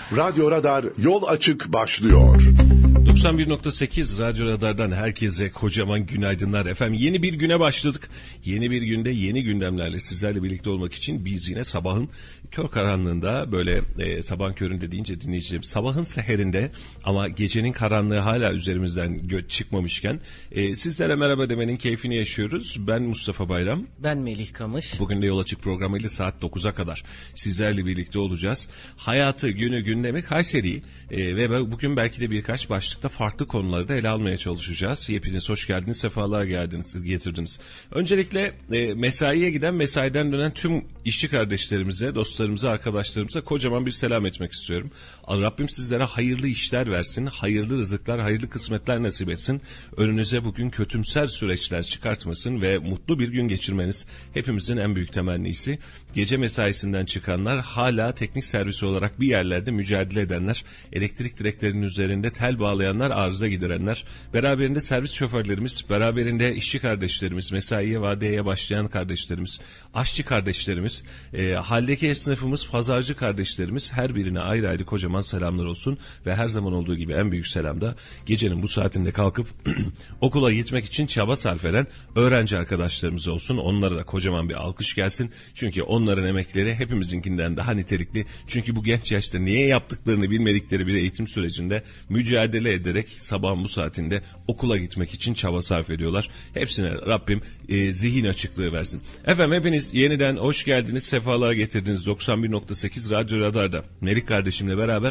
Radyo Radar yol açık başlıyor. 91.8 Radyo Radar'dan herkese kocaman günaydınlar efendim. Yeni bir güne başladık. Yeni bir günde yeni gündemlerle sizlerle birlikte olmak için biz yine sabahın kör karanlığında böyle sabahın köründe deyince dinleyicilerim sabahın seherinde ama gecenin karanlığı hala üzerimizden çıkmamışken sizlere merhaba demenin keyfini yaşıyoruz. Ben Mustafa Bayram. Ben Melih Kamış. Bugün de Yol Açık programıyla saat 9'a kadar sizlerle birlikte olacağız. Hayatı, günü, gündemi, Kayseri'yi ve bugün belki de birkaç başlıkta farklı konuları da ele almaya çalışacağız. Hepiniz hoş geldiniz, sefalar getirdiniz. Öncelikle mesaiye giden, mesaiden dönen tüm işçi kardeşlerimize, dostlarımıza, arkadaşlarımıza kocaman bir selam etmek istiyorum. Rabbim sizlere hayırlı işler versin, hayırlı rızıklar, hayırlı kısmetler nasip etsin. Önünüze bugün kötümser süreçler çıkartmasın ve mutlu bir gün geçirmeniz hepimizin en büyük temennisi. Gece mesaisinden çıkanlar, hala teknik servis olarak bir yerlerde mücadele edenler, elektrik direklerinin üzerinde tel bağlayanlar, arıza giderenler, beraberinde servis şoförlerimiz, beraberinde işçi kardeşlerimiz, mesaiye, vardiyaya başlayan kardeşlerimiz, aşçı kardeşlerimiz, haldeki esnafımız, pazarcı kardeşlerimiz, her birine ayrı ayrı kocaman selamlar olsun ve her zaman olduğu gibi en büyük selam da gecenin bu saatinde kalkıp okula gitmek için çaba sarf eden öğrenci arkadaşlarımız olsun. Onlara da kocaman bir alkış gelsin. Çünkü onların emekleri hepimizinkinden daha nitelikli. Çünkü bu genç yaşta niye yaptıklarını bilmedikleri bir eğitim sürecinde mücadele ederek sabahın bu saatinde okula gitmek için çaba sarf ediyorlar. Hepsine Rabbim zihin açıklığı versin. Efendim hepiniz yeniden hoş geldiniz, sefalar getirdiniz 91.8 Radyo Radar'da. Melik kardeşimle beraber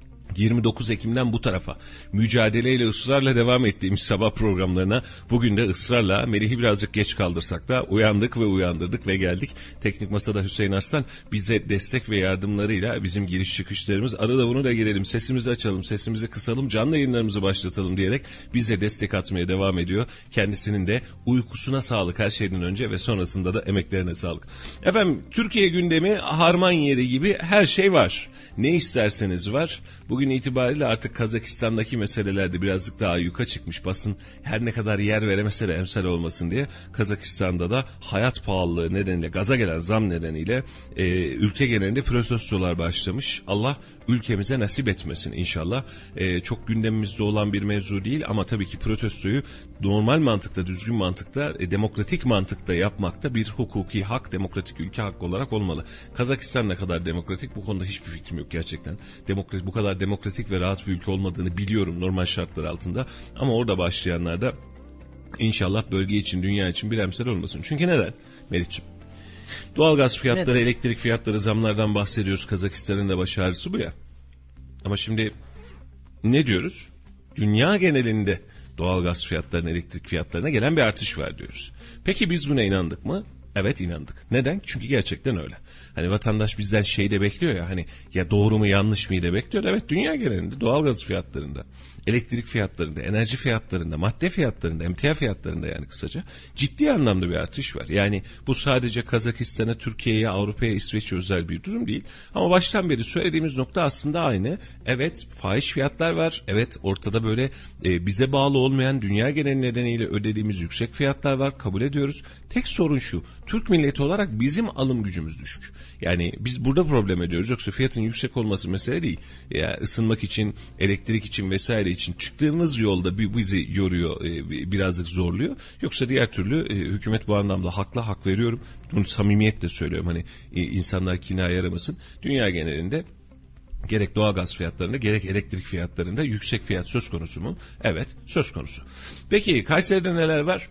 29 Ekim'den bu tarafa mücadeleyle, ısrarla devam ettiğimiz sabah programlarına bugün de ısrarla Melih'i birazcık geç kaldırsak da uyandık ve uyandırdık ve geldik. Teknik Masada Hüseyin Arslan bize destek ve yardımlarıyla bizim giriş çıkışlarımız, arada bunu da girelim, sesimizi açalım, sesimizi kısalım, canlı yayınlarımızı başlatalım diyerek bize destek atmaya devam ediyor. Kendisinin de uykusuna sağlık her şeyden önce ve sonrasında da emeklerine sağlık. Efendim Türkiye gündemi harman yeri gibi her şey var. Ne isterseniz var. Bugün itibariyle artık Kazakistan'daki meselelerde birazcık daha yuka çıkmış basın. Her ne kadar yer veremese de emsal olmasın diye Kazakistan'da da hayat pahalılığı nedeniyle, gaza gelen zam nedeniyle ülke genelinde protestolar başlamış. Allah ülkemize nasip etmesin inşallah. Çok gündemimizde olan bir mevzu değil ama tabii ki protestoyu normal mantıkta, düzgün mantıkta, demokratik mantıkta yapmakta bir hukuki hak, demokratik ülke hakkı olarak olmalı. Kazakistan ne kadar demokratik, bu konuda hiçbir fikrim yok gerçekten. Bu kadar demokratik ve rahat bir ülke olmadığını biliyorum normal şartlar altında. Ama orada başlayanlar da inşallah bölge için, dünya için bir emsal olmasın. Çünkü neden Melih'ciğim? Doğalgaz fiyatları, neden? Elektrik fiyatları, zamlardan bahsediyoruz. Kazakistan'ın da baş ağrısı bu ya. Ama şimdi ne diyoruz? Dünya genelinde doğalgaz fiyatlarına, elektrik fiyatlarına gelen bir artış var diyoruz. Peki biz buna inandık mı? Evet, inandık. Neden? Çünkü gerçekten öyle. Hani vatandaş bizden şey de bekliyor ya, hani ya doğru mu yanlış mı de bekliyor. Evet, dünya genelinde doğalgaz fiyatlarında, elektrik fiyatlarında, enerji fiyatlarında, madde fiyatlarında, emtia fiyatlarında, yani kısaca ciddi anlamda bir artış var. Yani bu sadece Kazakistan'a, Türkiye'ye, Avrupa'ya, İsveç'e özel bir durum değil. Ama baştan beri söylediğimiz nokta aslında aynı. Evet, fahiş fiyatlar var. Evet, ortada böyle bize bağlı olmayan, dünya geneli nedeniyle ödediğimiz yüksek fiyatlar var. Kabul ediyoruz. Tek sorun şu: Türk milleti olarak bizim alım gücümüz düşük. Yani biz burada problem ediyoruz. Yoksa fiyatın yüksek olması mesele değil. Yani ısınmak için, elektrik için vesaire için çıktığımız yolda bizi yoruyor, birazcık zorluyor. Yoksa diğer türlü hükümet bu anlamda haklı, hak veriyorum. Bunu samimiyetle söylüyorum. Hani insanlar kinaye aramasın. Dünya genelinde gerek doğalgaz fiyatlarında gerek elektrik fiyatlarında yüksek fiyat söz konusu mu? Evet, söz konusu. Peki Kayseri'de neler var?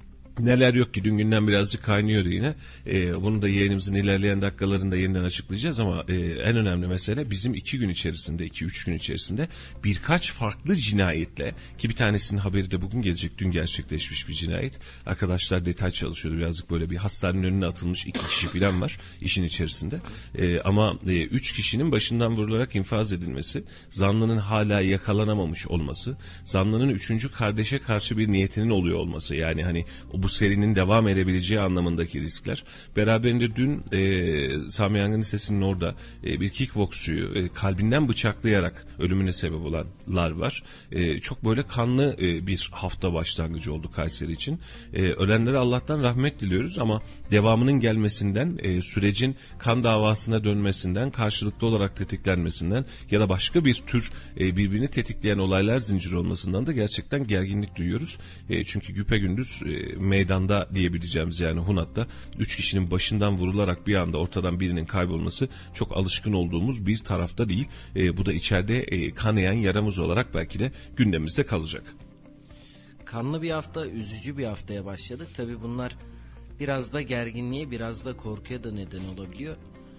Neler yok ki? Dün günden birazcık kaynıyordu yine. Bunu da yayınımızın ilerleyen dakikalarında yeniden açıklayacağız ama en önemli mesele bizim 2-3 gün içerisinde birkaç farklı cinayetle, ki bir tanesinin haberi de bugün gelecek, dün gerçekleşmiş bir cinayet. Arkadaşlar detay çalışıyordu. Birazcık böyle bir hastanenin önüne atılmış 2 kişi falan var işin içerisinde. Ama 3 kişinin başından vurularak infaz edilmesi, zanlının hala yakalanamamış olması, zanlının 3. kardeşe karşı bir niyetinin oluyor olması. Yani hani bu serinin devam edebileceği anlamındaki riskler. Beraberinde dün Sami Yangın Lisesi'nin orada bir kickboksçuyu kalbinden bıçaklayarak ölümüne sebep olanlar var. Çok böyle kanlı bir hafta başlangıcı oldu Kayseri için. Ölenlere Allah'tan rahmet diliyoruz ama devamının gelmesinden, sürecin kan davasına dönmesinden, karşılıklı olarak tetiklenmesinden ya da başka bir tür birbirini tetikleyen olaylar zinciri olmasından da gerçekten gerginlik duyuyoruz. Çünkü güpegündüz meydanda diyebileceğimiz, yani Hunat'ta 3 kişinin başından vurularak bir anda ortadan birinin kaybolması çok alışkın olduğumuz bir tarafta değil. Bu da içeride kanayan yaramız olarak belki de gündemimizde kalacak. Kanlı bir hafta, üzücü bir haftaya başladık. Tabii bunlar biraz da gerginliğe, biraz da korkuya da neden olabiliyor.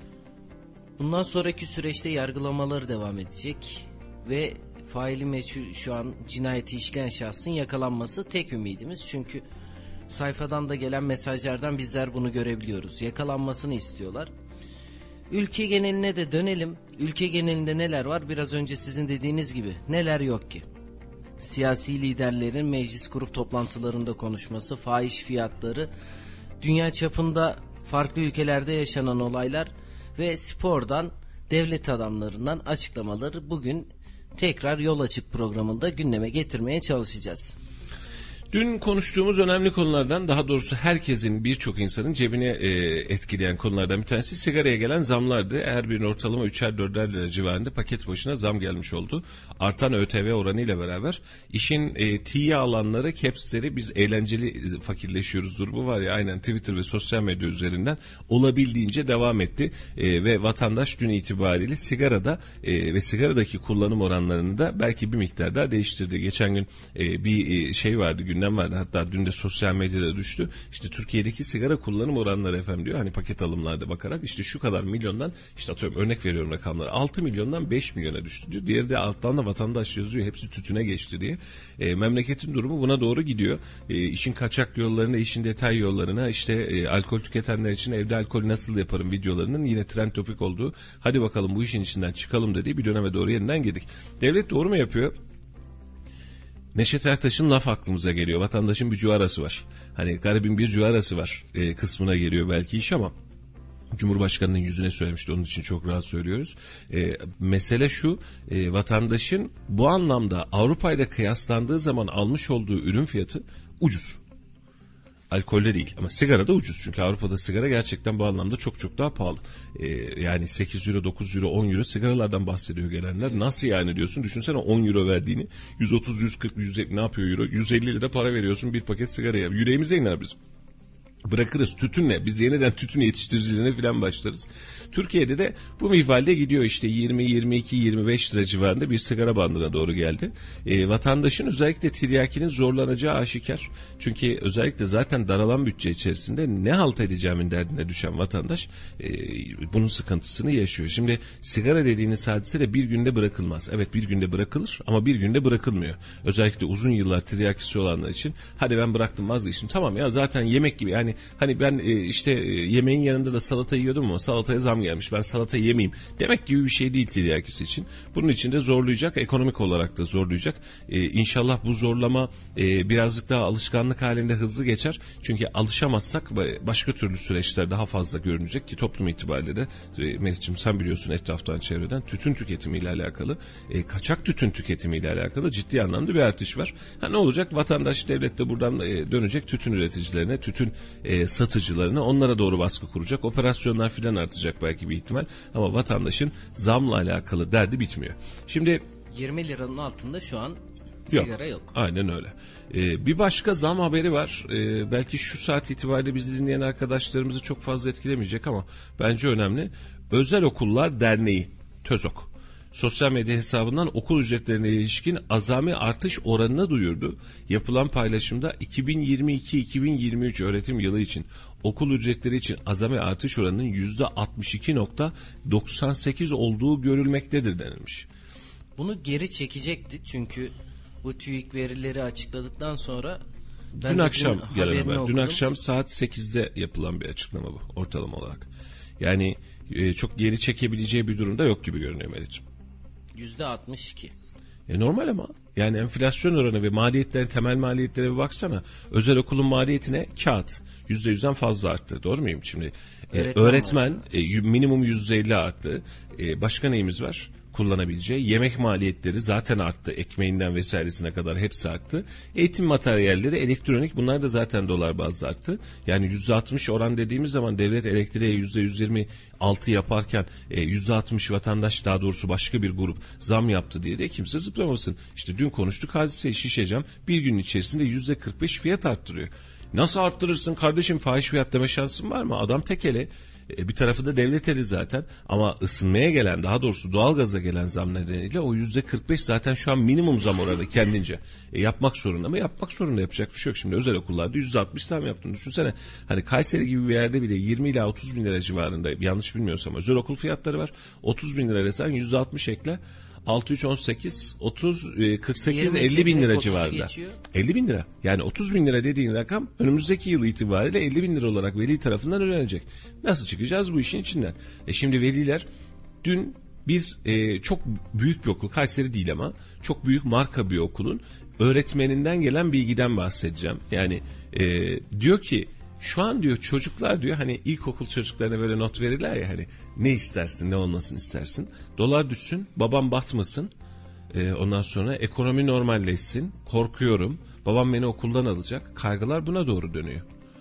Bundan sonraki süreçte yargılamaları devam edecek ve faili meçhul, şu an cinayeti işleyen şahsın yakalanması tek ümidimiz. Çünkü sayfadan da gelen mesajlardan bizler bunu görebiliyoruz. Yakalanmasını istiyorlar. Ülke geneline de dönelim. Ülke genelinde neler var? Biraz önce sizin dediğiniz gibi neler yok ki? Siyasi liderlerin meclis grup toplantılarında konuşması, fahiş fiyatları, dünya çapında farklı ülkelerde yaşanan olaylar ve spordan, devlet adamlarından açıklamaları bugün tekrar Yol Açık programında gündeme getirmeye çalışacağız. Dün konuştuğumuz önemli konulardan, daha doğrusu herkesin, birçok insanın cebine etkileyen konulardan bir tanesi sigaraya gelen zamlardı. Her birinin ortalama 3'er 4'er lira civarında paket başına zam gelmiş oldu. Artan ÖTV oranıyla beraber işin tiye alanları, capsleri, biz eğlenceli fakirleşiyoruz durumu var ya, aynen Twitter ve sosyal medya üzerinden olabildiğince devam etti. Ve vatandaş dün itibariyle sigarada ve sigaradaki kullanım oranlarını da belki bir miktar daha değiştirdi. Geçen gün bir şey vardı, gündem vardı. Hatta dün de sosyal medyada düştü. İşte Türkiye'deki sigara kullanım oranları efendim diyor. Hani paket alımlarda bakarak işte şu kadar milyondan, işte atıyorum örnek veriyorum rakamları, 6 milyondan 5 milyona düştü diyor. Diğeri de alttan da vatandaş yazıyor. Hepsi tütüne geçti diye. Memleketin durumu buna doğru gidiyor. İşin kaçak yollarına, işin detay yollarına, işte alkol tüketenler için evde alkol nasıl yaparım videolarının yine trend topik olduğu, hadi bakalım bu işin içinden çıkalım dediği bir döneme doğru yeniden girdik. Devlet doğru mu yapıyor? Neşet Ertaş'ın laf aklımıza geliyor. Vatandaşın bir cuarası var. Hani garibin bir cuarası var kısmına geliyor belki iş ama Cumhurbaşkanı'nın yüzüne söylemişti. Onun için çok rahat söylüyoruz. Mesele şu, vatandaşın bu anlamda Avrupa ile kıyaslandığı zaman almış olduğu ürün fiyatı ucuz. Alkolde değil ama sigara da ucuz. Çünkü Avrupa'da sigara gerçekten bu anlamda çok çok daha pahalı. Yani 8 euro, 9 euro, 10 euro sigaralardan bahsediyor gelenler. Nasıl yani diyorsun? Düşünsene 10 euro verdiğini. 130, 140, 150 ne yapıyor euro? 150 lira para veriyorsun bir paket sigaraya. Yüreğimize iner bizim. Bırakırız tütünle, biz yeniden tütün yetiştiricilerine falan başlarız. Türkiye'de de bu minvalde gidiyor, işte 20, 22, 25 lira civarında bir sigara bandına doğru geldi. Vatandaşın özellikle tiryakinin zorlanacağı aşikar. Çünkü özellikle zaten daralan bütçe içerisinde ne halt edeceğimin derdine düşen vatandaş bunun sıkıntısını yaşıyor. Şimdi sigara dediğiniz hadise de bir günde bırakılmaz. Evet, bir günde bırakılır ama bir günde bırakılmıyor. Özellikle uzun yıllar tiryakisi olanlar için hadi ben bıraktım, vazgeçtim. Tamam ya, zaten yemek gibi, yani hani ben işte yemeğin yanında da salata yiyordum ama salataya zam gelmiş, ben salata yemeyeyim demek gibi bir şey değil tiryakisi için. Bunun için de zorlayacak, ekonomik olarak da zorlayacak. İnşallah bu zorlama birazcık daha alışkanlık halinde hızlı geçer. Çünkü alışamazsak başka türlü süreçler daha fazla görünecek ki toplum itibariyle de Melih'ciğim sen biliyorsun etraftan çevreden tütün tüketimiyle alakalı, kaçak tütün tüketimiyle alakalı ciddi anlamda bir artış var. Ha, ne olacak? Vatandaş, devlet de buradan dönecek tütün üreticilerine, tütün satıcılarına, onlara doğru baskı kuracak. Operasyonlar filan artacak belki bir ihtimal ama vatandaşın zamla alakalı derdi bitmiyor. Şimdi 20 liranın altında şu an sigara yok. Aynen öyle. Bir başka zam haberi var. Belki şu saat itibariyle bizi dinleyen arkadaşlarımızı çok fazla etkilemeyecek ama bence önemli. Özel Okullar Derneği, TÖZOK, sosyal medya hesabından okul ücretlerine ilişkin azami artış oranını duyurdu. Yapılan paylaşımda 2022-2023 öğretim yılı için okul ücretleri için azami artış oranının %62.98 olduğu görülmektedir denilmiş. Bunu geri çekecekti çünkü bu TÜİK verileri açıkladıktan sonra dün akşam gelen haber. Dün akşam saat 8'de yapılan bir açıklama bu ortalama olarak. Yani çok geri çekebileceği bir durumda yok gibi görünüyor Melih'ciğim. %62. Normal ama yani enflasyon oranı ve maliyetlerin temel maliyetlere bir baksana. Özel okulun maliyetine kağıt %100'den fazla arttı. Doğru muyum şimdi? Öğretmen minimum %50 arttı. Başka neyimiz var? Kullanabileceği yemek maliyetleri zaten arttı. Ekmeğinden vesairesine kadar hepsi arttı. Eğitim materyalleri, elektronik, bunlar da zaten dolar bazlı arttı. Yani %60 oran dediğimiz zaman devlet elektriğe %126 yaparken %60 vatandaş, daha doğrusu başka bir grup zam yaptı diye de kimse zıplamasın. İşte dün konuştuk hadiseyi, Şişecam bir gün içerisinde %45 fiyat arttırıyor. Nasıl arttırırsın kardeşim, fahiş fiyat deme şansın var mı? Adam tekeli. Bir tarafı da devlet eli zaten, ama ısınmaya gelen, daha doğrusu doğalgaza gelen zam nedeniyle o %45 zaten şu an minimum zam oranı kendince. Yapmak zorunda mı? Yapmak zorunda, yapacak bir şey yok. Şimdi özel okullarda %60 zam yaptığını düşünsene. Hani Kayseri gibi bir yerde bile 20 ila 30 bin lira civarında, yanlış bilmiyorsam, özel okul fiyatları var. 30 bin lira desen %60 ekle. 6, 3, 18, 30, 48, 50 bin lira civarında. Geçiyor. 50 bin lira. Yani 30 bin lira dediğin rakam önümüzdeki yıl itibariyle 50 bin lira olarak veli tarafından ödenecek. Nasıl çıkacağız bu işin içinden? Şimdi veliler dün bir çok büyük bir okul, Kayseri değil ama çok büyük marka bir okulun öğretmeninden gelen bilgiden bahsedeceğim. Yani diyor ki şu an diyor çocuklar diyor, hani ilkokul çocuklarına böyle not verirler ya, hani ne istersin, ne olmasını istersin. Dolar düşsün, babam batmasın, ondan sonra ekonomi normalleşsin, korkuyorum, babam beni okuldan alacak, kaygılar buna doğru dönüyor.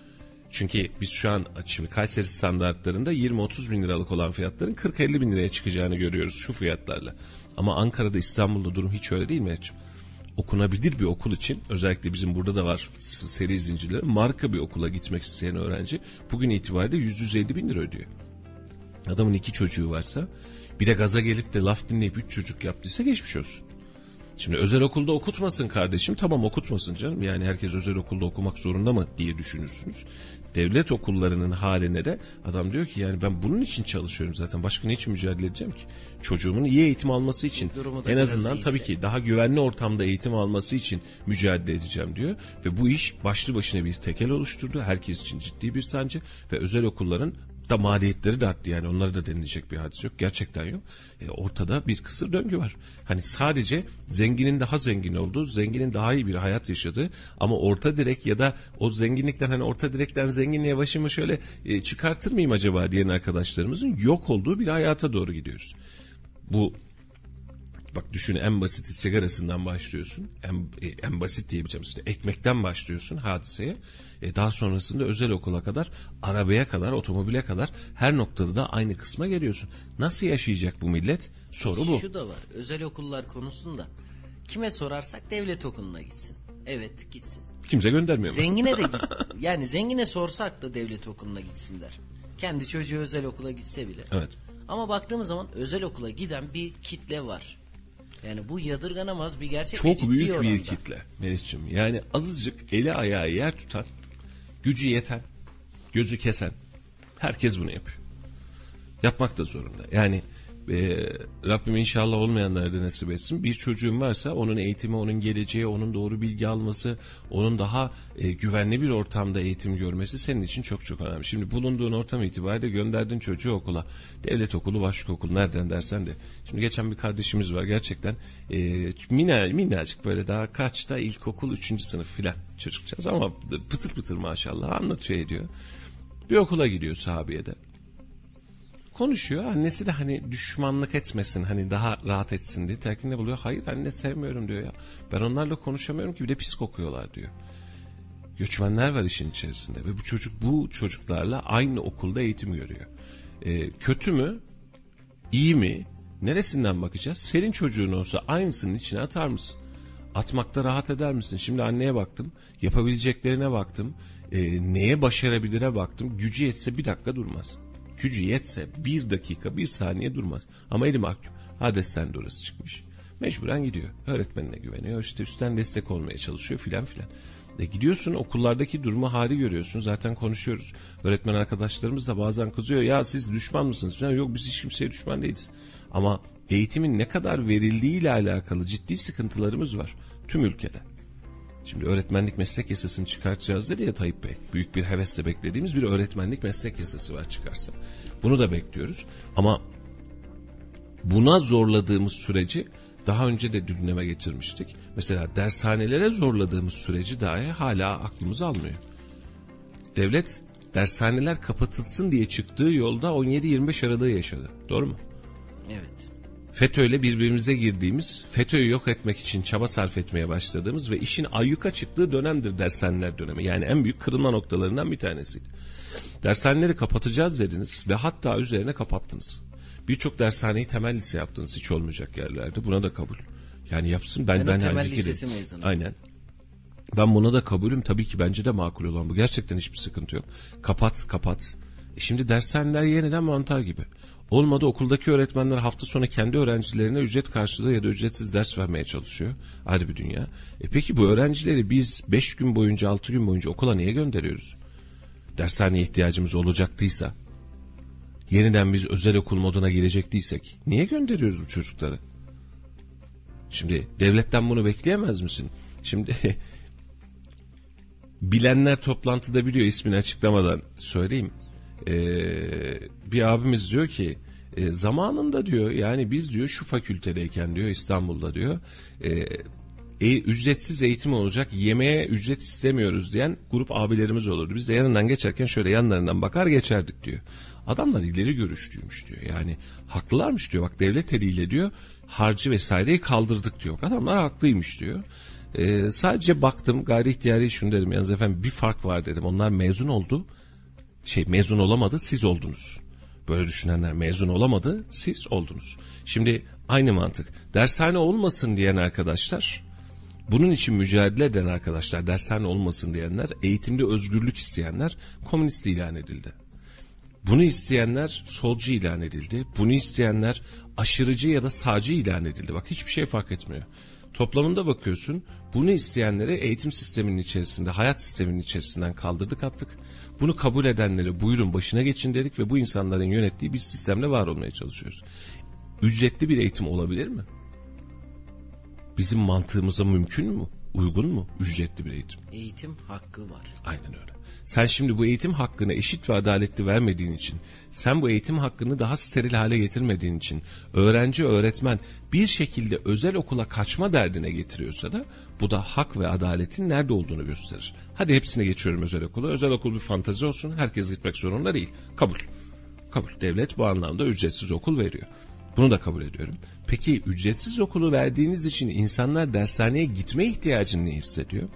Çünkü biz şu an şimdi Kayseri standartlarında 20-30 bin liralık olan fiyatların 40-50 bin liraya çıkacağını görüyoruz şu fiyatlarla. Ama Ankara'da, İstanbul'da durum hiç öyle değil mi Mehmetciğim? Okunabilir bir okul için, özellikle bizim burada da var seri zincirleri, marka bir okula gitmek isteyen öğrenci bugün itibariyle 150 bin lira ödüyor. Adamın 2 çocuğu varsa, bir de gaza gelip de laf dinleyip 3 çocuk yaptıysa geçmiş olsun. Şimdi özel okulda okutmasın kardeşim, tamam okutmasın canım, yani herkes özel okulda okumak zorunda mı diye düşünürsünüz. Devlet okullarının haline de adam diyor ki yani ben bunun için çalışıyorum zaten, başka ne için mücadele edeceğim ki? Çocuğumun iyi eğitim alması için, en azından tabii ki daha güvenli ortamda eğitim alması için mücadele edeceğim diyor. Ve bu iş başlı başına bir tekel oluşturdu. Herkes için ciddi bir sancı ve özel okulların da maliyetleri de arttı, yani onları da denilecek bir hadis yok. Gerçekten yok. Ortada bir kısır döngü var. Hani sadece zenginin daha zengin olduğu, zenginin daha iyi bir hayat yaşadığı, ama orta direk ya da o zenginlikten, hani orta direkten zenginliğe başımı şöyle çıkartır mıyım acaba diyen arkadaşlarımızın yok olduğu bir hayata doğru gidiyoruz. Bu, bak düşün, en basiti sigarasından başlıyorsun. En basit diyebileceğim işte ekmekten başlıyorsun hadiseye. Daha sonrasında özel okula kadar, arabaya kadar, otomobile kadar her noktada da aynı kısma geliyorsun. Nasıl yaşayacak bu millet? Soru bu. Şu da var, özel okullar konusunda kime sorarsak devlet okuluna gitsin. Evet, gitsin. Kimse göndermiyor mu? Zengine de git. Yani zengine sorsak da devlet okuluna gitsinler. Kendi çocuğu özel okula gitse bile. Evet. Ama baktığımız zaman özel okula giden bir kitle var. Yani bu yadırganamaz bir gerçek. Çok büyük bir kitle Melih'ciğim. Yani azıcık eli ayağı yer tutan, gücü yeten, gözü kesen herkes bunu yapıyor. Yapmak da zorunda. Yani Rabbim inşallah olmayanlara da nasip etsin. Bir çocuğun varsa onun eğitimi, onun geleceği, onun doğru bilgi alması, onun daha güvenli bir ortamda eğitim görmesi senin için çok çok önemli. Şimdi bulunduğun ortam itibariyle gönderdin çocuğu okula. Devlet okulu, başka okul, nereden dersen de. Şimdi geçen bir kardeşimiz var gerçekten minnacık böyle, daha kaçta, ilkokul 3. sınıf filan çocukcağız ama pıtır pıtır maşallah anlatıyor ediyor. Bir okula gidiyor Sahabiye'de. Konuşuyor. Annesi de hani düşmanlık etmesin, hani daha rahat etsin diye telkinde buluyor. Hayır anne, sevmiyorum diyor ya. Ben onlarla konuşamıyorum ki, bir de pis kokuyorlar diyor. Göçmenler var işin içerisinde ve bu çocuklarla aynı okulda eğitim görüyor. Kötü mü? İyi mi? Neresinden bakacağız? Senin çocuğun olsa aynısının içine atar mısın? Atmakta rahat eder misin? Şimdi anneye baktım. Yapabileceklerine baktım. Neye başarabilire baktım. Gücü yetse bir dakika durmaz. Gücü yetse 1 dakika 1 saniye durmaz. Ama eli mahkum. Hades'ten de orası çıkmış. Mecburen gidiyor. Öğretmenine güveniyor. İşte üstten destek olmaya çalışıyor filan filan. Gidiyorsun okullardaki durumu, hali görüyorsun. Zaten konuşuyoruz. Öğretmen arkadaşlarımız da bazen kızıyor. Ya siz düşman mısınız falan. Yok, biz hiç kimseye düşman değiliz. Ama eğitimin ne kadar verildiğiyle alakalı ciddi sıkıntılarımız var. Tüm ülkede. Şimdi öğretmenlik meslek yasasını çıkartacağız dedi ya Tayyip Bey. Büyük bir hevesle beklediğimiz bir öğretmenlik meslek yasası var çıkarsa. Bunu da bekliyoruz. Ama buna zorladığımız süreci Daha önce de gündeme getirmiştik. Mesela dershanelere zorladığımız süreci dahi hala aklımız almıyor. Devlet dershaneler kapatılsın diye çıktığı yolda 17-25 aralığı yaşadı. Doğru mu? Evet. FETÖ'yle birbirimize girdiğimiz, FETÖ'yü yok etmek için çaba sarf etmeye başladığımız ve işin ayyuka çıktığı dönemdir dershaneler dönemi. Yani en büyük kırılma noktalarından bir tanesiydi. Dershaneleri kapatacağız dediniz ve hatta üzerine kapattınız. Birçok dershaneyi temel lise yaptınız hiç olmayacak yerlerde. Buna da kabul. Yani yapsın ben temel lisesi mezunuyum. Aynen. Ben buna da kabulüm. Tabii ki bence de makul olan bu. Gerçekten hiçbir sıkıntı yok. Kapat. Şimdi dershaneler yeniden mantar gibi. Olmadı okuldaki öğretmenler hafta sonu kendi öğrencilerine ücret karşılığı ya da ücretsiz ders vermeye çalışıyor. Ayrı bir dünya. Peki bu öğrencileri biz 5 gün boyunca 6 gün boyunca okula niye gönderiyoruz? Dershaneye ihtiyacımız olacaktıysa, yeniden biz özel okul moduna girecektiysek niye gönderiyoruz bu çocukları? Şimdi devletten bunu bekleyemez misin? Şimdi bilenler toplantıda biliyor, ismini açıklamadan söyleyeyim. Bir abimiz diyor ki zamanında diyor, yani biz diyor şu fakültedeyken diyor İstanbul'da diyor ücretsiz eğitim olacak, yemeğe ücret istemiyoruz diyen grup abilerimiz olurdu. Biz de yanından geçerken şöyle yanlarından bakar geçerdik diyor. Adamlar ileri görüşlüymüş diyor. Yani haklılarmış diyor. Bak devlet eliyle diyor harcı vesaireyi kaldırdık diyor. Adamlar haklıymış diyor. Sadece baktım gayri ihtiyari şunu dedim. Yalnız efendim bir fark var dedim. Onlar mezun oldu. Mezun olamadı, siz oldunuz. Böyle düşünenler mezun olamadı, siz oldunuz. Şimdi aynı mantık. Dershane olmasın diyen arkadaşlar, bunun için mücadele eden arkadaşlar, dershane olmasın diyenler, eğitimde özgürlük isteyenler komünist ilan edildi. Bunu isteyenler solcu ilan edildi. Bunu isteyenler aşırıcı ya da sağcı ilan edildi. Bak hiçbir şey fark etmiyor. Toplamında bakıyorsun, bunu isteyenleri eğitim sisteminin içerisinde, hayat sisteminin içerisinden kaldırdık attık. Bunu kabul edenleri buyurun başına geçin dedik ve bu insanların yönettiği bir sistemle var olmaya çalışıyoruz. Ücretli bir eğitim olabilir mi? Bizim mantığımıza mümkün mü? Uygun mu ücretli bir eğitim? Eğitim hakkı var. Aynen öyle. Sen şimdi bu eğitim hakkını eşit ve adaletli vermediğin için, sen bu eğitim hakkını daha steril hale getirmediğin için, öğrenci, öğretmen bir şekilde özel okula kaçma derdine getiriyorsa da bu da hak ve adaletin nerede olduğunu gösterir. Hadi hepsine geçiyorum özel okula. Özel okul bir fantezi olsun. Herkes gitmek zorunda değil. Kabul. Devlet bu anlamda ücretsiz okul veriyor. Bunu da kabul ediyorum. Peki ücretsiz okulu verdiğiniz için insanlar dershaneye gitme ihtiyacını ne hissediyor?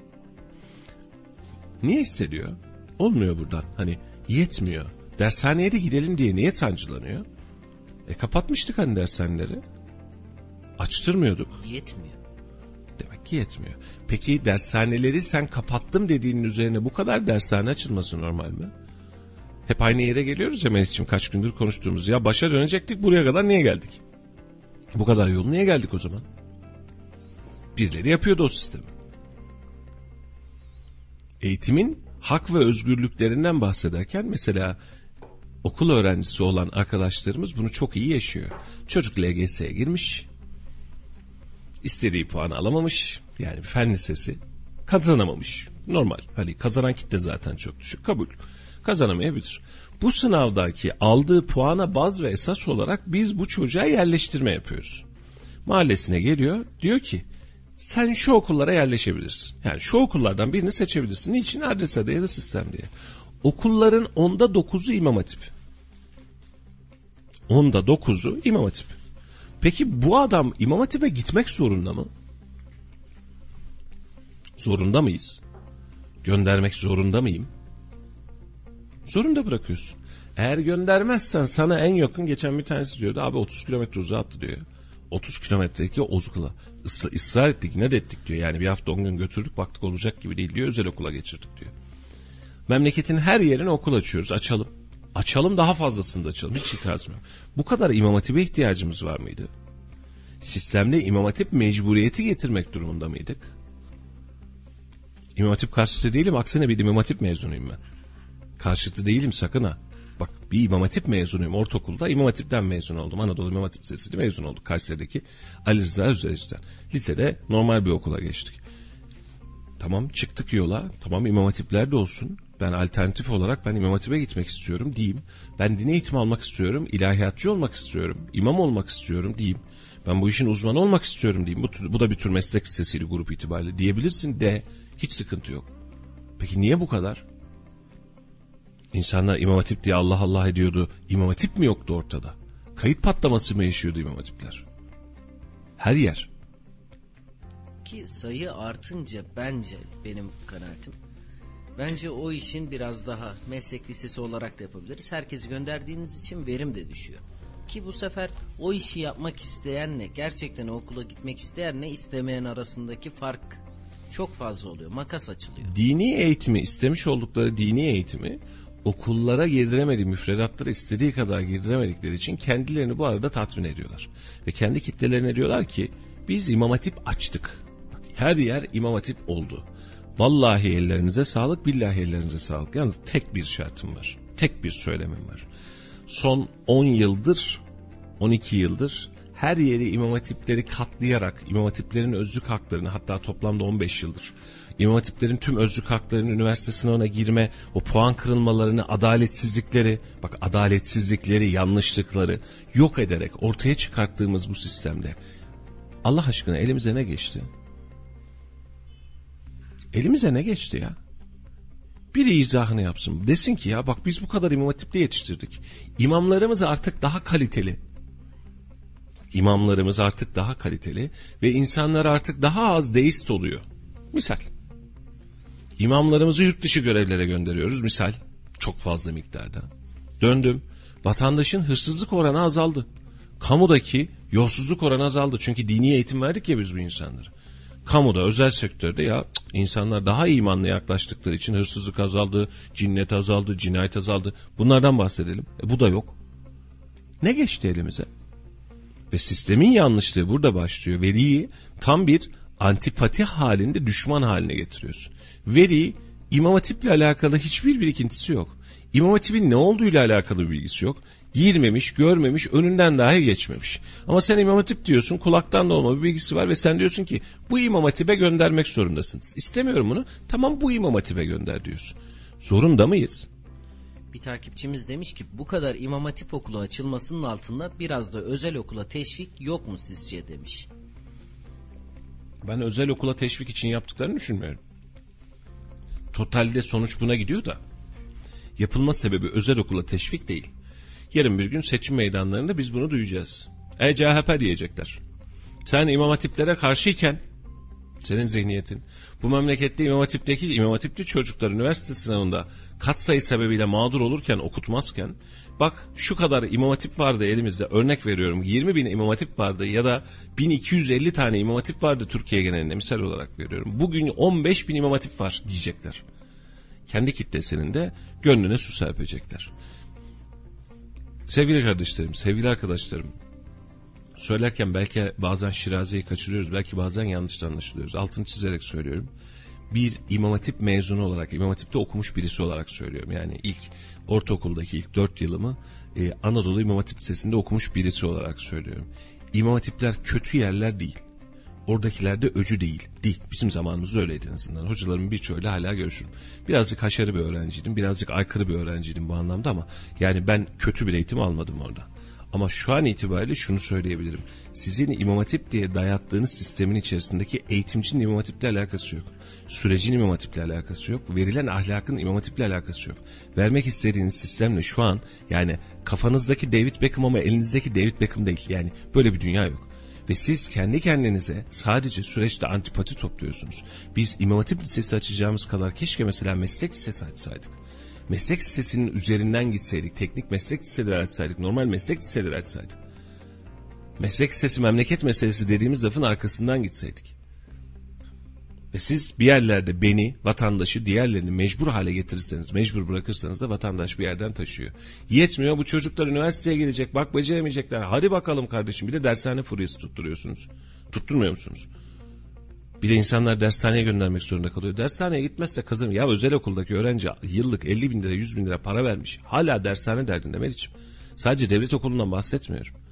Niye hissediyor? Olmuyor buradan. Hani yetmiyor. Dershaneye de gidelim diye niye sancılanıyor? Kapatmıştık hani dershaneleri. Açtırmıyorduk. Yetmiyor. Demek ki yetmiyor. Peki dershaneleri sen kapattım dediğinin üzerine bu kadar dershane açılması normal mi? Hep aynı yere geliyoruz ya Melih'ciğim, kaç gündür konuştuğumuz. Ya başa dönecektik, buraya kadar niye geldik? Bu kadar yol niye geldik o zaman? Birileri yapıyordu o sistemi. Eğitimin hak ve özgürlüklerinden bahsederken mesela okul öğrencisi olan arkadaşlarımız bunu çok iyi yaşıyor. Çocuk LGS'ye girmiş, istediği puanı alamamış, yani fen lisesi kazanamamış. Normal, hani kazanan kitle zaten çok düşük, kabul, kazanamayabilir. Bu sınavdaki aldığı puana baz ve esas olarak biz bu çocuğa yerleştirme yapıyoruz. Mahallesine geliyor, diyor ki sen şu okullara yerleşebilirsin. Yani şu okullardan birini seçebilirsin. Niçin? Adres adı ya da sistem diye. Okulların 10'da 9'u İmam Hatip. 10'da 9'u İmam Hatip. Peki bu adam İmam Hatip'e gitmek zorunda mı? Zorunda mıyız? Göndermek zorunda mıyım? Zorunda bırakıyorsun. Eğer göndermezsen sana en yakın, geçen bir tanesi diyordu abi 30 kilometre uzağa attı diyor. 30 kilometredeki okula ısrar ettik, ne ettik diyor. Yani bir hafta 10 gün götürdük, baktık olacak gibi değil diyor, özel okula geçirdik diyor. Memleketin her yerine okul açıyoruz, açalım. Açalım, daha fazlasını da açalım, hiç itirazım yok. Bu kadar İmam Hatip'e ihtiyacımız var mıydı? Sistemde İmam Hatip mecburiyeti getirmek durumunda mıydık? İmam Hatip karşıtı değilim, aksine bir İmam Hatip mezunuyum ben. Karşıtı değilim sakın ha. Bak bir İmam Hatip mezunuyum, ortaokulda İmam Hatip'ten mezun oldum. Anadolu İmam Hatip Lisesi'nde mezun olduk, Kayseri'deki Ali Rıza Özerici'den. Lisede normal bir okula geçtik. Tamam, çıktık yola, tamam İmam Hatipler de olsun. Ben alternatif olarak ben İmam Hatip'e gitmek istiyorum diyeyim. Ben din eğitimi almak istiyorum, ilahiyatçı olmak istiyorum, imam olmak istiyorum diyeyim. Ben bu işin uzmanı olmak istiyorum diyeyim. Bu da bir tür meslek lisesiyle grup itibariyle diyebilirsin de hiç sıkıntı yok. Peki niye bu kadar? İnsanlar İmam Hatip diye Allah Allah ediyordu. İmam Hatip mi yoktu ortada? Kayıt patlaması mı yaşıyordu İmam Hatipler? Her yer. Ki sayı artınca bence benim kanaatim. Bence o işin biraz daha meslek lisesi olarak da yapabiliriz. Herkesi gönderdiğiniz için verim de düşüyor. Ki bu sefer o işi yapmak isteyenle gerçekten okula gitmek isteyenle istemeyen arasındaki fark çok fazla oluyor. Makas açılıyor. Dini eğitimi, istemiş oldukları dini eğitimi okullara girdiremediği, müfredatlara istediği kadar girdiremedikleri için kendilerini bu arada tatmin ediyorlar. Ve kendi kitlelerine diyorlar ki biz İmam Hatip açtık. Her yer İmam Hatip oldu. Vallahi ellerinize sağlık, billahi ellerinize sağlık. Yalnız tek bir şartım var. Tek bir söylemim var. Son 10 yıldır, 12 yıldır her yeri İmam Hatipleri katlayarak, İmam Hatiplerin özlük haklarını, hatta toplamda 15 yıldır İmam Hatiplerin tüm özlük haklarını, üniversite sınavına girme, o puan kırılmalarını, adaletsizlikleri, yanlışlıkları yok ederek ortaya çıkarttığımız bu sistemde Allah aşkına elimize ne geçti? Elimize ne geçti ya? Biri izahını yapsın. Desin ki ya bak biz bu kadar İmam Hatip'te yetiştirdik. İmamlarımız artık daha kaliteli. İmamlarımız artık daha kaliteli ve insanlar artık daha az deist oluyor. Misal. İmamlarımızı yurt dışı görevlere gönderiyoruz. Misal. Çok fazla miktarda. Döndüm. Vatandaşın hırsızlık oranı azaldı. Kamudaki yolsuzluk oranı azaldı. Çünkü dini eğitim verdik ya biz bu insanlara. Kamuda, özel sektörde ya insanlar daha imanla yaklaştıkları için hırsızlık azaldı, cinnet azaldı, cinayet azaldı. Bunlardan bahsedelim. Bu da yok. Ne geçti elimize? Ve sistemin yanlışlığı burada başlıyor. Veliyi tam bir antipati halinde düşman haline getiriyorsun. Veli İmam Hatip'le alakalı hiçbir birikintisi yok. İmam Hatip'in ne olduğuyla alakalı bir bilgisi yok. Girmemiş, görmemiş, önünden dahi geçmemiş. Ama sen İmam Hatip diyorsun, kulaktan dolma bir bilgisi var ve sen diyorsun ki bu İmam Hatip'e göndermek zorundasınız. İstemiyorum bunu, tamam bu İmam Hatip'e gönder diyorsun. Zorunda mıyız? Bir takipçimiz demiş ki bu kadar İmam Hatip okulu açılmasının altında biraz da özel okula teşvik yok mu sizce demiş. Ben özel okula teşvik için yaptıklarını düşünmüyorum. Totalde sonuç buna gidiyor da yapılma sebebi özel okula teşvik değil. Yarın bir gün seçim meydanlarında biz bunu duyacağız. CHP diyecekler. Sen İmam Hatiplere karşıyken senin zihniyetin bu memlekette İmam Hatipli çocuklar üniversite sınavında katsayı sebebiyle mağdur olurken okutmazken bak şu kadar İmam Hatip vardı elimizde, örnek veriyorum 20.000 İmam Hatip vardı ya da 1250 tane İmam Hatip vardı Türkiye genelinde, misal olarak veriyorum. Bugün 15.000 İmam Hatip var diyecekler. Kendi kitlesinin de gönlüne su serpecekler. Sevgili kardeşlerim, sevgili arkadaşlarım, söylerken belki bazen Şiraze'yi kaçırıyoruz, belki bazen yanlış anlaşılıyoruz. Altını çizerek söylüyorum. Bir İmam Hatip mezunu olarak, İmam Hatip'te okumuş birisi olarak söylüyorum. Yani ilk ortaokuldaki ilk 4 yılımı Anadolu İmam Hatip Lisesi'nde okumuş birisi olarak söylüyorum. İmam Hatipler kötü yerler değil. Oradakiler de öcü değil. Bizim zamanımızda öyleydi en azından. Hocalarımın birçoğuyla hala görüşürüm. Birazcık haşarı bir öğrenciydim. Birazcık aykırı bir öğrenciydim bu anlamda ama yani ben kötü bir eğitim almadım orada. Ama şu an itibariyle şunu söyleyebilirim. Sizin İmam Hatip diye dayattığınız sistemin içerisindeki eğitimcinin İmam Hatip'le alakası yok. Sürecin İmam Hatip'le alakası yok. Verilen ahlakın İmam Hatip'le alakası yok. Vermek istediğiniz sistemle şu an yani kafanızdaki David Beckham ama elinizdeki David Beckham değil. Yani böyle bir dünya yok. Ve siz kendi kendinize sadece süreçte antipati topluyorsunuz. Biz İmam Hatip Lisesi açacağımız kadar keşke mesela meslek lisesi açsaydık. Meslek lisesinin üzerinden gitseydik, teknik meslek liseleri açsaydık, normal meslek liseleri açsaydık. Meslek lisesi memleket meselesi dediğimiz lafın arkasından gitseydik. Ve siz bir yerlerde beni, vatandaşı, diğerlerini mecbur hale getirirseniz, mecbur bırakırsanız da vatandaş bir yerden taşıyor. Yetmiyor, bu çocuklar üniversiteye gelecek, bak beceremeyecekler. Hadi bakalım kardeşim, bir de dershane furyası tutturuyorsunuz. Tutturmuyor musunuz? Bir de insanlar dershaneye göndermek zorunda kalıyor. Dershaneye gitmezse kızım ya özel okuldaki öğrenci yıllık 50 bin lira 100 bin lira para vermiş. Hala dershane derdinde Meriç'im. Sadece devlet okulundan bahsetmiyorum.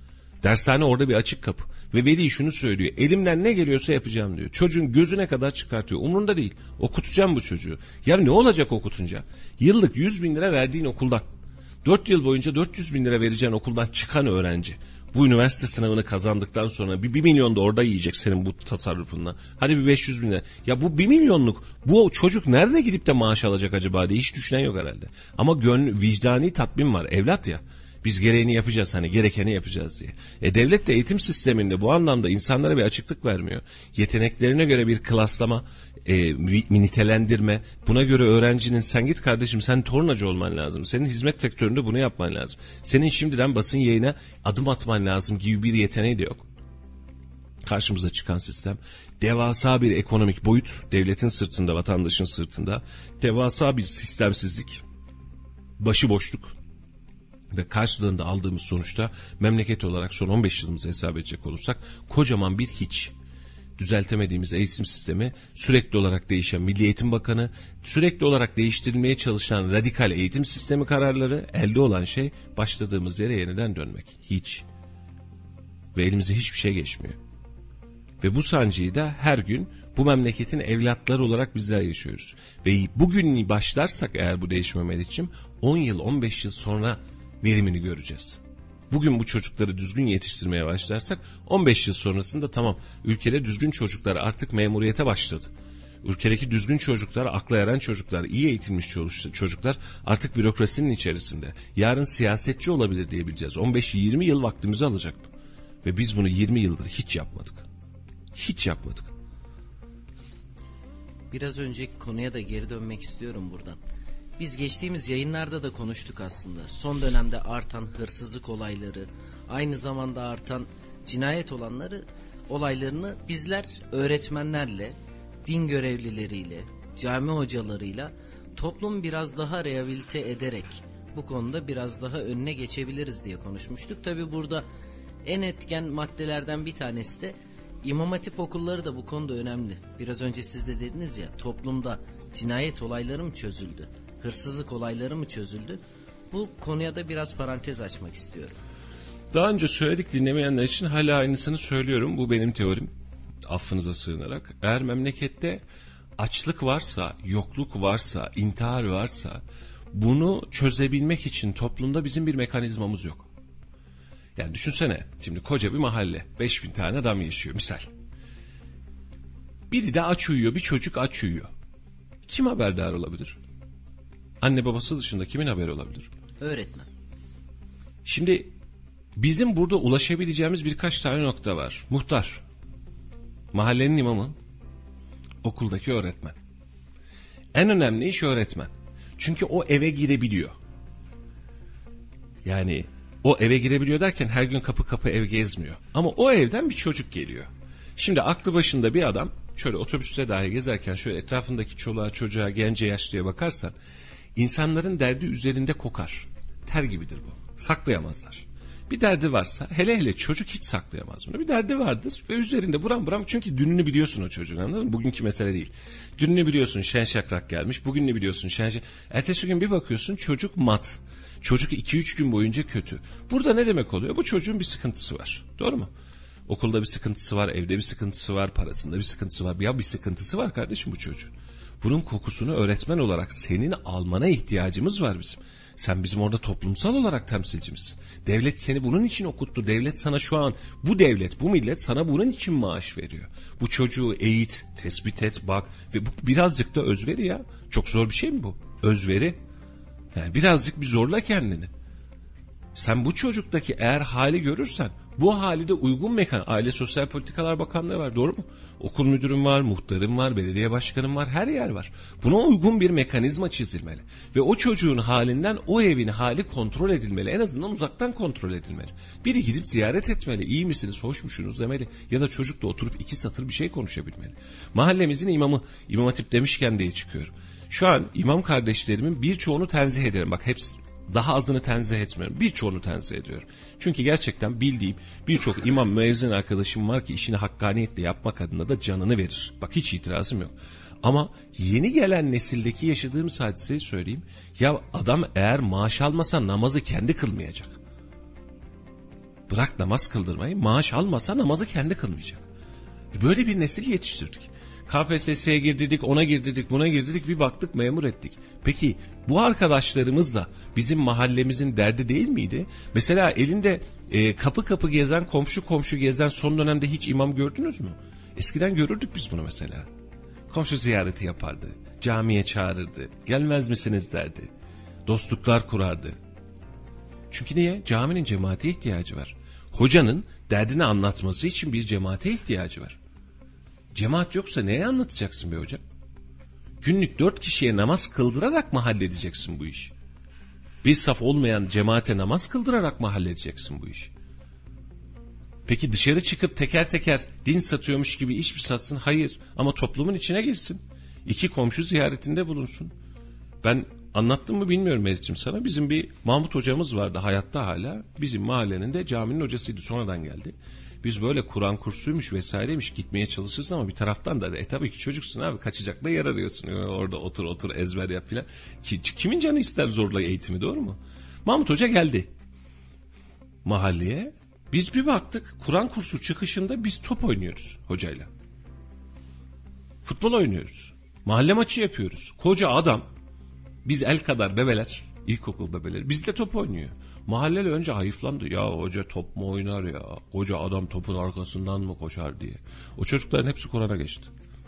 Dershane orada bir açık kapı. Ve veli şunu söylüyor. Elimden ne geliyorsa yapacağım diyor. Çocuğun gözüne kadar çıkartıyor. Umurunda değil. Okutacağım bu çocuğu. Ya ne olacak okutunca? Yıllık 100 bin lira verdiğin okuldan, 4 yıl boyunca 400 bin lira vereceğin okuldan çıkan öğrenci, bu üniversite sınavını kazandıktan sonra bir milyon da orada yiyecek senin bu tasarrufunla. Hadi bir 500 bin lira. Ya bu 1 milyonluk bu çocuk nerede gidip de maaş alacak acaba diye hiç düşünen yok herhalde. Ama vicdani tatmin var. Evlat ya. Biz gereğini yapacağız, hani gerekeni yapacağız diye. Devlet de eğitim sisteminde bu anlamda insanlara bir açıklık vermiyor. Yeteneklerine göre bir klaslama, nitelendirme, buna göre öğrencinin sen git kardeşim sen tornacı olman lazım. Senin hizmet sektöründe bunu yapman lazım. Senin şimdiden basın yayına adım atman lazım gibi bir yeteneği de yok. Karşımıza çıkan sistem devasa bir ekonomik boyut, devletin sırtında, vatandaşın sırtında, devasa bir sistemsizlik, başıboşluk. Ve karşılığında aldığımız sonuçta memleket olarak son 15 yılımızı hesap edecek olursak kocaman bir hiç. Düzeltemediğimiz eğitim sistemi, sürekli olarak değişen Milli Eğitim Bakanı, sürekli olarak değiştirilmeye çalışan radikal eğitim sistemi kararları, elde olan şey başladığımız yere yeniden dönmek. Hiç. Ve elimize hiçbir şey geçmiyor. Ve bu sancıyı da her gün bu memleketin evlatları olarak bizler yaşıyoruz. Ve bugün başlarsak eğer bu değişmemeli için 10 yıl 15 yıl sonra verimini göreceğiz. Bugün bu çocukları düzgün yetiştirmeye başlarsak 15 yıl sonrasında tamam, ülkede düzgün çocuklar artık memuriyete başladı. Ülkedeki düzgün çocuklar, akla eren çocuklar, iyi eğitilmiş çocuklar artık bürokrasinin içerisinde. Yarın siyasetçi olabilir diyebileceğiz. 15-20 yıl vaktimizi alacak bu. Ve biz bunu 20 yıldır hiç yapmadık. Hiç yapmadık. Biraz önceki konuya da geri dönmek istiyorum buradan. Biz geçtiğimiz yayınlarda da konuştuk aslında. Son dönemde artan hırsızlık olayları, aynı zamanda artan cinayet olaylarını bizler öğretmenlerle, din görevlileriyle, cami hocalarıyla toplum biraz daha rehabilite ederek bu konuda biraz daha önüne geçebiliriz diye konuşmuştuk. Tabii burada en etken maddelerden bir tanesi de İmam Hatip okulları da bu konuda önemli. Biraz önce siz de dediniz ya, toplumda cinayet olayları mı çözüldü? Hırsızlık olayları mı çözüldü? Bu konuya da biraz parantez açmak istiyorum. Daha önce söyledik, dinlemeyenler için hala aynısını söylüyorum. Bu benim teorim. Affınıza sığınarak. Eğer memlekette açlık varsa, yokluk varsa, intihar varsa bunu çözebilmek için toplumda bizim bir mekanizmamız yok. Yani düşünsene, şimdi koca bir mahalle, 5000 tane adam yaşıyor misal. Biri de aç uyuyor, bir çocuk aç uyuyor. Kim haberdar olabilir? Anne babası dışında kimin haberi olabilir? Öğretmen. Şimdi bizim burada ulaşabileceğimiz birkaç tane nokta var. Muhtar, mahallenin imamı, okuldaki öğretmen. En önemli iş öğretmen. Çünkü o eve girebiliyor. Yani o eve girebiliyor derken her gün kapı kapı ev gezmiyor. Ama o evden bir çocuk geliyor. Şimdi aklı başında bir adam şöyle otobüste dahi gezerken şöyle etrafındaki çoluğa çocuğa gence yaşlıya bakarsan insanların derdi üzerinde kokar. Ter gibidir bu. Saklayamazlar. Bir derdi varsa hele çocuk hiç saklayamaz bunu. Bir derdi vardır ve üzerinde buram buram, çünkü dününü biliyorsun o çocuğun, anladın mı? Bugünkü mesele değil. Dününü biliyorsun, şen şakrak gelmiş. Bugününü biliyorsun, ertesi gün bir bakıyorsun çocuk mat. Çocuk 2-3 gün boyunca kötü. Burada ne demek oluyor? Bu çocuğun bir sıkıntısı var. Doğru mu? Okulda bir sıkıntısı var, evde bir sıkıntısı var, parasında bir sıkıntısı var. Ya bir sıkıntısı var kardeşim bu çocuğun. Bunun kokusunu öğretmen olarak senin almana ihtiyacımız var bizim. Sen bizim orada toplumsal olarak temsilcimizsin. Devlet seni bunun için okuttu. Devlet sana şu an, bu devlet, bu millet sana bunun için maaş veriyor. Bu çocuğu eğit, tespit et, bak ve bu birazcık da özveri ya. Çok zor bir şey mi bu? Özveri. Yani birazcık bir zorla kendini. Sen bu çocuktaki eğer hali görürsen, bu hali de uygun Aile Sosyal Politikalar Bakanlığı var, doğru mu? Okul müdürüm var, muhtarım var, belediye başkanım var, her yer var. Buna uygun bir mekanizma çizilmeli. Ve o çocuğun halinden o evin hali kontrol edilmeli. En azından uzaktan kontrol edilmeli. Biri gidip ziyaret etmeli. İyi misiniz, hoş musunuz demeli. Ya da çocuk da oturup 2 satır bir şey konuşabilmeli. Mahallemizin imamı, İmam Hatip demişken diye çıkıyorum. Şu an imam kardeşlerimin birçoğunu tenzih ederim. Bak hepsi. Daha azını tenzih etmiyorum. Birçoğunu tenzih ediyorum. Çünkü gerçekten bildiğim birçok imam müezzin arkadaşım var ki işini hakkaniyetle yapmak adına da canını verir. Bak hiç itirazım yok. Ama yeni gelen nesildeki yaşadığımız hadiseyi söyleyeyim. Ya adam eğer maaş almasa namazı kendi kılmayacak. Bırak namaz kıldırmayı, maaş almasa namazı kendi kılmayacak. Böyle bir nesil yetiştirdik. KPSS'ye girdirdik, ona girdirdik, buna girdirdik, bir baktık memur ettik. Peki bu arkadaşlarımız da bizim mahallemizin derdi değil miydi? Mesela elinde kapı kapı gezen, komşu komşu gezen son dönemde hiç imam gördünüz mü? Eskiden görürdük biz bunu mesela. Komşu ziyareti yapardı, camiye çağırırdı, gelmez misiniz derdi. Dostluklar kurardı. Çünkü niye? Caminin cemaate ihtiyacı var. Hocanın derdini anlatması için bir cemaate ihtiyacı var. Cemaat yoksa neye anlatacaksın be hocam? Günlük 4 kişiye namaz kıldırarak mı halledeceksin bu işi? Bir saf olmayan cemaate namaz kıldırarak mı halledeceksin bu işi? Peki dışarı çıkıp teker teker din satıyormuş gibi iş mi satsın? Hayır, ama toplumun içine girsin. 2 komşu ziyaretinde bulunsun. Ben anlattım mı bilmiyorum Melih'ciğim sana. Bizim bir Mahmut hocamız vardı, hayatta hala. Bizim mahallenin de caminin hocasıydı, sonradan geldi. Biz böyle Kur'an kursuymuş vesaireymiş gitmeye çalışırız ama bir taraftan da tabii ki çocuksun abi, kaçacak da yer arıyorsun. Orada otur ezber yap filan. Kimin canı ister zorla eğitimi, doğru mu? Mahmut Hoca geldi mahalleye. Biz bir baktık, Kur'an kursu çıkışında biz top oynuyoruz hocayla. Futbol oynuyoruz. Mahalle maçı yapıyoruz. Koca adam, biz el kadar bebeler, ilkokul bebeleri, bizle top oynuyor. Mahalleli önce hayıflandı. Ya hoca top mu oynar ya? Koca adam topun arkasından mı koşar diye. O çocukların hepsi Kur'an'a geçti.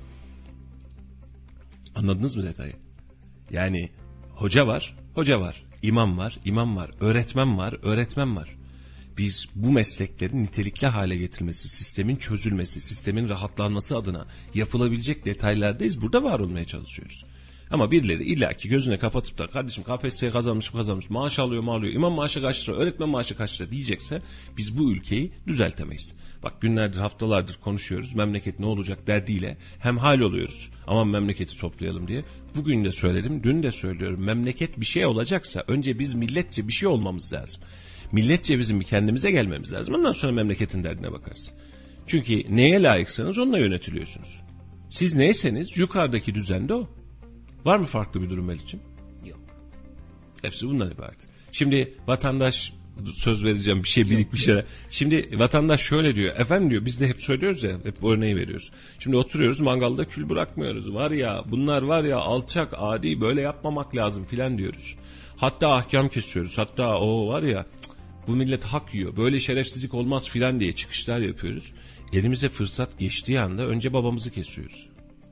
Anladınız mı detayı? Yani hoca var, imam var, öğretmen var. Biz bu mesleklerin nitelikli hale getirilmesi, sistemin çözülmesi, sistemin rahatlanması adına yapılabilecek detaylardayız. Burada var olmaya çalışıyoruz. Ama birileri illaki gözüne kapatıp da kardeşim KPSS'ye kazanmış, maaş alıyor, imam maaşı kaç lira, öğretmen maaşı kaç lira diyecekse biz bu ülkeyi düzeltemeyiz. Bak günlerdir, haftalardır konuşuyoruz, memleket ne olacak derdiyle hemhal oluyoruz. Aman memleketi toplayalım diye. Bugün de söyledim, dün de söylüyorum, memleket bir şey olacaksa önce biz milletçe bir şey olmamız lazım. Milletçe bizim bir kendimize gelmemiz lazım. Ondan sonra memleketin derdine bakarız. Çünkü neye layıksanız onunla yönetiliyorsunuz. Siz neyseniz yukarıdaki düzende o. Var mı farklı bir durum Melih'ciğim? Yok. Hepsi bundan ibaret. Şimdi vatandaş, söz vereceğim bir şey birikmiş yere. Şimdi vatandaş şöyle diyor. Efendim diyor, biz de hep söylüyoruz ya, hep örneği veriyoruz. Şimdi oturuyoruz, mangalda kül bırakmıyoruz. Var ya, bunlar var ya, alçak, adi, böyle yapmamak lazım filan diyoruz. Hatta ahkam kesiyoruz. Hatta o var ya, bu millet hak yiyor, böyle şerefsizlik olmaz filan diye çıkışlar yapıyoruz. Elimize fırsat geçtiği anda önce babamızı kesiyoruz.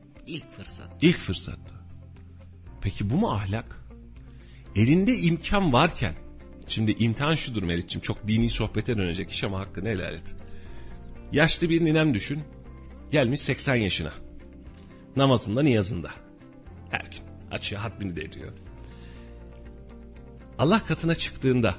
İlk fırsatta. Peki bu mu ahlak? Elinde imkan varken, şimdi imtihan şudur Melih'ciğim, çok dini sohbete dönecek iş ama hakkını helal et. Yaşlı bir ninem düşün, gelmiş 80 yaşına, namazında niyazında, her gün açıyor, hatmini de ediyor. Allah katına çıktığında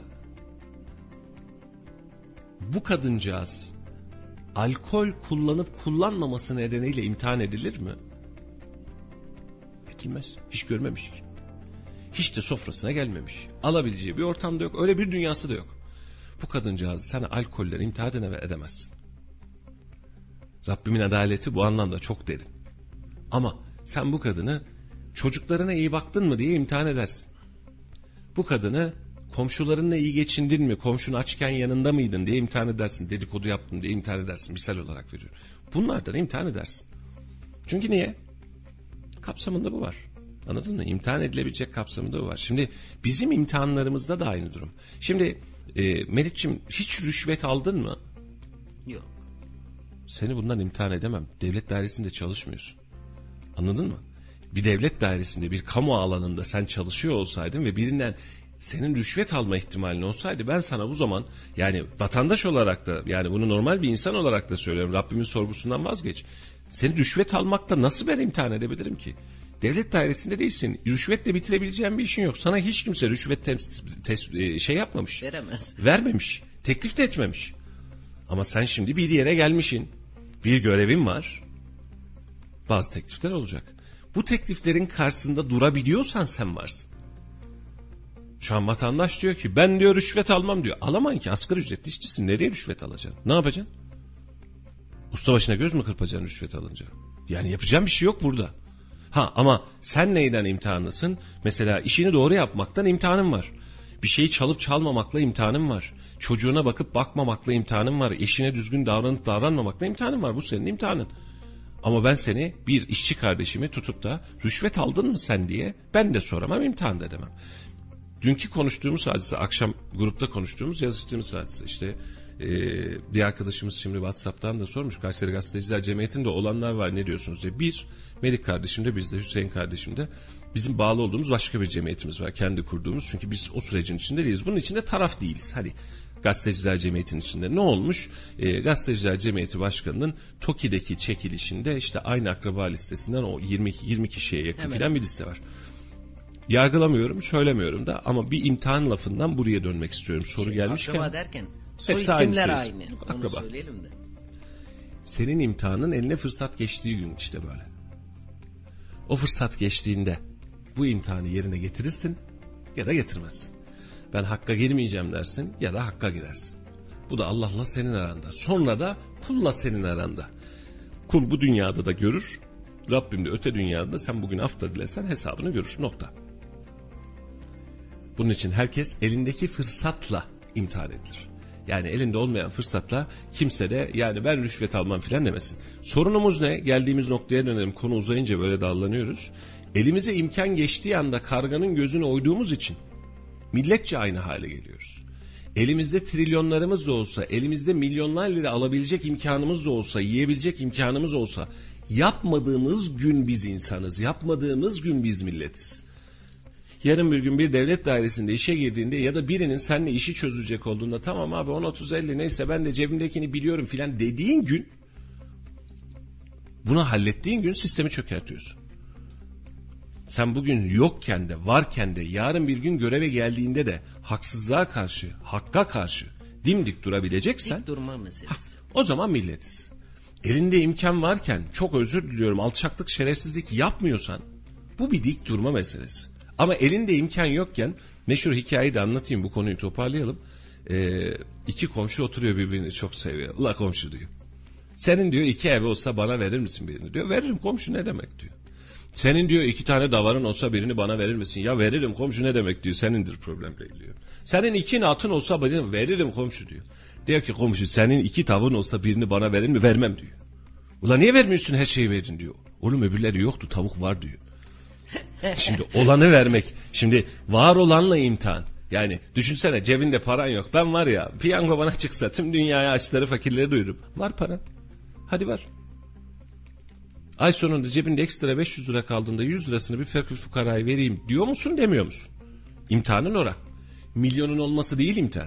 bu kadıncağız alkol kullanıp kullanmaması nedeniyle imtihan edilir mi? Edilmez. Hiç görmemiş ki. Hiç de sofrasına gelmemiş. Alabileceği bir ortamda yok. Öyle bir dünyası da yok. Bu kadıncağızı sen alkolden imtihan edemezsin. Rabbimin adaleti bu anlamda çok derin. Ama sen bu kadını çocuklarına iyi baktın mı diye imtihan edersin. Bu kadını komşularınla iyi geçindin mi, komşun açken yanında mıydın diye imtihan edersin. Dedikodu yaptın diye imtihan edersin. Misal olarak veriyorum. Bunlardan imtihan edersin. Çünkü niye? Kapsamında bu var. Anladın mı? İmtihan edilebilecek kapsamında bu var. Şimdi bizim imtihanlarımızda da aynı durum. Şimdi Melih'ciğim, hiç rüşvet aldın mı? Yok. Seni bundan imtihan edemem. Devlet dairesinde çalışmıyorsun. Anladın mı? Bir devlet dairesinde, bir kamu alanında sen çalışıyor olsaydın ve birinden senin rüşvet alma ihtimalin olsaydı, ben sana bu zaman, yani vatandaş olarak da, yani bunu normal bir insan olarak da söylüyorum, Rabbimin sorgusundan vazgeç. Seni rüşvet almakta nasıl ben imtihan edebilirim ki? Devlet dairesinde değilsin. Rüşvetle bitirebileceğin bir işin yok. Sana hiç kimse rüşvet şey yapmamış. Vermemiş. Teklif de etmemiş. Ama sen şimdi bir yere gelmişsin. Bir görevin var. Bazı teklifler olacak. Bu tekliflerin karşısında durabiliyorsan sen varsın. Şu an vatandaş diyor ki ben diyor rüşvet almam diyor. Alamayın ki, asgari ücretli işçisin. Nereye rüşvet alacaksın? Ne yapacaksın? Usta başına göz mü kırpacaksın rüşvet alınca? Yani yapacağın bir şey yok burada. Ama sen neyden imtihanlısın? Mesela işini doğru yapmaktan imtihanın var. Bir şeyi çalıp çalmamakla imtihanın var. Çocuğuna bakıp bakmamakla imtihanın var. Eşine düzgün davranıp davranmamakla imtihanın var. Bu senin imtihanın. Ama ben seni, bir işçi kardeşimi tutup da rüşvet aldın mı sen diye ben de soramam, imtihan da demem. Dünkü konuştuğumuz hadise, akşam grupta konuştuğumuz, yazıştığımız hadise. İşte bir arkadaşımız şimdi WhatsApp'tan da sormuş. Kayseri Gazeteciler Cemiyeti'nde olanlar var, ne diyorsunuz diye. Bir, Melik kardeşim de, bizde Hüseyin kardeşim de, bizim bağlı olduğumuz başka bir cemiyetimiz var. Kendi kurduğumuz. Çünkü biz o sürecin içinde değiliz. Bunun içinde taraf değiliz. Hani Gazeteciler Cemiyeti'nin içinde ne olmuş? Gazeteciler Cemiyeti Başkanı'nın TOKİ'deki çekilişinde işte aynı akraba listesinden o 20 kişiye yakın filan bir liste var. Yargılamıyorum, söylemiyorum da, ama bir imtihan lafından buraya dönmek istiyorum. Soru gelmişken. Akraba derken soy hepsi isimler aynı. aynı. Onu Akraba. söyleyelim de. Senin imtihanın eline fırsat geçtiği gün işte böyle. O fırsat geçtiğinde bu imtihanı yerine getirirsin ya da getirmezsin. Ben hakka girmeyeceğim dersin ya da hakka girersin. Bu da Allah'la senin aranda. Sonra da kulla senin aranda. Kul bu dünyada da görür. Rabbim de öte dünyada da sen bugün afta dilesen hesabını görür. Nokta. Bunun için herkes elindeki fırsatla imtihan edilir. Yani elinde olmayan fırsatla kimse de yani ben rüşvet almam filan demesin. Sorunumuz ne? Geldiğimiz noktaya dönelim. Konu uzayınca böyle dallanıyoruz. Elimize imkan geçtiği anda karganın gözüne oyduğumuz için milletçe aynı hale geliyoruz. Elimizde trilyonlarımız da olsa, elimizde milyonlar lira alabilecek imkanımız da olsa, yiyebilecek imkanımız olsa, yapmadığımız gün biz insanız, yapmadığımız gün biz milletiz. Yarın bir gün bir devlet dairesinde işe girdiğinde ya da birinin seninle işi çözecek olduğunda, tamam abi 10-30-50 neyse ben de cebimdekini biliyorum filan dediğin gün, bunu hallettiğin gün sistemi çökertiyorsun. Sen bugün yokken de varken de yarın bir gün göreve geldiğinde de haksızlığa karşı, hakka karşı dimdik durabileceksen, dik durma meselesi. O zaman milletiz. Elinde imkan varken, çok özür diliyorum, alçaklık, şerefsizlik yapmıyorsan bu bir dik durma meselesi. Ama elinde imkan yokken, meşhur hikayeyi de anlatayım, bu konuyu toparlayalım. İki komşu oturuyor, birbirini çok seviyor. Allah komşu diyor. Senin diyor 2 ev olsa bana verir misin birini diyor. Veririm komşu, ne demek diyor. Senin diyor 2 tane davarın olsa birini bana verir misin? Ya veririm komşu, ne demek diyor. Senindir problem değil diyor. Senin 2 atın olsa birini veririm komşu diyor. Diyor ki komşu, senin 2 tavuğun olsa birini bana verir mi? Vermem diyor. Ulan niye vermiyorsun, her şeyi verin diyor. Oğlum öbürleri yoktu, tavuk var diyor. Şimdi olanı vermek. Şimdi var olanla imtihan. Yani düşünsene, cebinde paran yok. Ben var ya, piyango bana çıksa tüm dünyaya açları fakirleri doyururum. Var paran. Hadi var. Ay sonunda cebinde ekstra 500 lira kaldığında 100 lirasını bir fakir fukaraya vereyim diyor musun, demiyor musun? İmtihanın ora. Milyonun olması değil imtihan.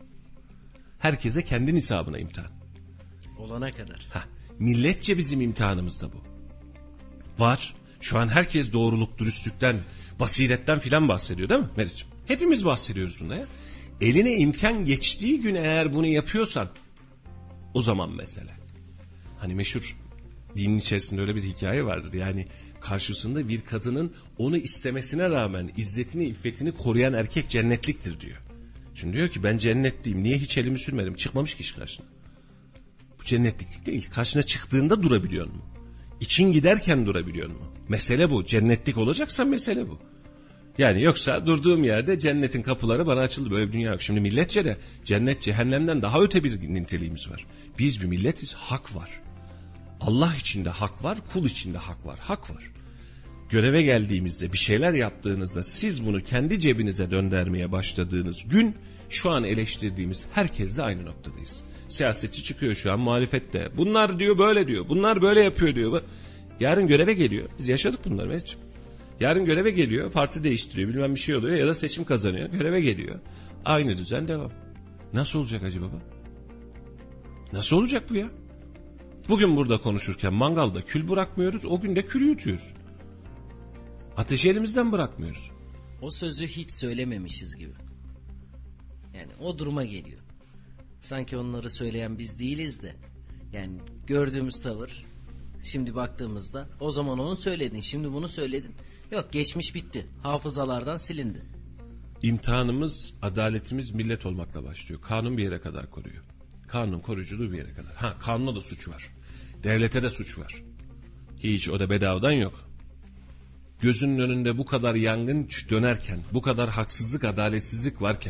Herkese kendi nisabına imtihan. Olana kadar. Milletçe bizim imtihanımız da bu. Var. Şu an herkes doğruluk, dürüstlükten, basiretten filan bahsediyor değil mi Meriç'im? Hepimiz bahsediyoruz bunda ya. Eline imkan geçtiği gün eğer bunu yapıyorsan, o zaman mesele. Hani meşhur dinin içerisinde öyle bir hikaye vardır. Yani karşısında bir kadının onu istemesine rağmen izzetini, iffetini koruyan erkek cennetliktir diyor. Şimdi diyor ki ben cennetliyim, niye hiç elimi sürmedim? Çıkmamış ki iş karşına. Bu cennetliklik değil. Karşına çıktığında durabiliyor mu? İçin giderken durabiliyor mu? Mesele bu. Cennetlik olacaksa mesele bu. Yani yoksa durduğum yerde cennetin kapıları bana açıldı. Böyle bir dünya yok. Şimdi milletçe de cennet cehennemden daha öte bir niteliğimiz var. Biz bir milletiz. Hak var. Allah içinde hak var. Kul içinde hak var. Hak var. Göreve geldiğimizde, bir şeyler yaptığınızda siz bunu kendi cebinize döndürmeye başladığınız gün şu an eleştirdiğimiz herkesle aynı noktadayız. Siyasetçi çıkıyor şu an muhalefette. Bunlar diyor böyle diyor. Bunlar böyle yapıyor diyor. Yarın göreve geliyor. Biz yaşadık bunları Mehmetciğim. Yarın göreve geliyor. Parti değiştiriyor. Bilmem bir şey oluyor ya da seçim kazanıyor. Göreve geliyor. Aynı düzen devam. Nasıl olacak Hacı Baba? Nasıl olacak bu ya? Bugün burada konuşurken mangalda kül bırakmıyoruz. O gün de külü yutuyoruz. Ateşi elimizden bırakmıyoruz. O sözü hiç söylememişiz gibi. Yani o duruma geliyor. Sanki onları söyleyen biz değiliz de. Yani gördüğümüz tavır, şimdi baktığımızda o zaman onu söyledin, şimdi bunu söyledin. Yok, geçmiş bitti. Hafızalardan silindi. İmtihanımız, adaletimiz millet olmakla başlıyor. Kanun bir yere kadar koruyor. Kanun koruyuculuğu bir yere kadar. Kanuna da suç var. Devlete de suç var. Hiç o da bedavadan yok. Gözünün önünde bu kadar yangın dönerken, bu kadar haksızlık, adaletsizlik varken,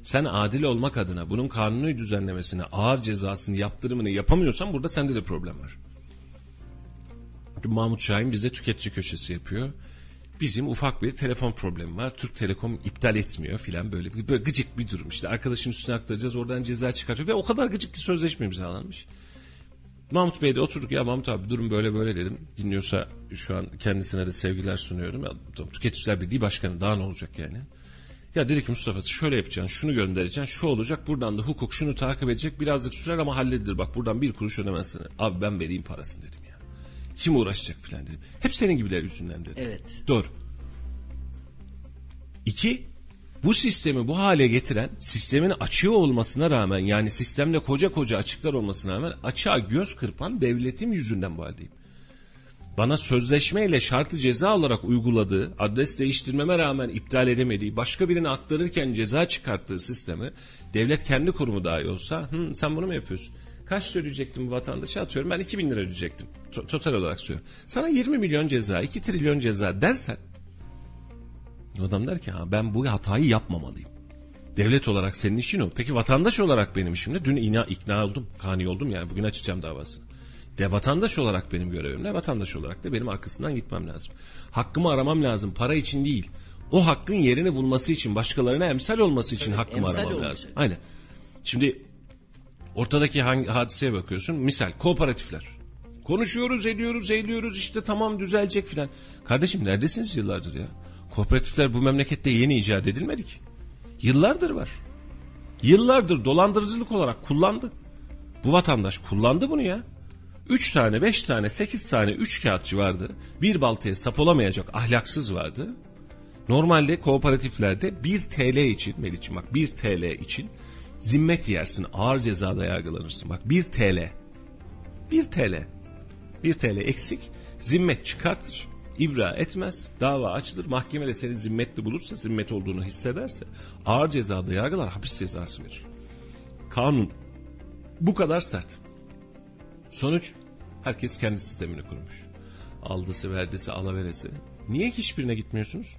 Sen adil olmak adına bunun kanuni düzenlemesine, ağır cezasını, yaptırımını yapamıyorsan burada sende de problem var. Mahmut Şahin bize tüketici köşesi yapıyor. Bizim ufak bir telefon problemi var. Türk Telekom iptal etmiyor filan, böyle gıcık bir durum. İşte arkadaşın üstüne aktaracağız, oradan ceza çıkartıyor ve o kadar gıcık ki sözleşme imzalanmış. Mahmut Bey de oturduk, ya Mahmut abi durum böyle böyle dedim. Dinliyorsa şu an kendisine de sevgiler sunuyorum. Ya, Tüketiciler Birliği Başkanı, daha ne olacak yani? Ya dedi ki Mustafa şöyle yapacaksın, şunu göndereceksin, şu olacak, buradan da hukuk şunu takip edecek, birazcık sürer ama halledilir, bak buradan bir kuruş ödemezsin. Abi ben vereyim parasını dedim ya. Kim uğraşacak filan dedim. Hep senin gibiler yüzünden dedim. Evet. Doğru. 2, bu sistemi bu hale getiren, sistemin açığı olmasına rağmen, yani sistemde koca koca açıklar olmasına rağmen açığa göz kırpan devletim yüzünden bu haldeyim. Bana sözleşmeyle şartı ceza olarak uyguladığı, adres değiştirmeme rağmen iptal edemediği, başka birine aktarırken ceza çıkarttığı sistemi devlet kendi kurumu dahi olsa, sen bunu mu yapıyorsun? Kaç lira ödeyecektim bu vatandaşa, atıyorum ben 2.000 lira ödeyecektim. Total olarak söylüyorum. Sana 20 milyon ceza, 2 trilyon ceza dersen, adam der ki ben bu hatayı yapmamalıyım. Devlet olarak senin işin o. Peki vatandaş olarak benim işim ne? Dün ikna oldum, kani oldum, yani bugün açacağım davasını. De vatandaş olarak benim görevim ne? Vatandaş olarak da benim arkasından gitmem lazım. Hakkımı aramam lazım, para için değil. O hakkın yerini bulması için, başkalarına emsal olması için hakkımı aramam lazım. Aynen. Şimdi ortadaki hadiseye bakıyorsun. Misal kooperatifler. Konuşuyoruz, ediyoruz, işte tamam düzelecek filan. Kardeşim neredesiniz yıllardır ya? Kooperatifler bu memlekette yeni icat edilmedi ki. Yıllardır var. Yıllardır dolandırıcılık olarak kullandı. Bu vatandaş kullandı bunu ya. 3 tane, 5 tane, 8 tane üçkağıtçı vardı. Bir baltaya sap olamayacak ahlaksız vardı. Normalde kooperatiflerde 1 TL için, Melih'ciğim bak 1 TL için zimmet yersin, ağır cezada yargılanırsın. Bak 1 TL. 1 TL. 1 TL eksik, zimmet çıkartır, ibra etmez, dava açılır, mahkemede seni zimmetli bulursa, zimmet olduğunu hissederse ağır cezada yargılar, hapis cezası verir. Kanun bu kadar sert. Sonuç, herkes kendi sistemini kurmuş. Aldısı, verdisi, alaveresi. Niye hiçbirine gitmiyorsunuz?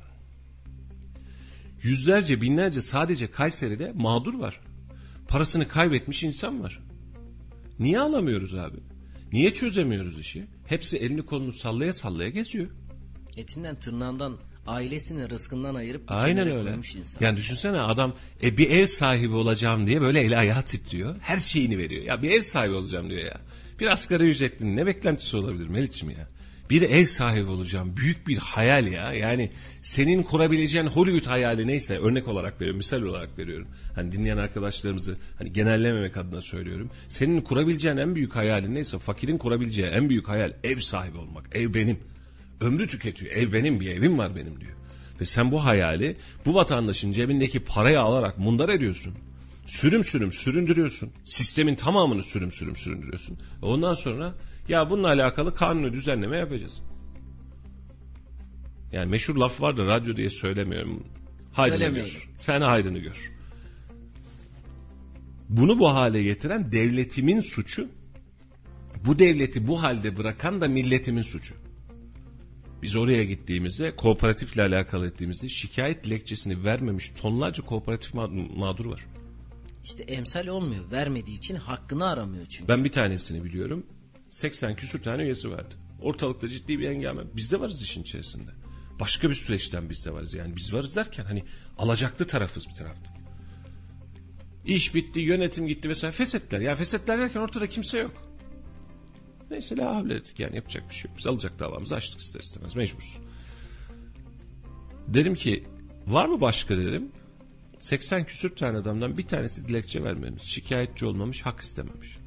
Yüzlerce, binlerce sadece Kayseri'de mağdur var. Parasını kaybetmiş insan var. Niye alamıyoruz abi? Niye çözemiyoruz işi? Hepsi elini kolunu sallaya sallaya geziyor. Etinden tırnağından, ailesini rızkından ayırıp aynen öyle. Koymuş insan. Yani düşünsene adam bir ev sahibi olacağım diye böyle eli ayağı titriyor. Her şeyini veriyor. Ya bir ev sahibi olacağım diyor ya. Bir asgari ücretlinin ne beklentisi olabilir Melih'ciğim ya? Bir ev sahibi olacağım. Büyük bir hayal ya. Yani senin kurabileceğin Hollywood hayali neyse, örnek olarak veriyorum, misal olarak veriyorum. Hani dinleyen arkadaşlarımızı hani genellememek adına söylüyorum. Senin kurabileceğin en büyük hayalin neyse, fakirin kurabileceği en büyük hayal ev sahibi olmak. Ev benim. Ömrü tüketiyor. Ev benim, bir evim var benim diyor. Ve sen bu hayali bu vatandaşın cebindeki parayı alarak mundar ediyorsun. Sürüm sürüm süründürüyorsun. Sistemin tamamını sürüm sürüm süründürüyorsun. Ondan sonra ya bununla alakalı kanuni düzenleme yapacağız. Yani meşhur laf var da radyo diye söylemiyorum. Hayrını gör. Sen hayrını gör. Bunu bu hale getiren devletimin suçu. Bu devleti bu halde bırakan da milletimin suçu. Biz oraya gittiğimizde, kooperatifle alakalı ettiğimizde şikayet dilekçesini vermemiş tonlarca kooperatif mağdur var. İşte emsal olmuyor. Vermediği için hakkını aramıyor çünkü. Ben bir tanesini biliyorum. 80 küsur tane üyesi vardı. Ortalıkta ciddi bir hengame. Biz de varız işin içerisinde. Başka bir süreçten biz de varız. Yani biz varız derken hani alacaklı tarafız bir tarafta. İş bitti, yönetim gitti vesaire. Feshetler. Ya feshetler derken ortada kimse yok. Neyse la havle dedik, yani yapacak bir şey yok. Biz alacak davamızı açtık ister istemez, mecburuz. Dedim ki var mı başka dedim. 80 küsür tane adamdan bir tanesi dilekçe vermemiş, şikayetçi olmamış, hak istememiş.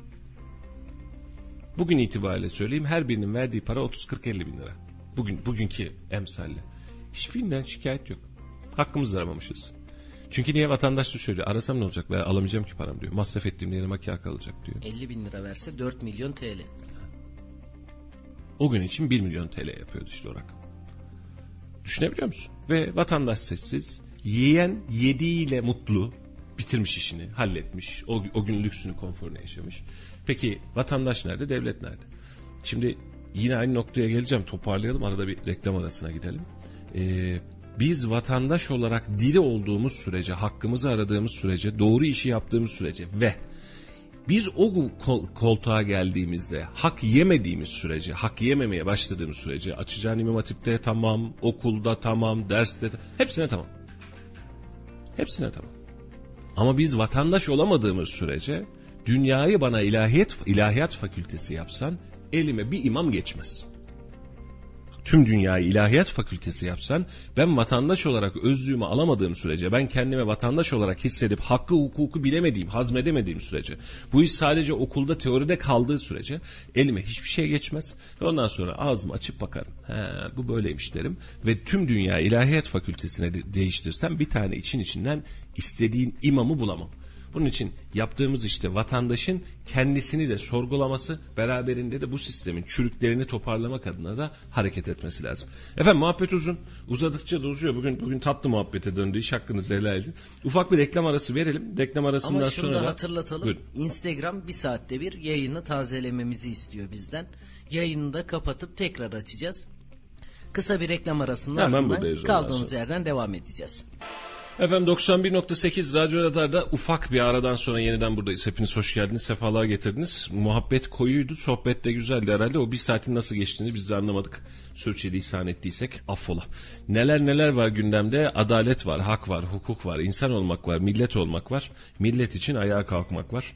Bugün itibariyle söyleyeyim, her birinin verdiği para 30-40-50 bin lira. Bugünkü emsalle. Hiçbirinden şikayet yok. Hakkımızı aramamışız. Çünkü niye, vatandaş da söylüyor, arasam ne olacak, ben alamayacağım ki param diyor. Masraf ettiğim yerime kâr kalacak diyor. 50 bin lira verse 4 milyon TL. O gün için 1 milyon TL yapıyordu işte o rakam. Düşünebiliyor musun? Ve vatandaş sessiz, yiyen yediğiyle mutlu, bitirmiş işini, halletmiş. O gün lüksünü, konforunu yaşamış. Peki vatandaş nerede, devlet nerede? Şimdi yine aynı noktaya geleceğim, toparlayalım, arada bir reklam arasına gidelim. biz vatandaş olarak diri olduğumuz sürece, hakkımızı aradığımız sürece, doğru işi yaptığımız sürece ve biz o koltuğa geldiğimizde hak yemediğimiz sürece, hak yememeye başladığımız sürece, açacağın İmam Hatip'te tamam, okulda tamam, derste hepsine tamam. Hepsine tamam. Ama biz vatandaş olamadığımız sürece dünyayı bana ilahiyat fakültesi yapsan elime bir imam geçmez. Tüm dünyayı ilahiyat fakültesi yapsan ben vatandaş olarak özlüğümü alamadığım sürece, ben kendime vatandaş olarak hissedip hakkı hukuku bilemediğim, hazmedemediğim sürece, bu iş sadece okulda teoride kaldığı sürece elime hiçbir şey geçmez. Ve ondan sonra ağzımı açıp bakarım. Bu böyleymiş derim. Ve tüm dünya ilahiyat fakültesine değiştirsem bir tane içinden istediğin imamı bulamam. Bunun için yaptığımız işte vatandaşın kendisini de sorgulaması, beraberinde de bu sistemin çürüklerini toparlamak adına da hareket etmesi lazım. Efendim muhabbet uzun. Uzadıkça da uzuyor. Bugün tatlı muhabbete döndü. İş hakkınızı helal edin. Ufak bir reklam arası verelim. Reklam arasından sonra... Ama şunu da hatırlatalım. Buyurun. Instagram bir saatte bir yayını tazelememizi istiyor bizden. Yayını da kapatıp tekrar açacağız. Kısa bir reklam arasından ardından kaldığımız yerden devam edeceğiz. Efendim 91.8 Radyo Radar'da ufak bir aradan sonra yeniden buradayız. Hepiniz hoş geldiniz, sefalar getirdiniz. Muhabbet koyuydu, sohbet de güzeldi herhalde. O bir saatin nasıl geçtiğini biz de anlamadık. Sürçülisan ettiysek affola. Neler var gündemde? Adalet var, hak var, hukuk var, insan olmak var, millet olmak var. Millet için ayağa kalkmak var.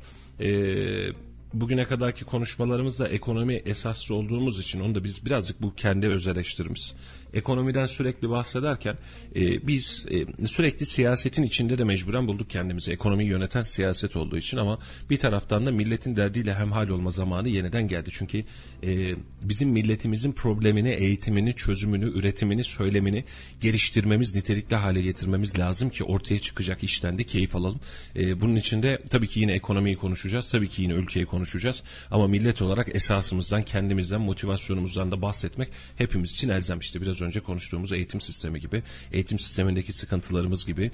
Bugüne kadarki konuşmalarımızda ekonomi esaslı olduğumuz için onu da biz birazcık bu kendi öz eleştirimiz. Ekonomiden sürekli bahsederken biz sürekli siyasetin içinde de mecburen bulduk kendimizi. Ekonomiyi yöneten siyaset olduğu için ama bir taraftan da milletin derdiyle hemhal olma zamanı yeniden geldi. Çünkü bizim milletimizin problemini, eğitimini, çözümünü, üretimini, söylemini geliştirmemiz, nitelikli hale getirmemiz lazım ki ortaya çıkacak işten de keyif alalım. Bunun için de tabii ki yine ekonomiyi konuşacağız, tabii ki yine ülkeyi konuşacağız. Ama millet olarak esasımızdan, kendimizden, motivasyonumuzdan da bahsetmek hepimiz için elzem. İşte biraz önce konuştuğumuz eğitim sistemi gibi, eğitim sistemindeki sıkıntılarımız gibi,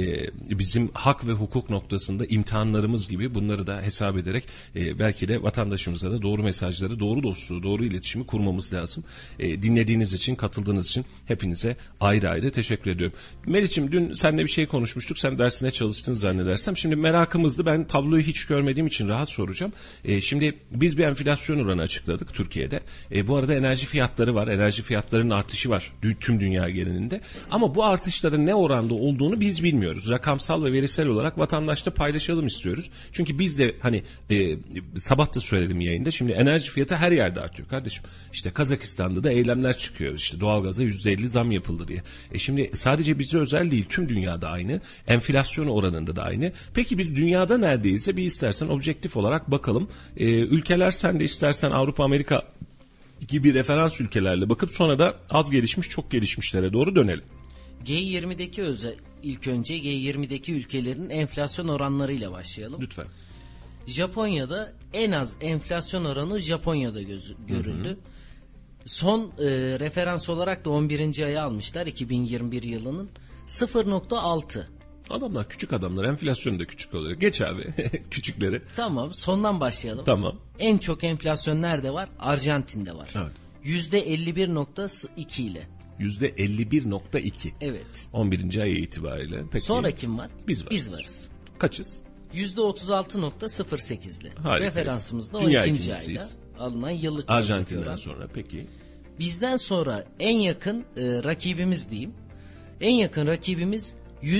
bizim hak ve hukuk noktasında imtihanlarımız gibi bunları da hesap ederek belki de vatandaşımıza da doğru mesajları, doğru dostluğu, doğru iletişimi kurmamız lazım. Dinlediğiniz için, katıldığınız için hepinize ayrı ayrı teşekkür ediyorum. Melih'ciğim dün seninle bir şey konuşmuştuk. Sen dersine çalıştın zannedersem. Şimdi merakımızdı. Ben tabloyu hiç görmediğim için rahat soracağım. Şimdi biz bir enflasyon oranı açıkladık Türkiye'de. Bu arada enerji fiyatları var. Enerji fiyatlarının artışı var tüm dünya genelinde. Ama bu artışların ne oranda olduğunu biz bilmiyoruz. Rakamsal ve verisel olarak vatandaşla paylaşalım istiyoruz. Çünkü biz de hani sabah da söyledim yayında. Şimdi enerji fiyatı her yerde artıyor kardeşim. İşte Kazakistan'da da eylemler çıkıyor. İşte doğalgaza %50 zam yapıldı diye. Şimdi sadece bize özel değil, tüm dünyada aynı. Enflasyon oranında da aynı. Peki biz dünyada neredeyse bir istersen objektif olarak bakalım. Ülkeler sen de istersen Avrupa, Amerika gibi referans ülkelerle bakıp sonra da az gelişmiş çok gelişmişlere doğru dönelim. G20'deki ilk önce G20'deki ülkelerin enflasyon oranlarıyla başlayalım. Lütfen. Japonya'da en az enflasyon oranı Japonya'da görüldü. Hı hı. Son referans olarak da 11. ayı almışlar 2021 yılının 0.6. Adamlar küçük adamlar, enflasyon da küçük oluyor. Geç abi küçükleri. Tamam, sondan başlayalım. Tamam. En çok enflasyon nerede var? Arjantin'de var. Evet. %51.2 ile. %51.2. Evet. 11. ay itibariyle. Peki. Sonra kim var? Biz varız. Kaçız? %36.08 ile. Harika. Referansımızda 12. ayda alınan yıllık. Arjantin'den sonra peki. Bizden sonra en yakın rakibimiz diyeyim. En yakın rakibimiz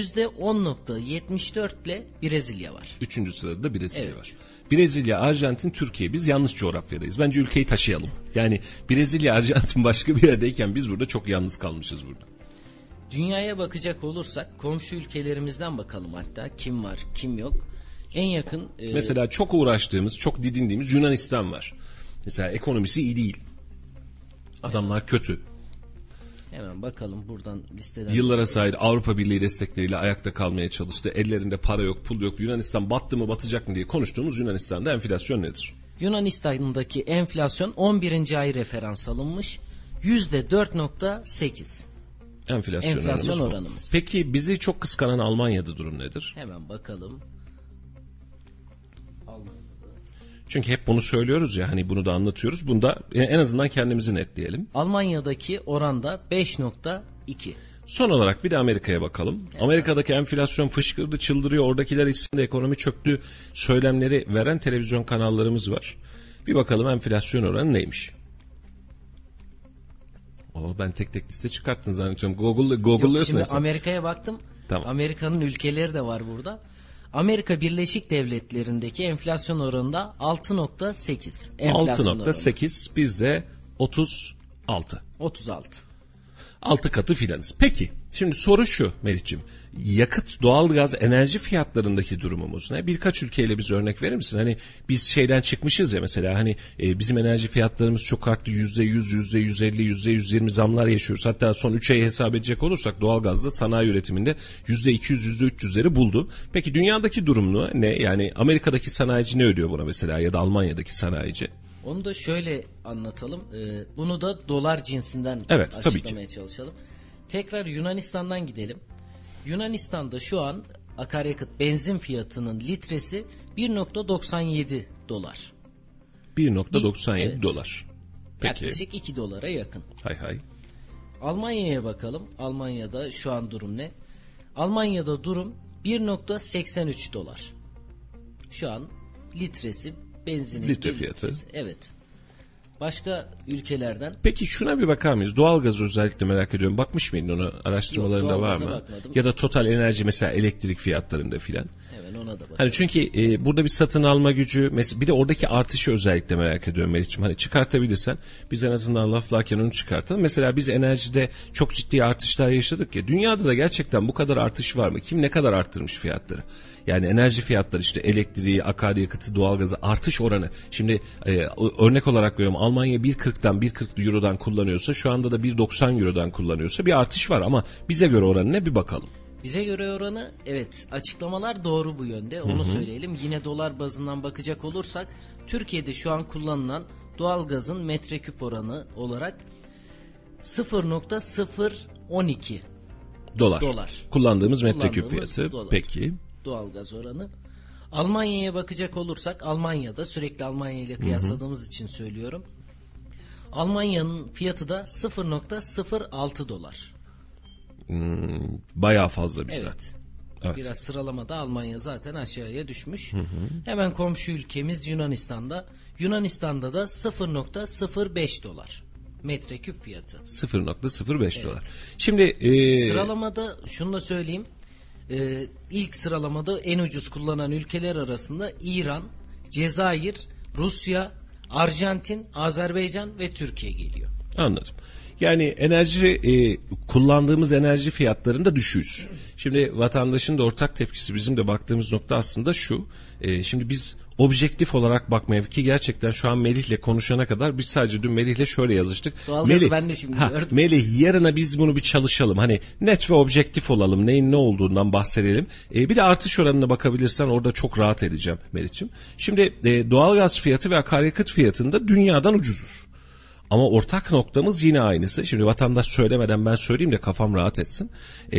%10.74 ile Brezilya var. 3. sırada da Brezilya var. Brezilya, Arjantin, Türkiye. Biz yanlış coğrafyadayız. Bence ülkeyi taşıyalım. Yani Brezilya, Arjantin başka bir yerdeyken biz burada çok yalnız kalmışız burada. Dünyaya bakacak olursak komşu ülkelerimizden bakalım hatta. Kim var, kim yok. En yakın... Mesela çok uğraştığımız, çok didindiğimiz Yunanistan var. Mesela ekonomisi iyi değil. Adamlar kötü. Hemen bakalım buradan listeden. Yıllara sahip Avrupa Birliği destekleriyle ayakta kalmaya çalıştı. Ellerinde para yok, pul yok. Yunanistan battı mı batacak mı diye konuştuğumuz Yunanistan'da enflasyon nedir? Yunanistan'daki enflasyon 11. ay referans alınmış. %4.8. Enflasyon oranımız. Peki bizi çok kıskanan Almanya'da durum nedir? Hemen bakalım. Çünkü hep bunu söylüyoruz ya, hani bunu da anlatıyoruz. Bunda en azından kendimizi netleyelim. Almanya'daki oranda 5.2. Son olarak bir de Amerika'ya bakalım. Amerika'daki enflasyon fışkırdı, çıldırıyor. Oradakiler içinde ekonomi çöktü söylemleri veren televizyon kanallarımız var. Bir bakalım enflasyon oranı neymiş? Ben tek tek liste çıkarttın zannediyorum. Google'lıyorsun. Şimdi hepsini. Amerika'ya baktım. Tamam. Amerika'nın ülkeleri de var burada. Amerika Birleşik Devletleri'ndeki enflasyon oranında 6.8. 6.8, bizde 36. 36. 6 katı filanız. Peki şimdi soru şu Meriç'ciğim. Yakıt, doğalgaz, enerji fiyatlarındaki durumumuz ne? Birkaç ülkeyle biz örnek verir misin? Hani biz şeyden çıkmışız ya mesela hani bizim enerji fiyatlarımız çok arttı. %100, %150, %120 zamlar yaşıyoruz. Hatta son 3 ayı hesap edecek olursak doğalgazda sanayi üretiminde %200, %300'leri buldu. Peki dünyadaki durum ne? Yani Amerika'daki sanayici ne ödüyor buna mesela ya da Almanya'daki sanayici? Onu da şöyle anlatalım. Bunu da dolar cinsinden açıklamaya çalışalım. Tekrar Yunanistan'dan gidelim. Yunanistan'da şu an akaryakıt benzin fiyatının litresi 1.97 dolar. 1.97 Evet. dolar. Peki. Yaklaşık 2 dolara yakın. Hay. Almanya'ya bakalım. Almanya'da şu an durum ne? Almanya'da durum 1.83 dolar. Şu an litresi benzinin Litre fiyatı. litresi. Evet. Başka ülkelerden. Peki şuna bir bakar mıyız? Doğalgazı özellikle merak ediyorum. Bakmış mıydın ona? Araştırmalarında Yok, var doğalgaza mı? bakmadım. Ya da Total Enerji mesela elektrik fiyatlarında filan. Evet, ona da bakalım. Hani çünkü burada bir satın alma gücü mesela bir de oradaki artışı özellikle merak ediyorum Melih'ciğim. Hani çıkartabilirsen biz en azından laflarken onu çıkartalım. Mesela biz enerjide çok ciddi artışlar yaşadık ya. Dünyada da gerçekten bu kadar artış var mı? Kim ne kadar arttırmış fiyatları? Yani enerji fiyatları işte elektriği, akaryakıtı, doğalgazı artış oranı. Şimdi örnek olarak veriyorum Almanya 1.40'dan 1.40 Euro'dan kullanıyorsa şu anda da 1.90 Euro'dan kullanıyorsa bir artış var ama bize göre oranı ne bir bakalım. Bize göre oranı evet açıklamalar doğru bu yönde onu söyleyelim. Yine dolar bazından bakacak olursak Türkiye'de şu an kullanılan doğalgazın metreküp oranı olarak 0.012 dolar. Kullandığımız metreküp fiyatı. Dolar. Peki. Doğalgaz oranı. Almanya'ya bakacak olursak Almanya'da sürekli Almanya ile kıyasladığımız için söylüyorum. Almanya'nın fiyatı da 0.06 dolar. Bayağı fazla bizden. Evet. Biraz sıralamada Almanya zaten aşağıya düşmüş. Hemen komşu ülkemiz Yunanistan'da da 0.05 dolar. Metreküp fiyatı. 0.05 dolar. Şimdi Sıralamada şunu da söyleyeyim. İlk sıralamada en ucuz kullanan ülkeler arasında İran, Cezayir, Rusya, Arjantin, Azerbaycan ve Türkiye geliyor. Anladım. Yani enerji kullandığımız enerji fiyatlarında düşüyoruz. Şimdi vatandaşın da ortak tepkisi bizim de baktığımız nokta aslında şu. Şimdi biz objektif olarak bakmaya ki gerçekten şu an Melih'le konuşana kadar biz sadece dün Melih'le şöyle yazıştık. Doğalgazı ben de şimdi gördüm. Melih yarına biz bunu bir çalışalım. Hani net ve objektif olalım. Neyin ne olduğundan bahsedelim. Bir de artış oranına bakabilirsen orada çok rahat edeceğim Melih'ciğim. Şimdi doğalgaz fiyatı ve akaryakıt fiyatında dünyadan ucuzuz. Ama ortak noktamız yine aynısı. Şimdi vatandaş söylemeden ben söyleyeyim de kafam rahat etsin.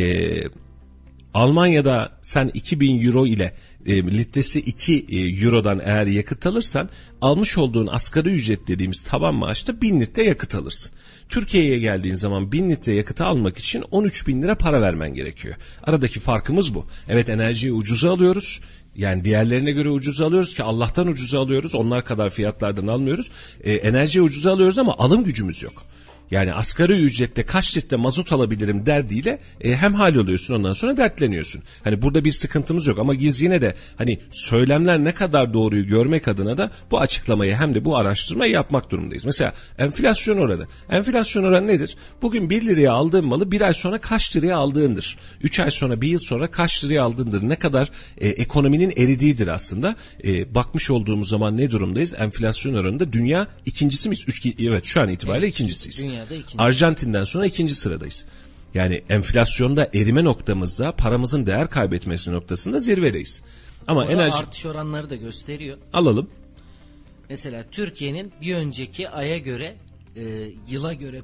Almanya'da sen 2000 euro ile litresi 2 eurodan eğer yakıt alırsan almış olduğun asgari ücret dediğimiz taban maaşta 1000 litre yakıt alırsın. Türkiye'ye geldiğin zaman 1000 litre yakıtı almak için 13.000 lira para vermen gerekiyor. Aradaki farkımız bu. Evet enerjiyi ucuza alıyoruz. Yani diğerlerine göre ucuza alıyoruz ki Allah'tan ucuza alıyoruz. Onlar kadar fiyatlardan almıyoruz. Enerjiyi ucuza alıyoruz ama alım gücümüz yok. Yani asgari ücrette kaç litre mazot alabilirim derdiyle hemhal oluyorsun ondan sonra dertleniyorsun. Hani burada bir sıkıntımız yok ama biz yine de hani söylemler ne kadar doğruyu görmek adına da bu açıklamayı hem de bu araştırmayı yapmak durumundayız. Mesela enflasyon oranı. Enflasyon oranı nedir? Bugün 1 liraya aldığın malı 1 ay sonra kaç liraya aldığındır. 3 ay sonra 1 yıl sonra kaç liraya aldığındır. Ne kadar ekonominin eridiğidir aslında. Bakmış olduğumuz zaman ne durumdayız? Enflasyon oranında dünya ikincisi miyiz? Evet şu an itibariyle ikincisiyiz. Arjantin'den sonra 2. sıradayız. Yani enflasyonda erime noktamızda paramızın değer kaybetmesi noktasında zirvedeyiz. Ama enerji artış oranları da gösteriyor. Alalım. Mesela Türkiye'nin bir önceki aya göre yıla göre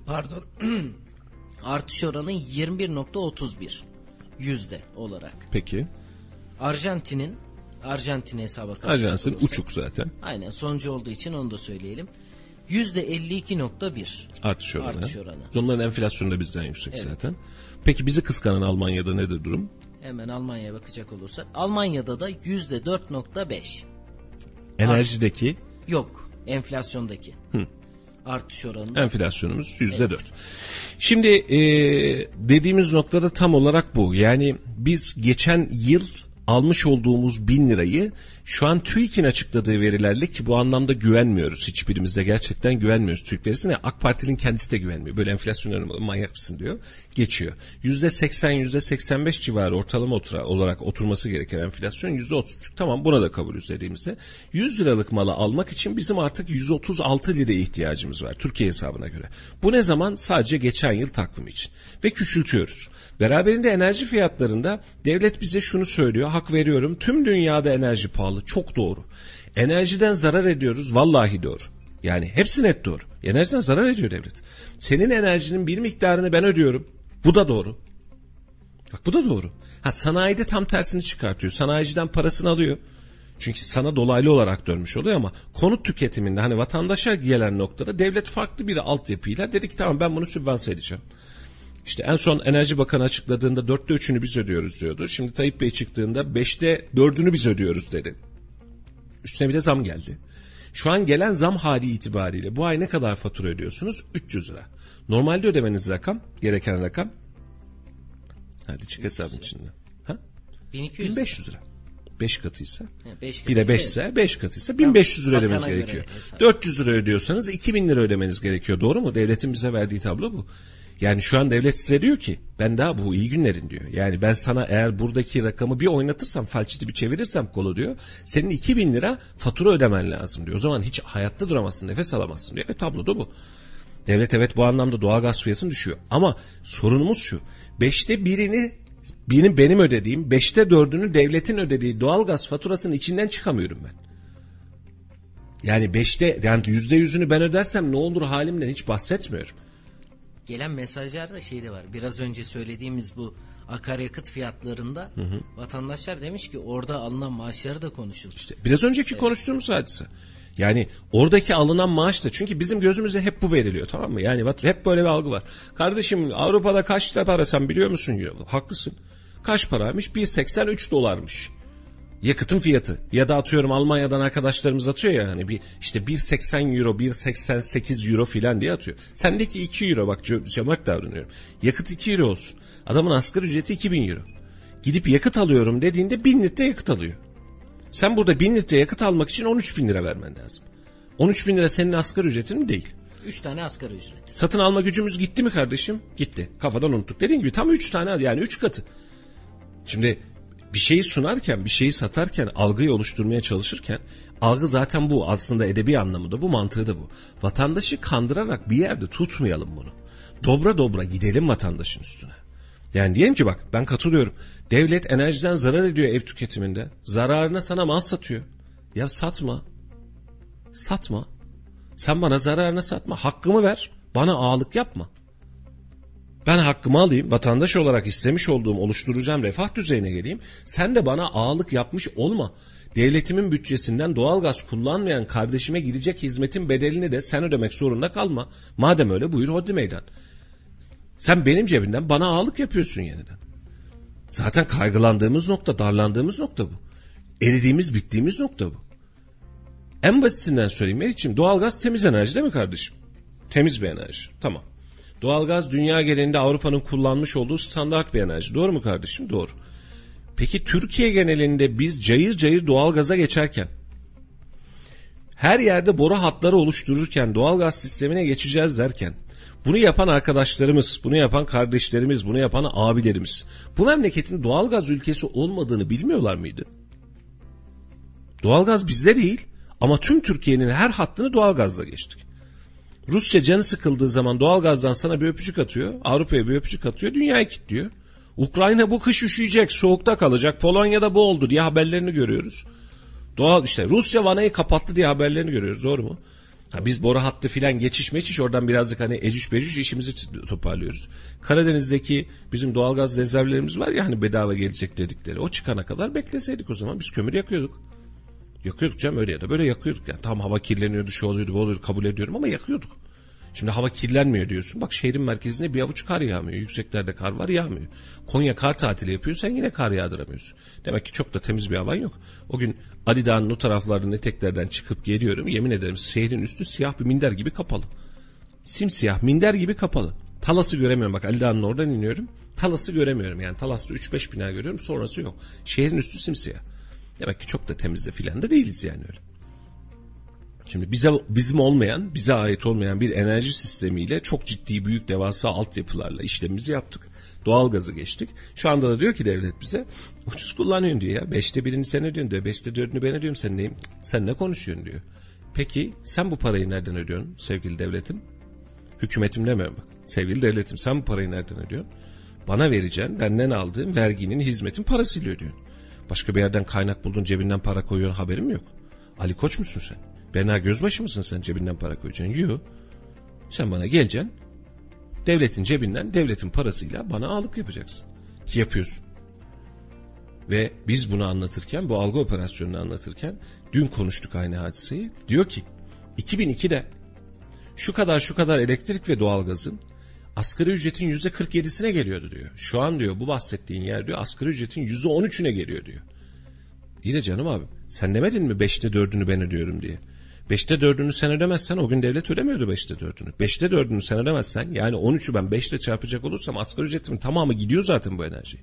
artış oranı 21.31 yüzde olarak. Peki. Arjantin'e hesaba Arjantin uçuk zaten. Aynen sonuncu olduğu için onu da söyleyelim. %52.1 Artış oranı. Artış oranı. Onların enflasyonu da bizden yüksek zaten. Peki bizi kıskanan Almanya'da nedir durum? Hemen Almanya'ya bakacak olursak Almanya'da da %4.5 Enerjideki yok enflasyondaki artış oranı. enflasyonumuz %4. Şimdi dediğimiz noktada tam olarak bu. Yani biz geçen yıl almış olduğumuz 1000 lirayı şu an TÜİK'in açıkladığı verilerle, ki bu anlamda güvenmiyoruz. Hiçbirimiz de gerçekten güvenmiyoruz TÜİK verisine. AK Parti'nin kendisi de güvenmiyor. Böyle enflasyon manyak mısın diyor. Geçiyor. %80, %85 civarı ortalama olarak oturması gereken enflasyon %30,5. Tamam, buna da kabulüz dediğimizde. 100 liralık malı almak için bizim artık 136 liraya ihtiyacımız var Türkiye hesabına göre. Bu ne zaman? Sadece geçen yıl takvimi için. Ve küçültüyoruz. Beraberinde enerji fiyatlarında devlet bize şunu söylüyor. Hak veriyorum. Tüm dünyada enerji pahalı. Çok doğru. Enerjiden zarar ediyoruz. Vallahi doğru. Yani hepsi net doğru. Enerjiden zarar ediyor devlet. Senin enerjinin bir miktarını ben ödüyorum. Bu da doğru. Bak, bu da doğru. Sanayide tam tersini çıkartıyor. Sanayiciden parasını alıyor. Çünkü sana dolaylı olarak dönmüş oluyor, ama konut tüketiminde hani vatandaşa gelen noktada devlet farklı bir altyapıyla dedi ki tamam, ben bunu sübvanse edeceğim. İşte en son Enerji Bakanı açıkladığında 4'te 3'ünü biz ödüyoruz diyordu. Şimdi Tayyip Bey çıktığında 5'te 4'ünü biz ödüyoruz dedi. Üstüne bir de zam geldi. Şu an gelen zam hali itibariyle bu ay ne kadar fatura ödüyorsunuz? 300 lira. Normalde ödemeniz gereken rakam. Hadi çık hesabın içinden. 1500 lira. 5 katıysa, 1'e 5 ise 5 katıysa 1500 lira ödemeniz gerekiyor. 400 lira ödüyorsanız 2000 lira ödemeniz gerekiyor. Doğru mu? Devletin bize verdiği tablo bu. Yani şu an devlet size diyor ki ben daha bu iyi günlerin diyor. Yani ben sana eğer buradaki rakamı bir oynatırsam, falçiti bir çevirirsem kolu diyor, senin 2000 lira fatura ödemen lazım diyor. O zaman hiç hayatta duramazsın, nefes alamazsın diyor. Tablo da bu. Devlet evet bu anlamda doğalgaz fiyatını düşüyor. Ama sorunumuz şu: 5'te 1'ini benim ödediğim, 5'te 4'ünü devletin ödediği doğalgaz faturasının içinden çıkamıyorum ben. Yani yani %100'ünü ben ödersem ne olur halimden hiç bahsetmiyorum. Gelen mesajlarda şey de var. Biraz önce söylediğimiz bu akaryakıt fiyatlarında vatandaşlar demiş ki orada alınan maaşları da konuşuldu. İşte biraz önceki konuştuğumuz hadise. Yani oradaki alınan maaş da, çünkü bizim gözümüzde hep bu veriliyor, tamam mı? Yani hep böyle bir algı var. Kardeşim Avrupa'da kaç para sen biliyor musun? Haklısın. Kaç paraymış? 1.83 dolarmış. Yakıtın fiyatı. Ya da atıyorum Almanya'dan arkadaşlarımız atıyor ya, hani bir işte 1.80 euro, 1.88 euro filan diye atıyor. Sendeki 2 euro, bak cömert davranıyorum. Yakıt 2 euro olsun. Adamın asgari ücreti 2000 euro. Gidip yakıt alıyorum dediğinde 1000 litre yakıt alıyor. Sen burada 1000 litre yakıt almak için 13.000 lira vermen lazım. 13.000 lira senin asgari ücretin mi? Değil. 3 tane asgari ücret. Satın alma gücümüz gitti mi kardeşim? Gitti. Kafadan unuttuk. Dediğim gibi tam 3 tane, yani 3 katı. Şimdi bir şeyi sunarken, bir şeyi satarken, algıyı oluşturmaya çalışırken, algı zaten bu. Aslında edebi anlamı da bu, mantığı da bu. Vatandaşı kandırarak bir yerde tutmayalım bunu. Dobra dobra gidelim vatandaşın üstüne. Yani diyelim ki bak, ben katılıyorum. Devlet enerjiden zarar ediyor ev tüketiminde. Zararına sana mal satıyor. Ya satma. Satma. Sen bana zararına satma. Hakkımı ver. Bana ağalık yapma. Ben hakkımı alayım, vatandaş olarak istemiş olduğum oluşturacağım refah düzeyine geleyim. Sen de bana ağalık yapmış olma. Devletimin bütçesinden doğalgaz kullanmayan kardeşime gidecek hizmetin bedelini de sen ödemek zorunda kalma. Madem öyle buyur hodri meydan. Sen benim cebimden bana ağalık yapıyorsun yeniden. Zaten kaygılandığımız nokta, darlandığımız nokta bu. Eridiğimiz, bittiğimiz nokta bu. En basitinden söyleyeyim Meriç'ciğim, doğalgaz temiz enerji değil mi kardeşim? Temiz bir enerji. Tamam. Doğalgaz dünya genelinde Avrupa'nın kullanmış olduğu standart bir enerji. Doğru mu kardeşim? Doğru. Peki Türkiye genelinde biz cayır cayır doğalgaza geçerken, her yerde boru hatları oluştururken, doğalgaz sistemine geçeceğiz derken, bunu yapan arkadaşlarımız, bunu yapan kardeşlerimiz, bunu yapan abilerimiz bu memleketin doğalgaz ülkesi olmadığını bilmiyorlar mıydı? Doğalgaz bizde değil ama tüm Türkiye'nin her hattını doğalgazla geçtik. Rusya canı sıkıldığı zaman doğalgazdan sana bir öpücük atıyor, Avrupa'ya bir öpücük atıyor, dünyayı kilitliyor. Ukrayna bu kış üşüyecek, soğukta kalacak, Polonya'da bu oldu diye haberlerini görüyoruz. İşte Rusya vanayı kapattı diye haberlerini görüyoruz, doğru mu? Biz boru hattı filan geçiş oradan birazcık hani ecüş becüş işimizi toparlıyoruz. Karadeniz'deki bizim doğalgaz rezervlerimiz var ya, hani bedava gelecek dedikleri, o çıkana kadar bekleseydik o zaman biz kömür yakıyorduk. Yakıyorduk canım, öyle ya da böyle yakıyorduk. Yani tam hava kirleniyordu, şu oluyordu, bu oluyordu, kabul ediyorum ama yakıyorduk. Şimdi hava kirlenmiyor diyorsun. Bak şehrin merkezinde bir avuç kar yağmıyor. Yükseklerde kar var, yağmıyor. Konya kar tatili yapıyor, sen yine kar yağdıramıyorsun. Demek ki çok da temiz bir havan yok. O gün Ali Dağı'nın o taraflarının eteklerden çıkıp geliyorum. Yemin ederim şehrin üstü siyah bir minder gibi kapalı. Simsiyah minder gibi kapalı. Talas'ı göremiyorum, bak Ali Dağı'nın oradan iniyorum. Talas'ı göremiyorum, yani Talas'ta 3-5 bina görüyorum, sonrası yok. Şehrin üstü simsiyah. Demek ki çok da temizde filan da değiliz yani öyle. Şimdi bizim olmayan, bize ait olmayan bir enerji sistemiyle çok ciddi, büyük, devasa altyapılarla işlemimizi yaptık. Doğalgazı geçtik. Şu anda da diyor ki devlet bize ucuz kullanıyorsun diyor ya. 5'te 1'ini sen ödüyorsun diyor. 5'te 4'ünü ben ödüyorum, sen neyim? Sen ne konuşuyorsun diyor. Peki sen bu parayı nereden ödüyorsun sevgili devletim? Hükümetim demiyorum bak. Sevgili devletim, sen bu parayı nereden ödüyorsun? Bana vereceğin, benden aldığın verginin, hizmetin parasıyla ödüyorsun. Başka bir yerden kaynak buldun, cebinden para koyuyorsun, haberim yok. Ali Koç musun sen? Berna Gözbaşı mısın sen, cebinden para koyacaksın? Yok. Sen bana geleceksin, devletin cebinden, devletin parasıyla bana ağalık yapacaksın. Ki yapıyorsun. Ve biz bunu anlatırken, bu algı operasyonunu anlatırken, dün konuştuk aynı hadiseyi. Diyor ki 2002'de şu kadar elektrik ve doğalgazın asgari ücretin %47'sine geliyordu diyor. Şu an diyor bu bahsettiğin yer diyor asgari ücretin %13'üne geliyor diyor. İyi de canım abi, sen demedin mi 5'te 4'ünü ben ödüyorum diye? 5'te 4'ünü sen ödemezsen, o gün devlet ödemiyordu 5'te 4'ünü. 5'te 4'ünü sen ödemezsen, yani 13'ü ben 5'te çarpacak olursam asgari ücretimin tamamı gidiyor zaten bu enerji.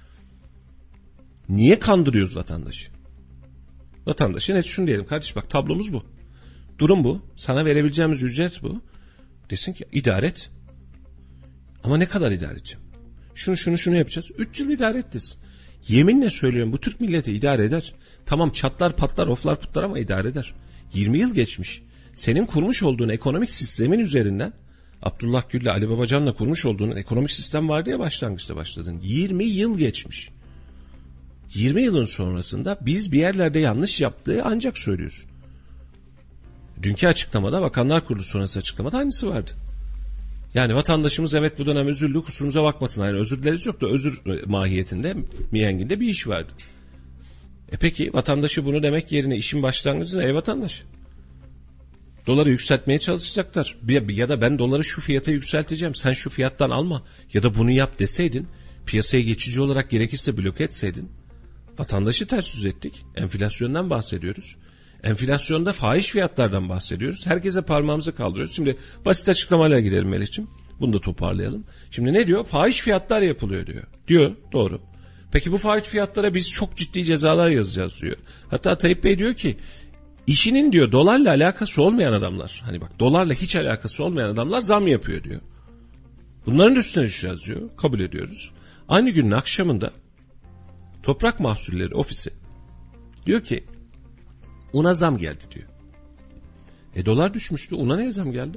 Niye kandırıyoruz vatandaşı? Vatandaşı net şunu diyelim, kardeş bak tablomuz bu. Durum bu. Sana verebileceğimiz ücret bu. Desin ki idare et. Ama ne kadar idare edeceğim? Şunu yapacağız. 3 yıl idare et desin. Yeminle söylüyorum, bu Türk milleti idare eder. Tamam çatlar patlar oflar putlar ama idare eder. 20 yıl geçmiş. Senin kurmuş olduğun ekonomik sistemin üzerinden, Abdullah Gül'le Ali Babacan'la kurmuş olduğun ekonomik sistem vardı ya, başlangıçta başladın. 20 yıl geçmiş. 20 yılın sonrasında biz bir yerlerde yanlış yaptığı ancak söylüyorsun. Dünkü açıklamada, Bakanlar Kurulu sonrası açıklamada aynısı vardı. Yani vatandaşımız evet bu dönem üzüldü, kusurumuza bakmasın. Yani özür dileriz yok da özür mahiyetinde, miyenginde bir iş vardı. Peki vatandaşı bunu demek yerine işin başlangıcında ey vatandaş, doları yükseltmeye çalışacaklar. Ya da ben doları şu fiyata yükselteceğim, sen şu fiyattan alma ya da bunu yap deseydin, piyasaya geçici olarak gerekirse bloke etseydin. Vatandaşı ters yüz ettik. Enflasyondan bahsediyoruz. Enflasyonda fahiş fiyatlardan bahsediyoruz. Herkese parmağımızı kaldırıyoruz. Şimdi basit açıklamalarla gidelim Melih'ciğim. Bunu da toparlayalım. Şimdi ne diyor? Fahiş fiyatlar yapılıyor diyor. Diyor, doğru. Peki bu fahiş fiyatlara biz çok ciddi cezalar yazacağız diyor. Hatta Tayyip Bey diyor ki işinin diyor dolarla alakası olmayan adamlar, hani bak dolarla hiç alakası olmayan adamlar zam yapıyor diyor. Bunların üstüne düşeceğiz diyor. Kabul ediyoruz. Aynı günün akşamında Toprak Mahsulleri Ofisi diyor ki una zam geldi diyor. Dolar düşmüştü. Una ne zam geldi?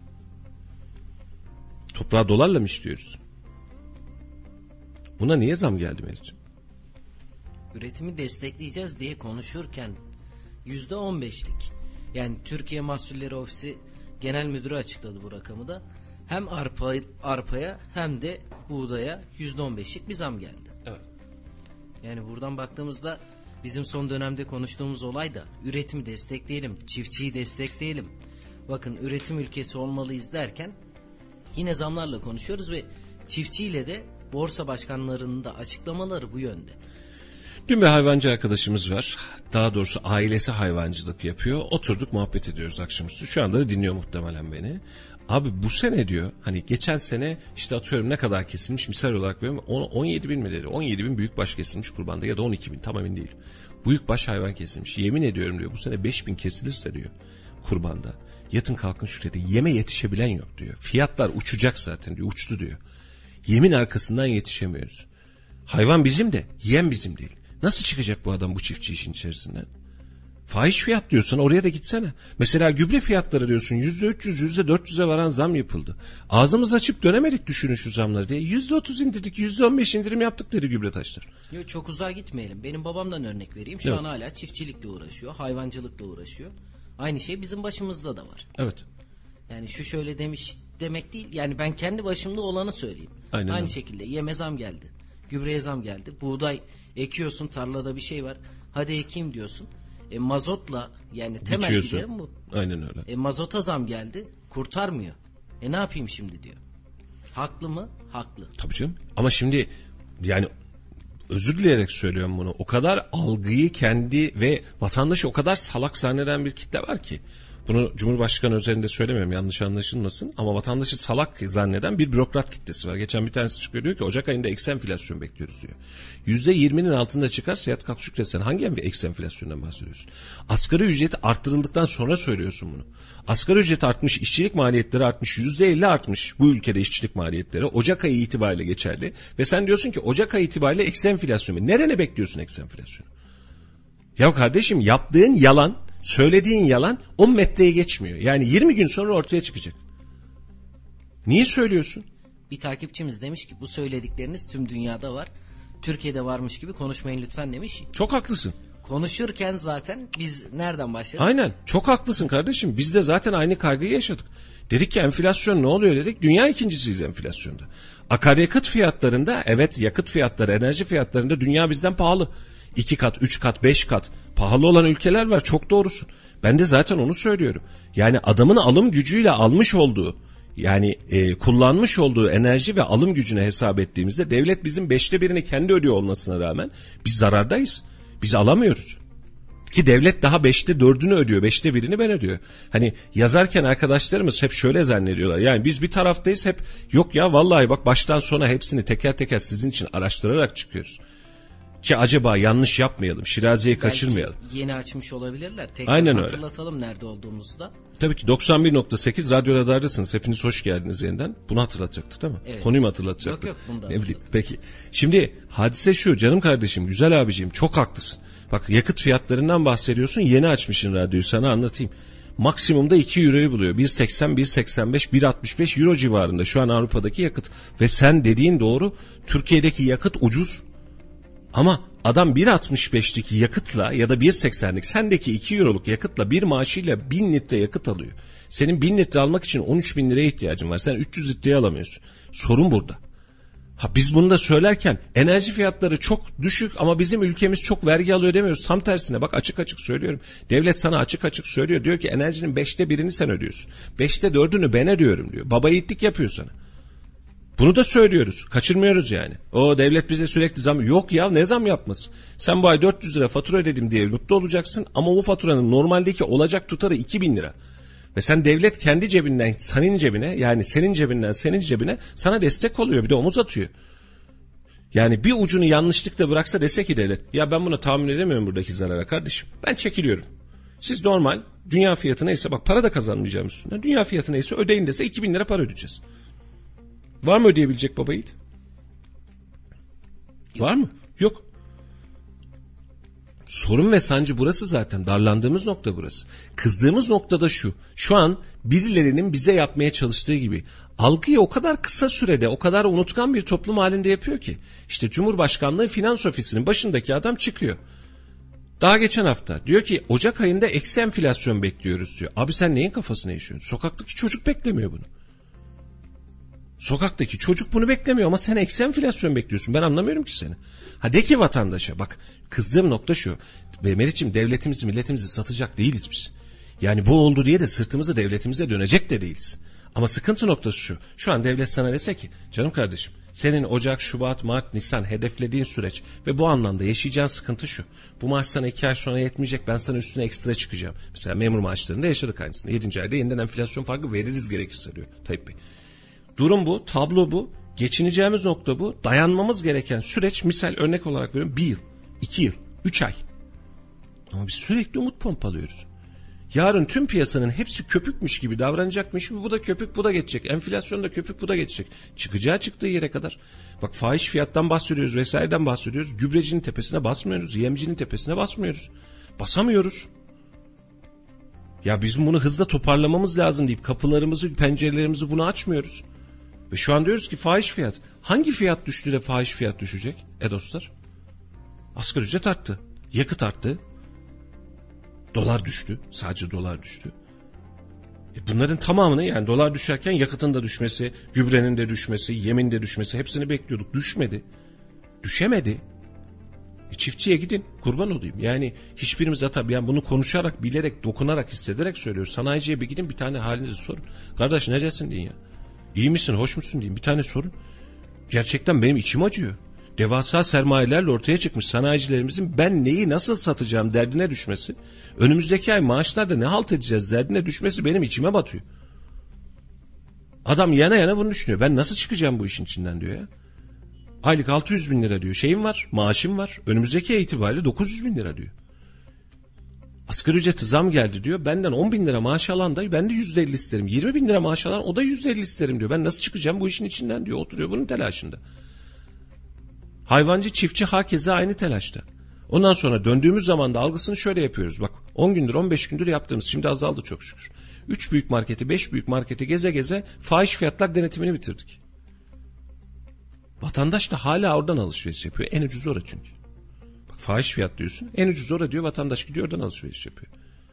Toprağa dolarla mı işliyoruz? Una niye zam geldi Melih'ciğim? Üretimi destekleyeceğiz diye konuşurken %15'lik. Yani Türkiye Mahsulleri Ofisi Genel Müdürü açıkladı bu rakamı da. Hem arpaya hem de buğdaya %15'lik bir zam geldi. Evet. Yani buradan baktığımızda bizim son dönemde konuştuğumuz olay da üretimi destekleyelim, çiftçiyi destekleyelim. Bakın üretim ülkesi olmalıyız derken yine zamlarla konuşuyoruz ve çiftçiyle de borsa başkanlarının da açıklamaları bu yönde. Dün bir hayvancı arkadaşımız var. Daha doğrusu ailesi hayvancılık yapıyor. Oturduk muhabbet ediyoruz akşamüstü. Şu anda da dinliyor muhtemelen beni. Abi bu sene diyor, hani geçen sene işte atıyorum ne kadar kesilmiş, misal olarak veriyorum 17 bin mi dedi, 17 bin büyükbaş kesilmiş kurbanda ya da 12 bin, tam emin değilim. Büyükbaş hayvan kesilmiş, yemin ediyorum diyor bu sene 5 bin kesilirse diyor kurbanda, yatın kalkın şurada yeme yetişebilen yok diyor. Fiyatlar uçacak zaten diyor, uçtu diyor. Yemin arkasından yetişemiyoruz. Hayvan bizim de, yem bizim değil. Nasıl çıkacak bu adam bu çiftçi işin içerisinden? Fahiş fiyat diyorsan oraya da gitsene. Mesela gübre fiyatları diyorsun %300, %400'e varan zam yapıldı. Ağzımız açıp dönemedik düşünün şu zamları diye. %30 indirdik, %15 indirim yaptık dedi Gübretaşlar. Yok, çok uzağa gitmeyelim. Benim babamdan örnek vereyim. Şu evet. an hala çiftçilikle uğraşıyor, hayvancılıkla uğraşıyor. Aynı şey bizim başımızda da var. Evet. Yani şu şöyle demiş demek değil. Yani ben kendi başımda olanı söyleyeyim. Aynen Aynı öyle. şekilde yeme zam geldi. Gübreye zam geldi. Buğday ekiyorsun, tarlada bir şey var. Hadi ekeyim diyorsun. Mazotla yani temel Biçiyorsun. giderim bu. Aynen öyle. Mazota zam geldi, kurtarmıyor. Ne yapayım şimdi diyor. Haklı mı? Haklı. Tabii canım. Ama şimdi yani özür dileyerek söylüyorum bunu. O kadar algıyı kendi ve vatandaşı o kadar salak zanneden bir kitle var ki. Bunu Cumhurbaşkanı özelinde söylemiyorum, yanlış anlaşılmasın. Ama vatandaşı salak zanneden bir bürokrat kitlesi var. Geçen bir tanesi çıkıyor, diyor ki Ocak ayında eksi enflasyon bekliyoruz diyor. %20'nin altında çıkarsa yat kalk şükretsen hangi eksi enflasyondan bahsediyorsun? Asgari ücret arttırıldıktan sonra söylüyorsun bunu. Asgari ücret artmış, işçilik maliyetleri artmış, %50 artmış bu ülkede işçilik maliyetleri. Ocak ayı itibariyle geçerli. Ve sen diyorsun ki Ocak ayı itibariyle eksi enflasyon. Nerene bekliyorsun eksi enflasyonu? Ya kardeşim, yaptığın yalan, söylediğin yalan 10 metreye geçmiyor. Yani 20 gün sonra ortaya çıkacak. Niye söylüyorsun? Bir takipçimiz demiş ki bu söyledikleriniz tüm dünyada var. Türkiye'de varmış gibi konuşmayın lütfen demiş. Çok haklısın. Konuşurken zaten biz nereden başladık? Aynen, çok haklısın kardeşim. Biz de zaten aynı kaygıyı yaşadık. Dedik ki enflasyon ne oluyor dedik. Dünya ikincisiyiz enflasyonda. Akaryakıt fiyatlarında, evet, yakıt fiyatları, enerji fiyatlarında dünya bizden pahalı. 2 kat, 3 kat, 5 kat pahalı olan ülkeler var, çok doğrusun. Ben de zaten onu söylüyorum. Yani adamın alım gücüyle almış olduğu, yani kullanmış olduğu enerji ve alım gücüne hesap ettiğimizde devlet bizim 5'te 1'ini kendi ödüyor olmasına rağmen biz zarardayız. Biz alamıyoruz. Ki devlet daha 5'te 4'ünü ödüyor. 5'te 1'ini ben ödüyor. Hani yazarken arkadaşlarımız hep şöyle zannediyorlar. Yani biz bir taraftayız, hep yok ya vallahi bak baştan sona hepsini teker teker sizin için araştırarak çıkıyoruz. Ki acaba yanlış yapmayalım, Şirazi'yi kaçırmayalım. Yeni açmış olabilirler. Tekrar aynen hatırlatalım öyle. Nerede olduğumuzu da. Tabii ki 91.8 Radyo Radar'dasınız. Hepiniz hoş geldiniz yeniden. Bunu hatırlatacaktık değil mi? Evet. Konuyu mu hatırlatacaktık? Yok bunu da Peki. Şimdi hadise şu canım kardeşim, güzel abiciğim, çok haklısın. Bak yakıt fiyatlarından bahsediyorsun, yeni açmışsın radyoyu, sana anlatayım. Maksimumda 2 euroyu buluyor. 1.80, 1.85, 1.65 euro civarında şu an Avrupa'daki yakıt. Ve sen dediğin doğru, Türkiye'deki yakıt ucuz. Ama adam 1.65'lik yakıtla ya da 1.80'lik sendeki 2 euroluk yakıtla bir maaşıyla 1000 litre yakıt alıyor. Senin 1000 litre almak için 13.000 liraya ihtiyacın var. Sen 300 litreye alamıyorsun. Sorun burada. Biz bunu da söylerken enerji fiyatları çok düşük ama bizim ülkemiz çok vergi alıyor demiyoruz. Tam tersine bak, açık açık söylüyorum. Devlet sana açık açık söylüyor. Diyor ki enerjinin 5'te 1'ini sen ödüyorsun. 5'te 4'ünü ben ödüyorum diyor. Baba yiğitlik yapıyor sana. Bunu da söylüyoruz. Kaçırmıyoruz yani. O devlet bize sürekli zam. Yok ya, ne zam yapması? Sen bu ay 400 lira fatura ödedim diye mutlu olacaksın ama bu faturanın normaldeki olacak tutarı 2000 lira. Ve sen devlet kendi cebinden senin cebine, yani senin cebinden senin cebine sana destek oluyor, bir de omuz atıyor. Yani bir ucunu yanlışlıkla bıraksa, dese ki devlet ya ben buna tahammül edemiyorum buradaki zarara kardeşim, ben çekiliyorum. Siz normal dünya fiyatı neyse, bak para da kazanmayacağım üstüne, dünya fiyatı neyse ödeyin dese 2000 lira para ödeyeceğiz. Var mı ödeyebilecek baba yiğit? Var mı? Yok. Sorun ve sancı burası zaten. Darlandığımız nokta burası. Kızdığımız nokta da şu. Şu an birilerinin bize yapmaya çalıştığı gibi algıyı o kadar kısa sürede, o kadar unutkan bir toplum halinde yapıyor ki. İşte Cumhurbaşkanlığı Finans Ofisi'nin başındaki adam çıkıyor. Daha geçen hafta diyor ki Ocak ayında eksi enflasyon bekliyoruz diyor. Abi sen neyin kafasına yaşıyorsun? Sokaktaki çocuk beklemiyor bunu. Sokaktaki çocuk bunu beklemiyor ama sen eksi enflasyon bekliyorsun. Ben anlamıyorum ki seni. De ki vatandaşa, bak kızdığım nokta şu. Ve Meriç'im, devletimizi milletimizi satacak değiliz biz. Yani bu oldu diye de sırtımızı devletimize dönecek de değiliz. Ama sıkıntı noktası şu. Şu an devlet sana dese ki canım kardeşim, senin Ocak, Şubat, Mart, Nisan hedeflediğin süreç ve bu anlamda yaşayacağın sıkıntı şu. Bu maaş sana 2 ay sonra yetmeyecek, ben sana üstüne ekstra çıkacağım. Mesela memur maaşlarında yaşadık aynısını. 7. ayda yeniden enflasyon farkı veririz gerekirse diyor Tayyip Bey. Durum bu, tablo bu, geçineceğimiz nokta bu, dayanmamız gereken süreç, misal örnek olarak veriyorum 1 yıl, 2 yıl, 3 ay. Ama biz sürekli umut pompalıyoruz. Yarın tüm piyasanın hepsi köpükmüş gibi davranacakmış gibi, bu da köpük, bu da geçecek, enflasyon da köpük, bu da geçecek. Çıkacağı çıktığı yere kadar. Bak fahiş fiyattan bahsediyoruz, vesaireden bahsediyoruz, gübrecinin tepesine basmıyoruz, yemcinin tepesine basmıyoruz. Basamıyoruz. Ya bizim bunu hızla toparlamamız lazım deyip kapılarımızı, pencerelerimizi buna açmıyoruz. Ve şu an diyoruz ki fahiş fiyat. Hangi fiyat düştü de fahiş fiyat düşecek? Dostlar. Asgari ücret arttı. Yakıt arttı. Dolar düştü. Sadece dolar düştü. Bunların tamamını, yani dolar düşerken yakıtın da düşmesi, gübrenin de düşmesi, yemin de düşmesi, hepsini bekliyorduk. Düşmedi. Düşemedi. Çiftçiye gidin, kurban olayım. Yani hiçbirimiz yani bunu konuşarak, bilerek, dokunarak, hissederek söylüyoruz. Sanayiciye bir gidin, bir tane halinizi sorun. Kardeş necesin deyin ya. İyi misin, hoş musun deyin. Bir tane sorun. Gerçekten benim içim acıyor. Devasa sermayelerle ortaya çıkmış sanayicilerimizin ben neyi nasıl satacağım derdine düşmesi, önümüzdeki ay maaşlarda ne halt edeceğiz derdine düşmesi benim içime batıyor. Adam yana yana bunu düşünüyor. Ben nasıl çıkacağım bu işin içinden diyor ya. Aylık 600 bin lira diyor. Şeyim var, maaşım var. Önümüzdeki ay itibariyle 900 bin lira diyor. Asgari ücreti zam geldi diyor. Benden 10 bin lira maaş alan da ben de %50 isterim. 20 bin lira maaş alan o da %50 isterim diyor. Ben nasıl çıkacağım bu işin içinden diyor. Oturuyor bunun telaşında. Hayvancı, çiftçi hakeza aynı telaşta. Ondan sonra döndüğümüz zaman da algısını şöyle yapıyoruz. Bak 10 gündür 15 gündür yaptığımız şimdi azaldı çok şükür. 3 büyük marketi 5 büyük marketi geze geze fahiş fiyatlar denetimini bitirdik. Vatandaş da hala oradan alışveriş yapıyor. En ucuz orada çünkü. Bak fahiş fiyat diyorsun. En ucuz orada diyor, vatandaş gidiyor oradan alışveriş yapıyor.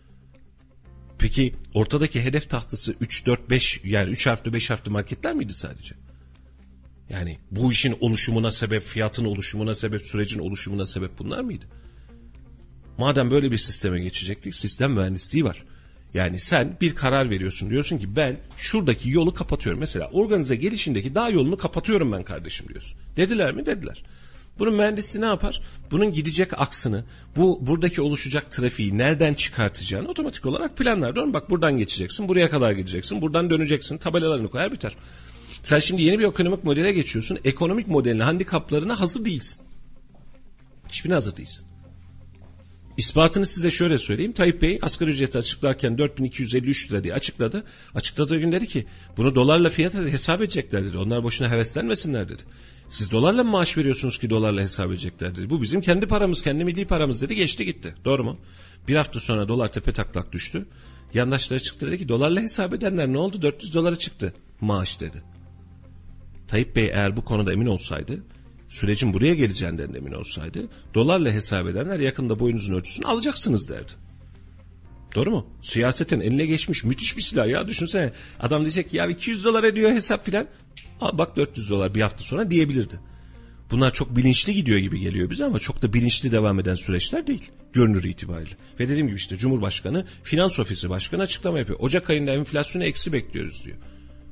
Peki ortadaki hedef tahtası 3, 4, 5 yani 3 harfli 5 harfli marketler miydi sadece? Yani bu işin oluşumuna sebep, fiyatın oluşumuna sebep, sürecin oluşumuna sebep bunlar mıydı? Madem böyle bir sisteme geçecektik, sistem mühendisliği var. Yani sen bir karar veriyorsun, diyorsun ki ben şuradaki yolu kapatıyorum. Mesela organize gelişindeki dağ yolunu kapatıyorum ben kardeşim diyorsun. Dediler mi? Dediler. Bunun mühendisi ne yapar? Bunun gidecek aksını, buradaki oluşacak trafiği nereden çıkartacağını otomatik olarak planlar. Doğru mu? Bak buradan geçeceksin, buraya kadar gideceksin, buradan döneceksin, tabelalarını koyar biter. Sen şimdi yeni bir ekonomik modele geçiyorsun. Ekonomik modelin handikaplarına hazır değilsin. Hiçbirine hazır değilsin. İspatını size şöyle söyleyeyim. Tayyip Bey asgari ücreti açıklarken 4253 lira diye açıkladı. Açıkladığı gün dedi ki bunu dolarla fiyata hesap edecekler dedi. Onlar boşuna heveslenmesinler dedi. Siz dolarla mı maaş veriyorsunuz ki dolarla hesap edecekler dedi. Bu bizim kendi paramız, kendi milli paramız dedi. Geçti gitti. Doğru mu? Bir hafta sonra dolar tepe taklak düştü. Yandaşları çıktı dedi ki dolarla hesap edenler ne oldu? 400 dolara çıktı maaş dedi. Tayyip Bey eğer bu konuda emin olsaydı, sürecin buraya geleceğinden emin olsaydı, dolarla hesap edenler yakında boyunuzun ölçüsünü alacaksınız derdi. Doğru mu? Siyasetin eline geçmiş müthiş bir silah ya, düşünsene. Adam diyecek ki ya 200 dolar ediyor hesap filan. Bak 400 dolar bir hafta sonra diyebilirdi. Bunlar çok bilinçli gidiyor gibi geliyor bize ama çok da bilinçli devam eden süreçler değil. Görünür itibariyle. Ve dediğim gibi işte Cumhurbaşkanı, Finans Ofisi Başkanı açıklama yapıyor. Ocak ayında enflasyonu eksi bekliyoruz diyor.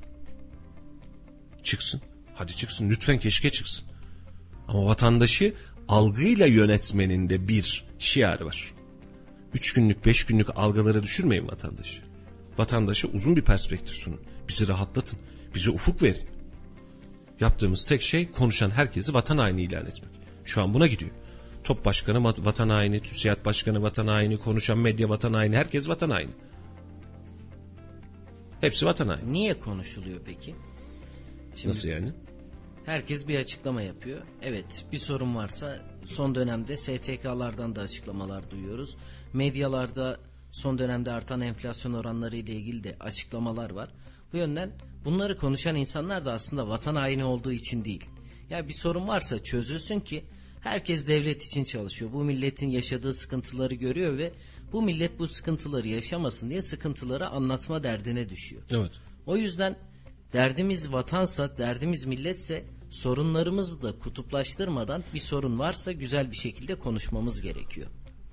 Çıksın. Hadi çıksın. Lütfen keşke çıksın. Ama vatandaşı algıyla yönetmenin de bir şiarı var. 3 günlük 5 günlük algılara düşürmeyin vatandaşı. Vatandaşa uzun bir perspektif sunun. Bizi rahatlatın. Bize ufuk verin. Yaptığımız tek şey konuşan herkesi vatan haini ilan etmek. Şu an buna gidiyor. Top başkanı vatan haini, TÜSİAD başkanı vatan haini, konuşan medya vatan haini, herkes vatan haini. Hepsi vatan haini. Niye konuşuluyor peki? Şimdi nasıl yani? Herkes bir açıklama yapıyor. Evet, bir sorun varsa son dönemde STK'lardan da açıklamalar duyuyoruz. Medyalarda son dönemde artan enflasyon oranları ile ilgili de açıklamalar var. Bu yönden bunları konuşan insanlar da aslında vatan haini olduğu için değil. Ya bir sorun varsa çözülsün ki herkes devlet için çalışıyor. Bu milletin yaşadığı sıkıntıları görüyor ve bu millet bu sıkıntıları yaşamasın diye sıkıntıları anlatma derdine düşüyor. Evet. O yüzden derdimiz vatansa, derdimiz milletse sorunlarımızı da kutuplaştırmadan bir sorun varsa güzel bir şekilde konuşmamız gerekiyor.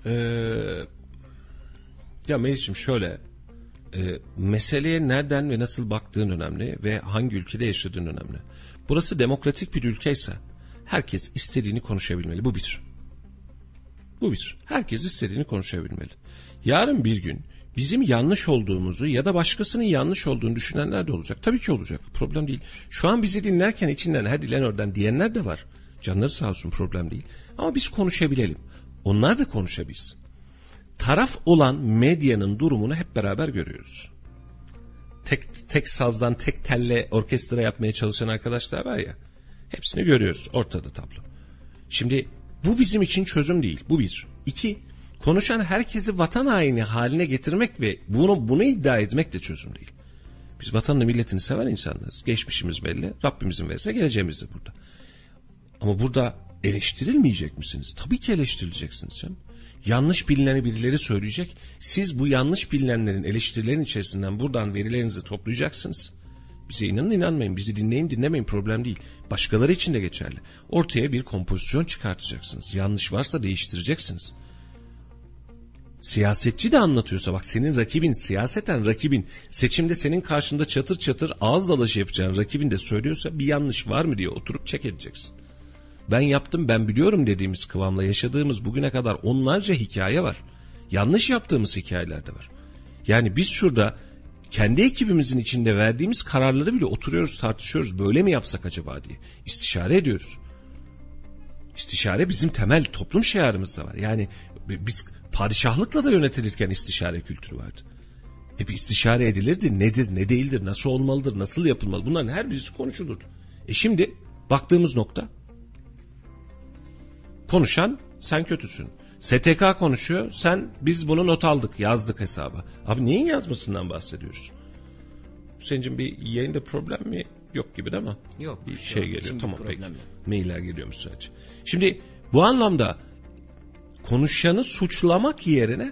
Ya Melih'ciğim şöyle, meseleye nereden ve nasıl baktığın önemli ve hangi ülkede yaşadığın önemli. Burası demokratik bir ülkeyse herkes istediğini konuşabilmeli. Bu bir. Bu bir. Herkes istediğini konuşabilmeli. Yarın bir gün bizim yanlış olduğumuzu ya da başkasının yanlış olduğunu düşünenler de olacak. Tabii ki olacak. Problem değil. Şu an bizi dinlerken içinden hadi lan oradan diyenler de var. Canları sağ olsun, problem değil. Ama biz konuşabilelim. Onlar da konuşabilsin. Taraf olan medyanın durumunu hep beraber görüyoruz. Tek sazdan tek telle orkestra yapmaya çalışan arkadaşlar var ya. Hepsini görüyoruz. Ortada tablo. Şimdi bu bizim için çözüm değil. Bu bir. İki, konuşan herkesi vatan haini haline getirmek ve bunu iddia etmek de çözüm değil. Biz vatanını milletini seven insanlarız. Geçmişimiz belli. Rabbimizin verirse geleceğimiz de burada. Ama burada eleştirilmeyecek misiniz? Tabii ki eleştirileceksiniz canım. Yanlış bilineni birileri söyleyecek. Siz bu yanlış bilinenlerin eleştirilerin içerisinden buradan verilerinizi toplayacaksınız. Bize inanın inanmayın, bizi dinleyin dinlemeyin, problem değil. Başkaları için de geçerli. Ortaya bir kompozisyon çıkartacaksınız. Yanlış varsa değiştireceksiniz. Siyasetçi de anlatıyorsa, bak senin rakibin, siyaseten rakibin, seçimde senin karşında çatır çatır ağız dalaşı yapacağın rakibin de söylüyorsa bir yanlış var mı diye oturup check edeceksin. Ben yaptım, ben biliyorum dediğimiz kıvamla yaşadığımız bugüne kadar onlarca hikaye var. Yanlış yaptığımız hikayeler de var. Yani biz şurada kendi ekibimizin içinde verdiğimiz kararları bile oturuyoruz, tartışıyoruz. Böyle mi yapsak acaba diye. İstişare ediyoruz. İstişare bizim temel toplum şiarımızda var. Yani biz padişahlıkla da yönetilirken istişare kültürü vardı. Hep istişare edilirdi. Nedir, ne değildir, nasıl olmalıdır, nasıl yapılmalı. Bunların her birisi konuşulurdu. Şimdi baktığımız nokta, konuşan sen kötüsün. STK konuşuyor, biz bunu not aldık, yazdık hesaba. Abi neyin yazmasından bahsediyoruz? Senin bir yayında problem mi yok gibi değil mi? Yok. Bir şey geliyor, tamam peki. Yok. Mailler geliyormuş sadece. Şimdi bu anlamda konuşanı suçlamak yerine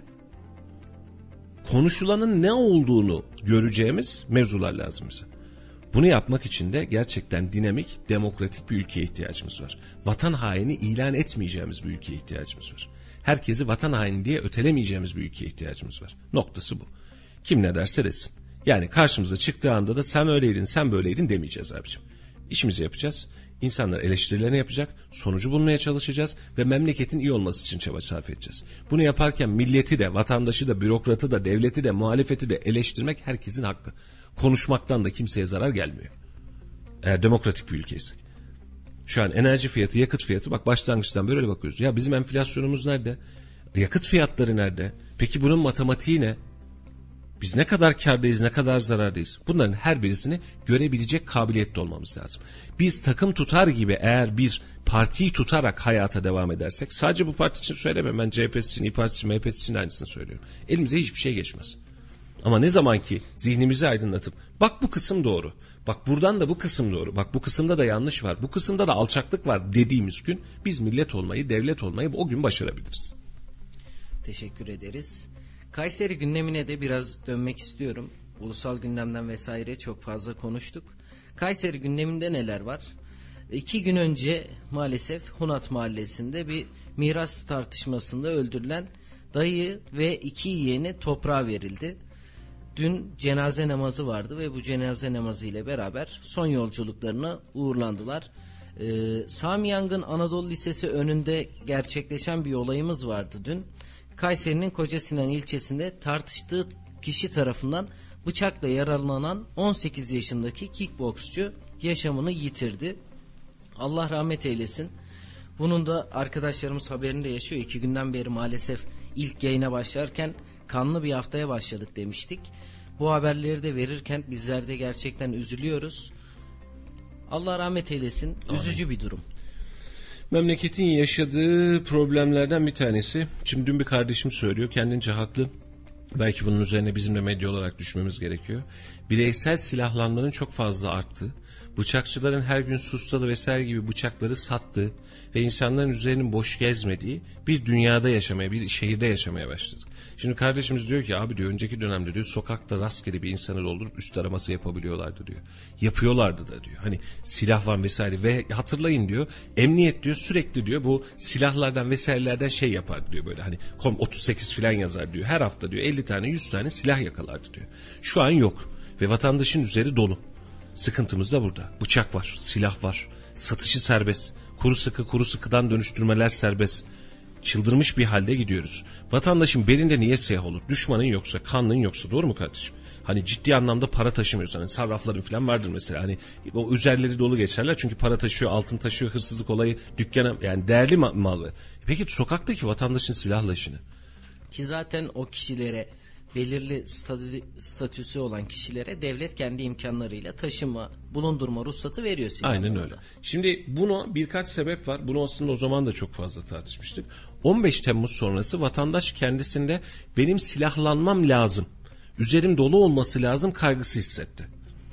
konuşulanın ne olduğunu göreceğimiz mevzular lazım bize. Bunu yapmak için de gerçekten dinamik, demokratik bir ülkeye ihtiyacımız var. Vatan haini ilan etmeyeceğimiz bir ülkeye ihtiyacımız var. Herkesi vatan haini diye ötelemeyeceğimiz bir ülkeye ihtiyacımız var. Noktası bu. Kim ne derse desin. Yani karşımıza çıktığı anda da sen öyleydin, sen böyleydin demeyeceğiz abicim. İşimizi yapacağız. İnsanlar eleştirilerini yapacak, sonucu bulmaya çalışacağız ve memleketin iyi olması için çaba sarf edeceğiz. Bunu yaparken milleti de, vatandaşı da, bürokratı da, devleti de, muhalefeti de eleştirmek herkesin hakkı. Konuşmaktan da kimseye zarar gelmiyor. Eğer demokratik bir ülkeysek. Şu an enerji fiyatı, yakıt fiyatı, bak başlangıçtan böyle bakıyoruz. Ya bizim enflasyonumuz nerede? Yakıt fiyatları nerede? Peki bunun matematiği ne? Biz ne kadar kârdayız, ne kadar zarardayız? Bunların her birisini görebilecek kabiliyette olmamız lazım. Biz takım tutar gibi eğer bir partiyi tutarak hayata devam edersek, sadece bu parti için söylemem, ben CHP için, İYİ Parti için, MHP için aynısını söylüyorum. Elimize hiçbir şey geçmez. Ama ne zaman ki zihnimizi aydınlatıp, bak bu kısım doğru, bak buradan da bu kısım doğru, bak bu kısımda da yanlış var, bu kısımda da alçaklık var dediğimiz gün biz millet olmayı, devlet olmayı o gün başarabiliriz. Teşekkür ederiz. Kayseri gündemine de biraz dönmek istiyorum. Ulusal gündemden vesaire çok fazla konuştuk. Kayseri gündeminde neler var? 2 gün önce maalesef Hunat Mahallesi'nde bir miras tartışmasında öldürülen dayı ve 2 yeğeni toprağa verildi. Dün cenaze namazı vardı ve bu cenaze namazı ile beraber son yolculuklarına uğurlandılar. Sami Yangın Anadolu Lisesi önünde gerçekleşen bir olayımız vardı dün. Kayseri'nin Kocasinan ilçesinde tartıştığı kişi tarafından bıçakla yaralanan 18 yaşındaki kickboksçu yaşamını yitirdi. Allah rahmet eylesin. Bunun da arkadaşlarımız haberinde yaşıyor. 2 günden beri maalesef ilk yayına başlarken kanlı bir haftaya başladık demiştik. Bu haberleri de verirken bizler de gerçekten üzülüyoruz. Allah rahmet eylesin. Üzücü bir durum. Memleketin yaşadığı problemlerden bir tanesi. Şimdi dün bir kardeşim söylüyor, kendince haklı. Belki bunun üzerine bizim de medya olarak düşmemiz gerekiyor. Bireysel silahlanmanın çok fazla arttığı, bıçakçıların her gün sustalı vesaire gibi bıçakları sattığı ve insanların üzerinin boş gezmediği bir dünyada yaşamaya, bir şehirde yaşamaya başladık. Şimdi kardeşimiz diyor ki abi diyor, önceki dönemde diyor sokakta rastgele bir insanı doldurup üst araması yapabiliyorlardı diyor. Yapıyorlardı da diyor. Hani silah var vesaire ve hatırlayın diyor, emniyet diyor sürekli diyor bu silahlardan vesairelerden şey yapardı diyor, böyle hani 38 filan yazar diyor. Her hafta diyor 50 tane 100 tane silah yakalardı diyor. Şu an yok ve vatandaşın üzeri dolu. Sıkıntımız da burada. Bıçak var, silah var, satışı serbest, kuru sıkıdan dönüştürmeler serbest. Çıldırmış bir halde gidiyoruz. Vatandaşın belinde niye silah olur? Düşmanın yoksa, kanlın yoksa, doğru mu kardeşim? Hani ciddi anlamda para taşımıyorsan, hani sarrafların falan vardır mesela, hani o üzerleri dolu geçerler çünkü para taşıyor, altın taşıyor, hırsızlık olayı, dükkana, yani değerli mal. Peki sokaktaki vatandaşın silahla işini? Ki zaten o kişilere, belirli statüsü olan kişilere devlet kendi imkanlarıyla taşıma, bulundurma ruhsatı veriyor silahlarında. Aynen öyle. Şimdi buna birkaç sebep var. Bunu aslında o zaman da çok fazla tartışmıştık. 15 Temmuz sonrası vatandaş kendisinde benim silahlanmam lazım, üzerim dolu olması lazım kaygısı hissetti.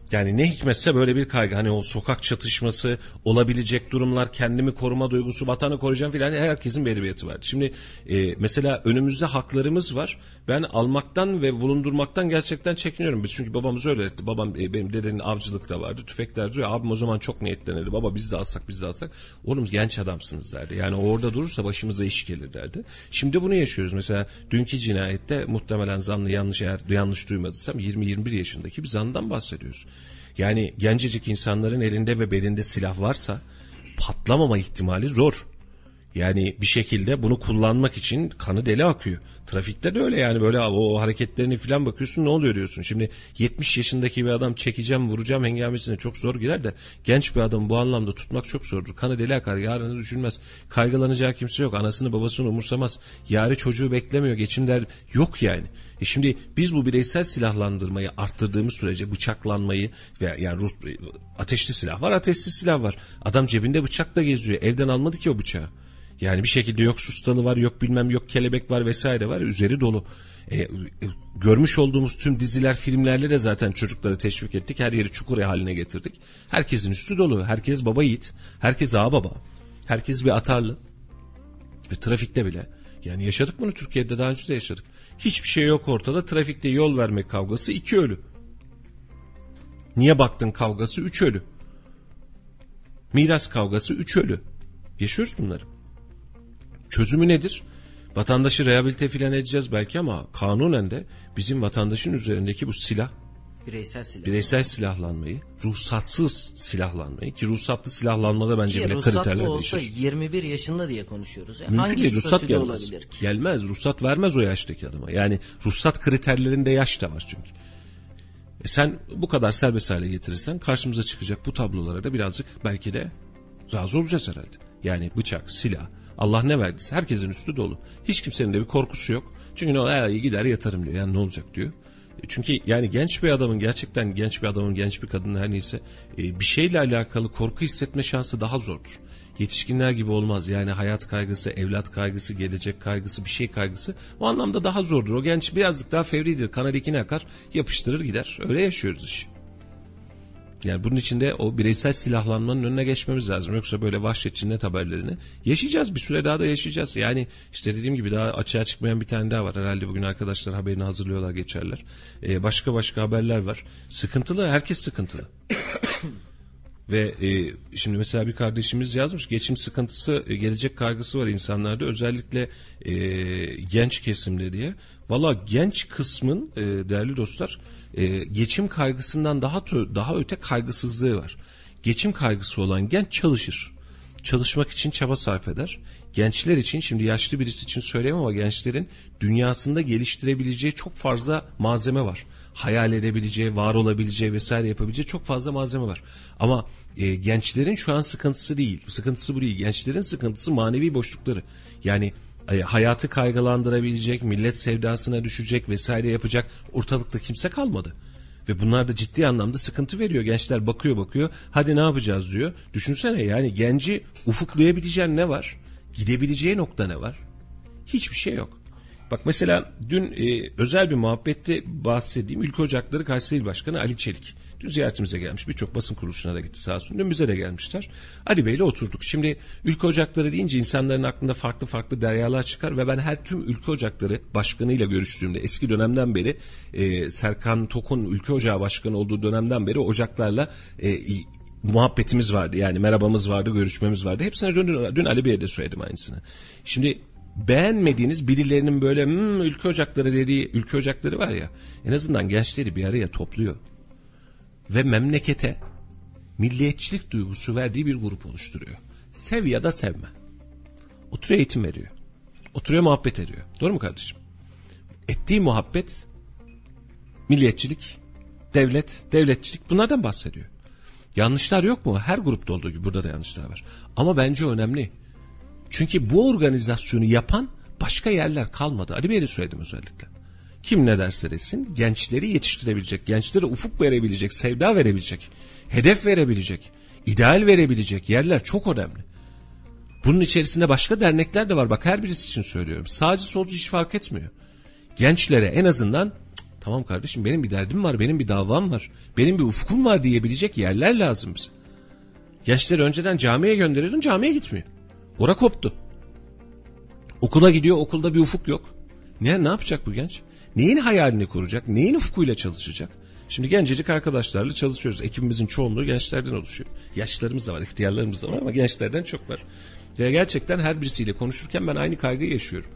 Yani ne hikmetse böyle bir kaygı. Hani o sokak çatışması, olabilecek durumlar, kendimi koruma duygusu, vatanı koruyacağım filan, herkesin bir edebiyatı var. Şimdi mesela önümüzde haklarımız var. Ben almaktan ve bulundurmaktan gerçekten çekiniyorum. Biz çünkü babamız öyle etti. Babam benim dedenin avcılıkta vardı. Tüfekler duruyor. Abim o zaman çok niyetlenirdi. Baba biz de alsak biz de alsak. Oğlum genç adamsınız derdi. Yani orada durursa başımıza iş gelir derdi. Şimdi bunu yaşıyoruz. Mesela dünkü cinayette muhtemelen zanlı yanlış duymadıysam 20-21 yaşındaki bir zanlıdan bahsediyoruz. Yani gencecik insanların elinde ve belinde silah varsa patlamama ihtimali zor. Yani bir şekilde bunu kullanmak için kanı deli akıyor. Trafikte de öyle yani, böyle o hareketlerini falan bakıyorsun, ne oluyor diyorsun. Şimdi 70 yaşındaki bir adam çekeceğim vuracağım hengamesine çok zor gider de genç bir adamı bu anlamda tutmak çok zordur. Kanı deli akar, yarını düşünmez. Kaygılanacağı kimse yok. Anasını babasını umursamaz. Yarı çocuğu beklemiyor. Geçim der yok yani. Şimdi biz bu bireysel silahlandırmayı arttırdığımız sürece bıçaklanmayı ve yani ateşli silah var, ateşsiz silah var. Adam cebinde bıçakla geziyor. Evden almadı ki o bıçağı. Yani bir şekilde yok sustalı var, yok bilmem yok kelebek var vesaire var, üzeri dolu. Görmüş olduğumuz tüm diziler, filmlerle de zaten çocukları teşvik ettik. Her yeri çukur haline getirdik. Herkesin üstü dolu. Herkes baba yiğit. Herkes ağa baba. Herkes bir atarlı. Ve trafikte bile. Yani yaşadık bunu Türkiye'de, daha önce de yaşadık. Hiçbir şey yok ortada. Trafikte yol verme kavgası 2 ölü. Niye baktın kavgası 3 ölü. Miras kavgası 3 ölü. Yaşıyoruz bunları. Çözümü nedir? Vatandaşı rehabilite filan edeceğiz belki ama kanunen de bizim vatandaşın üzerindeki bu silah, bireysel silahlanmayı, ruhsatsız silahlanmayı, ki ruhsatlı silahlanmada bence bile kriterler değişir. Olsa 21 yaşında diye konuşuyoruz. Yani mümkün değil, ruhsat gelmez. Olabilir ki? Gelmez, ruhsat vermez o yaştaki adama. Yani ruhsat kriterlerinde yaş da var çünkü. Sen bu kadar serbest hale getirirsen karşımıza çıkacak bu tablolara da birazcık belki de razı olacağız herhalde. Yani bıçak, silah, Allah ne verdiyse herkesin üstü dolu. Hiç kimsenin de bir korkusu yok. Çünkü ne gider yatarım diyor. Yani ne olacak diyor. Çünkü yani genç bir adamın, gerçekten genç bir adamın, genç bir kadının her neyse bir şeyle alakalı korku hissetme şansı daha zordur. Yetişkinler gibi olmaz. Yani hayat kaygısı, evlat kaygısı, gelecek kaygısı, bir şey kaygısı o anlamda daha zordur. O genç birazcık daha fevridir. Kana dikine akar, yapıştırır gider. Öyle yaşıyoruz işi. Yani bunun için de o bireysel silahlanmanın önüne geçmemiz lazım. Yoksa böyle vahşet cinnet haberlerini yaşayacağız. Bir süre daha da yaşayacağız. Yani işte dediğim gibi daha açığa çıkmayan bir tane daha var. Herhalde bugün arkadaşlar haberini hazırlıyorlar, geçerler. Başka haberler var. Sıkıntılı, herkes sıkıntılı. Ve şimdi mesela bir kardeşimiz yazmış, geçim sıkıntısı, gelecek kaygısı var insanlarda, özellikle genç kesimde diye. Valla genç kısmın değerli dostlar geçim kaygısından daha öte kaygısızlığı var. Geçim kaygısı olan genç çalışır. Çalışmak için çaba sarf eder. Gençler için, şimdi yaşlı birisi için söyleyemem ama gençlerin dünyasında geliştirebileceği çok fazla malzeme var. Hayal edebileceği, var olabileceği vesaire yapabileceği çok fazla malzeme var. Ama gençlerin şu an sıkıntısı değil. Sıkıntısı bu değil. Gençlerin sıkıntısı manevi boşlukları. Yani hayatı kaygılandırabilecek, millet sevdasına düşecek vesaire yapacak ortalıkta kimse kalmadı. Ve bunlar da ciddi anlamda sıkıntı veriyor. Gençler bakıyor, hadi ne yapacağız diyor. Düşünsene yani genci ufuklayabileceğin ne var? Gidebileceği nokta ne var? Hiçbir şey yok. Bak mesela dün özel bir muhabbette bahsedeyim. Ülke Ocakları Kayseri İl Başkanı Ali Çelik. Dün ziyaretimize gelmiş. Birçok basın kuruluşuna da gitti sağ olsun. Dün bize de gelmişler. Ali Bey'le oturduk. Şimdi Ülke Ocakları deyince insanların aklında farklı deryalar çıkar ve ben tüm Ülke Ocakları başkanıyla görüştüğümde, eski dönemden beri Serkan Tokun Ülke Ocağı Başkanı olduğu dönemden beri ocaklarla muhabbetimiz vardı. Yani merhabamız vardı, görüşmemiz vardı. Hepsine dün Ali Bey'e de söyledim aynısını. Şimdi beğenmediğiniz birilerinin böyle Ülke Ocakları dediği Ülke Ocakları var ya, en azından gençleri bir araya topluyor. Ve memlekete milliyetçilik duygusu verdiği bir grup oluşturuyor. Sev ya da sevme. Oturuyor eğitim veriyor. Oturuyor muhabbet ediyor. Doğru mu kardeşim? Ettiği muhabbet milliyetçilik, devletçilik, bunlardan bahsediyor. Yanlışlar yok mu? Her grupta olduğu gibi burada da yanlışlar var. Ama bence önemli. Çünkü bu organizasyonu yapan başka yerler kalmadı. Ali Bey'e de söyledim özellikle. Kim ne derse desin gençleri yetiştirebilecek, gençlere ufuk verebilecek, sevda verebilecek, hedef verebilecek, ideal verebilecek yerler çok önemli. Bunun içerisinde başka dernekler de var. Bak her birisi için söylüyorum. Sağcı solcu hiç fark etmiyor. Gençlere en azından Tamam kardeşim, benim bir derdim var, benim bir davam var, benim bir ufkum var diyebilecek yerler lazım bize. Gençleri önceden camiye gönderiyordun, camiye gitmiyor. Ora koptu. Okula gidiyor, okulda bir ufuk yok. Ne yapacak bu genç? Neyin hayalini kuracak? Neyin ufkuyla çalışacak? Şimdi gencecik arkadaşlarla çalışıyoruz. Ekibimizin çoğunluğu gençlerden oluşuyor. Yaşlılarımız da var, ihtiyarlarımız da var ama gençlerden çok var. Ve gerçekten her birisiyle konuşurken ben aynı kaygıyı yaşıyorum.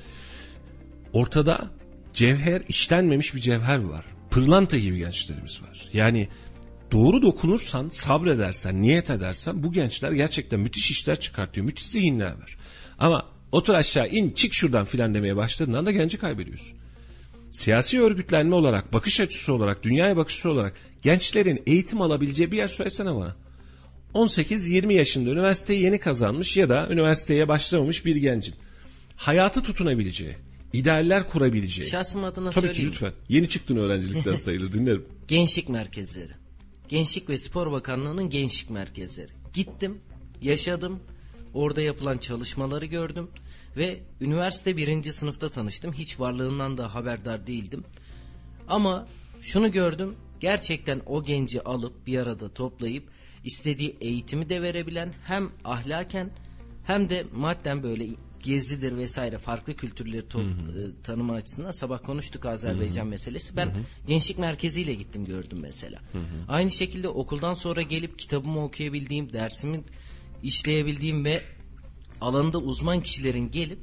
Ortada cevher, işlenmemiş bir cevher var. Pırlanta gibi gençlerimiz var. Yani doğru dokunursan, sabredersen, niyet edersen bu gençler gerçekten müthiş işler çıkartıyor. Müthiş zihinler var. Ama otur aşağı in, çık şuradan filan demeye başladığında da genci kaybediyorsun. Siyasi örgütlenme olarak, bakış açısı olarak, dünyaya bakışı olarak gençlerin eğitim alabileceği bir yer söylesene bana. 18-20 yaşında üniversiteyi yeni kazanmış ya da üniversiteye başlamamış bir gencin hayata tutunabileceği, idealler kurabileceği. Şahsım adına tabii söyleyeyim. ki lütfen. Yeni çıktın öğrencilikten sayılır, dinlerim. Gençlik merkezleri. Gençlik ve Spor Bakanlığı'nın gençlik merkezleri. Gittim, yaşadım, orada yapılan çalışmaları gördüm ve üniversite 1. sınıfta tanıştım. Hiç varlığından da haberdar değildim. Ama şunu gördüm, gerçekten o genci alıp bir arada toplayıp istediği eğitimi de verebilen, hem ahlaken hem de madden böyle gezidir vesaire farklı kültürleri tanıma açısından. Sabah konuştuk Azerbaycan meselesi. Ben gençlik merkeziyle gittim, gördüm mesela. Aynı şekilde okuldan sonra gelip kitabımı okuyabildiğim, dersimi işleyebildiğim ve alanında uzman kişilerin gelip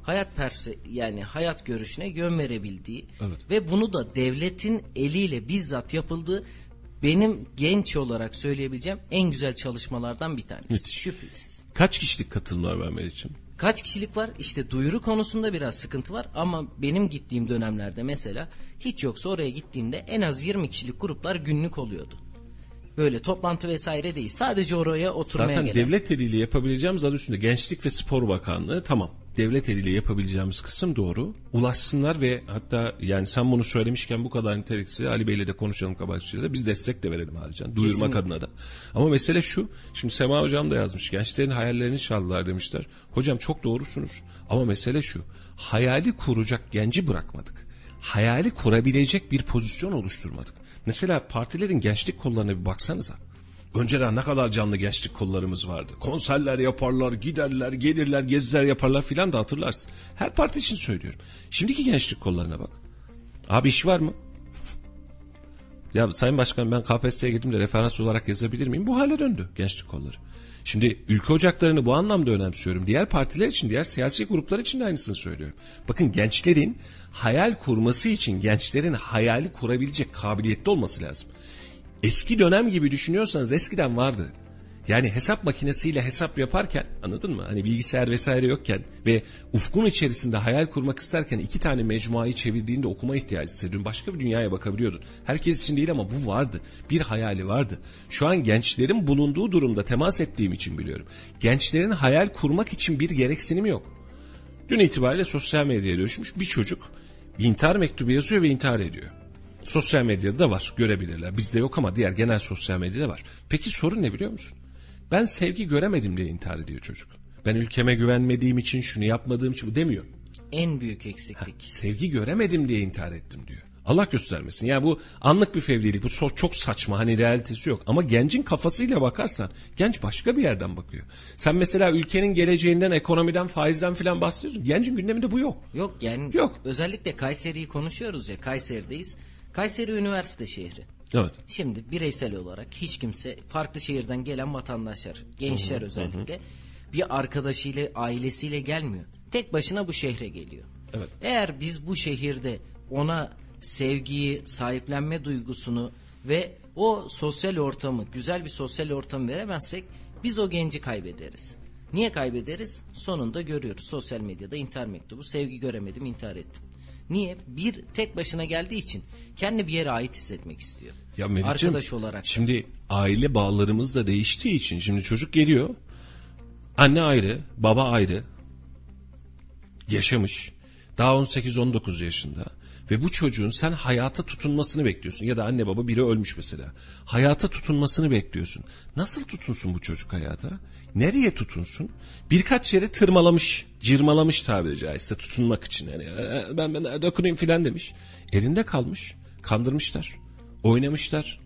hayat görüşüne yön verebildiği ve bunu da devletin eliyle bizzat yapıldığı, benim genç olarak söyleyebileceğim en güzel çalışmalardan bir tanesi. Şüphesiz. Kaç kişilik katılımlar var Meriç'im? Kaç kişilik var? İşte duyuru konusunda biraz sıkıntı var ama benim gittiğim dönemlerde mesela hiç yoksa oraya gittiğimde en az 20 kişilik gruplar günlük oluyordu. Böyle toplantı vesaire değil. Sadece oraya oturmaya zaten gelen. Devlet eliyle yapabileceğimiz adı üstünde Gençlik ve Spor Bakanlığı, tamam. Devlet eliyle yapabileceğimiz kısım doğru. Ulaşsınlar ve hatta yani sen bunu söylemişken bu kadar niteliksiz, Ali Bey'le de konuşalım Kabakçı'yla, biz destek de verelim harcan. Duyurmak adına da. Ama mesele şu. Şimdi Sema Hocam da yazmış. Gençlerin hayallerini çaldılar demişler. Hocam çok doğrusunuz. Ama mesele şu. Hayali kuracak genci bırakmadık. Hayali kurabilecek bir pozisyon oluşturmadık. Mesela partilerin gençlik kollarına bir baksanıza. Önceden ne kadar canlı gençlik kollarımız vardı. Konserler yaparlar, giderler, gelirler, geziler yaparlar filan da hatırlarsın. Her parti için söylüyorum. Şimdiki gençlik kollarına bak. Abi iş var mı? Ya Sayın Başkan, ben KPSS'ye girdim de referans olarak yazabilir miyim? Bu hale döndü gençlik kolları. Şimdi ülke ocaklarını bu anlamda önemsiyorum. Diğer partiler için, diğer siyasi gruplar için de aynısını söylüyorum. Bakın, gençlerin hayal kurması için gençlerin hayali kurabilecek kabiliyette olması lazım. Eski dönem gibi düşünüyorsanız eskiden vardı. Yani hesap makinesiyle hesap yaparken, anladın mı? Hani bilgisayar vesaire yokken ve ufkun içerisinde hayal kurmak isterken 2 tane mecmuayı çevirdiğinde okuma ihtiyacı hissediyordun. Başka bir dünyaya bakabiliyordun. Herkes için değil ama bu vardı. Bir hayali vardı. Şu an gençlerin bulunduğu durumda temas ettiğim için biliyorum. Gençlerin hayal kurmak için bir gereksinim yok. Dün itibariyle sosyal medyaya düşmüş bir çocuk bir intihar mektubu yazıyor ve intihar ediyor. Sosyal medyada da var, görebilirler. Bizde yok ama diğer genel sosyal medyada var. Peki sorun ne biliyor musun? Ben sevgi göremedim diye intihar ediyor çocuk. Ben ülkeme güvenmediğim için, şunu yapmadığım için bu demiyor. En büyük eksiklik. Sevgi göremedim diye intihar ettim diyor. Allah göstermesin. Yani bu anlık bir fevrilik. Bu çok saçma. Hani realitesi yok. Ama gencin kafasıyla bakarsan genç başka bir yerden bakıyor. Sen mesela ülkenin geleceğinden, ekonomiden, faizden filan bahsediyorsun. Gencin gündeminde bu yok. Yok yani. Yok. Özellikle Kayseri'yi konuşuyoruz ya. Kayseri'deyiz. Kayseri üniversite şehri. Evet. Şimdi bireysel olarak hiç kimse, farklı şehirden gelen vatandaşlar, gençler özellikle bir arkadaşıyla, ailesiyle gelmiyor. Tek başına bu şehre geliyor. Evet. Eğer biz bu şehirde ona sevgiyi, sahiplenme duygusunu ve o sosyal ortamı, güzel bir sosyal ortam veremezsek biz o genci kaybederiz. Niye kaybederiz? Sonunda görüyoruz sosyal medyada intihar mektubu, sevgi göremedim, intihar ettim. Niye? Bir, tek başına geldiği için kendi bir yere ait hissetmek istiyor. Ya Meriç'im, arkadaş olarak. Şimdi aile bağlarımız da değiştiği için, şimdi çocuk geliyor, anne ayrı, baba ayrı, yaşamış, daha 18-19 yaşında ve bu çocuğun sen hayata tutunmasını bekliyorsun ya da anne baba biri ölmüş mesela, hayata tutunmasını bekliyorsun. Nasıl tutunsun bu çocuk hayata? Nereye tutunsun? Birkaç yere tırmalamış, cırmalamış tabiri caizse tutunmak için. Yani ben dokunayım filan demiş. Elinde kalmış. Kandırmışlar, oynamışlar,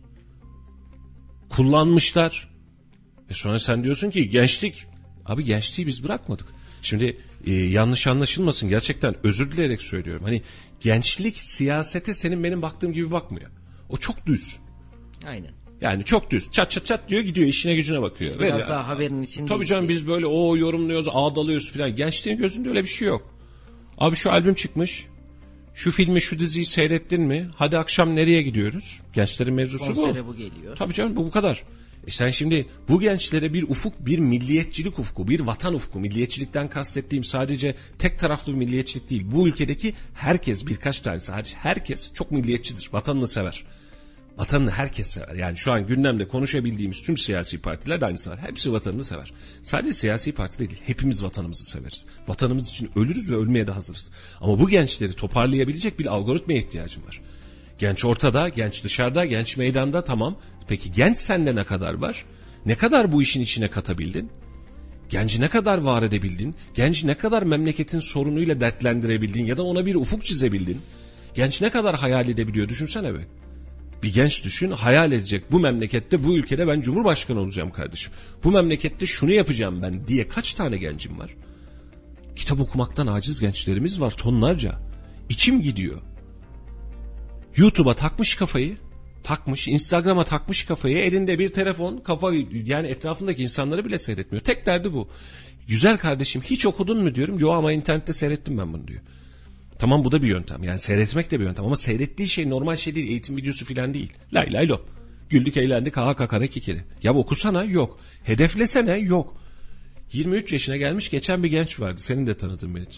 kullanmışlar. Ve sonra sen diyorsun ki gençlik. Abi gençliği biz bırakmadık. Şimdi yanlış anlaşılmasın, gerçekten özür dileyerek söylüyorum. Hani gençlik siyasete senin benim baktığım gibi bakmıyor. O çok düz. Aynen. Yani çok düz. Çat çat çat diyor, gidiyor, işine gücüne bakıyor. Biraz daha haberin içinde. Tabii canım, biz böyle yorumluyoruz, ağdalıyoruz falan. Gençliğin gözünde öyle bir şey yok. Abi şu albüm çıkmış. Şu filmi, şu diziyi seyrettin mi? Hadi akşam nereye gidiyoruz? Gençlerin mevzusu bu. Konsere bu geliyor. Tabii canım, bu kadar. Sen şimdi bu gençlere bir ufuk, bir milliyetçilik ufku, bir vatan ufku. Milliyetçilikten kastettiğim sadece tek taraflı bir milliyetçilik değil. Bu ülkedeki herkes, birkaç tanesi hariç herkes çok milliyetçidir. Vatanını sever. Vatanını herkes sever. Yani şu an gündemde konuşabildiğimiz tüm siyasi partiler de aynısı var. Hepsi vatanını sever. Sadece siyasi parti değil, hepimiz vatanımızı severiz. Vatanımız için ölürüz ve ölmeye de hazırız. Ama bu gençleri toparlayabilecek bir algoritmaya ihtiyacım var. Genç ortada, genç dışarıda, genç meydanda, tamam. Peki genç sende ne kadar var? Ne kadar bu işin içine katabildin? Genci ne kadar var edebildin? Genci ne kadar memleketin sorunuyla dertlendirebildin ya da ona bir ufuk çizebildin? Genç ne kadar hayal edebiliyor? Düşünsene be. Bir genç düşün, hayal edecek, bu memlekette, bu ülkede ben cumhurbaşkanı olacağım kardeşim. Bu memlekette şunu yapacağım ben diye kaç tane gencim var? Kitap okumaktan aciz gençlerimiz var tonlarca. İçim gidiyor. YouTube'a takmış kafayı, Instagram'a takmış kafayı, elinde bir telefon, yani etrafındaki insanları bile seyretmiyor. Tek derdi bu. Güzel kardeşim, hiç okudun mu diyorum. Yo ama internette seyrettim ben bunu diyor. Tamam, bu da bir yöntem. Yani seyretmek de bir yöntem ama seyrettiği şey normal şey değil. Eğitim videosu falan değil. Lay lay lop. Güldük eğlendik ha kakara kikiri. Ya okusana, yok. Hedeflesene, yok. 23 yaşına gelmiş geçen bir genç vardı. Senin de tanıdığın benim için.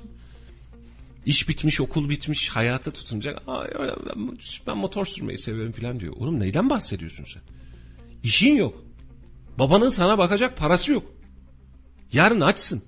İş bitmiş, okul bitmiş, hayata tutunacak. Ben motor sürmeyi seviyorum falan diyor. Oğlum neyden bahsediyorsun sen? İşin yok. Babanın sana bakacak parası yok. Yarın açsın.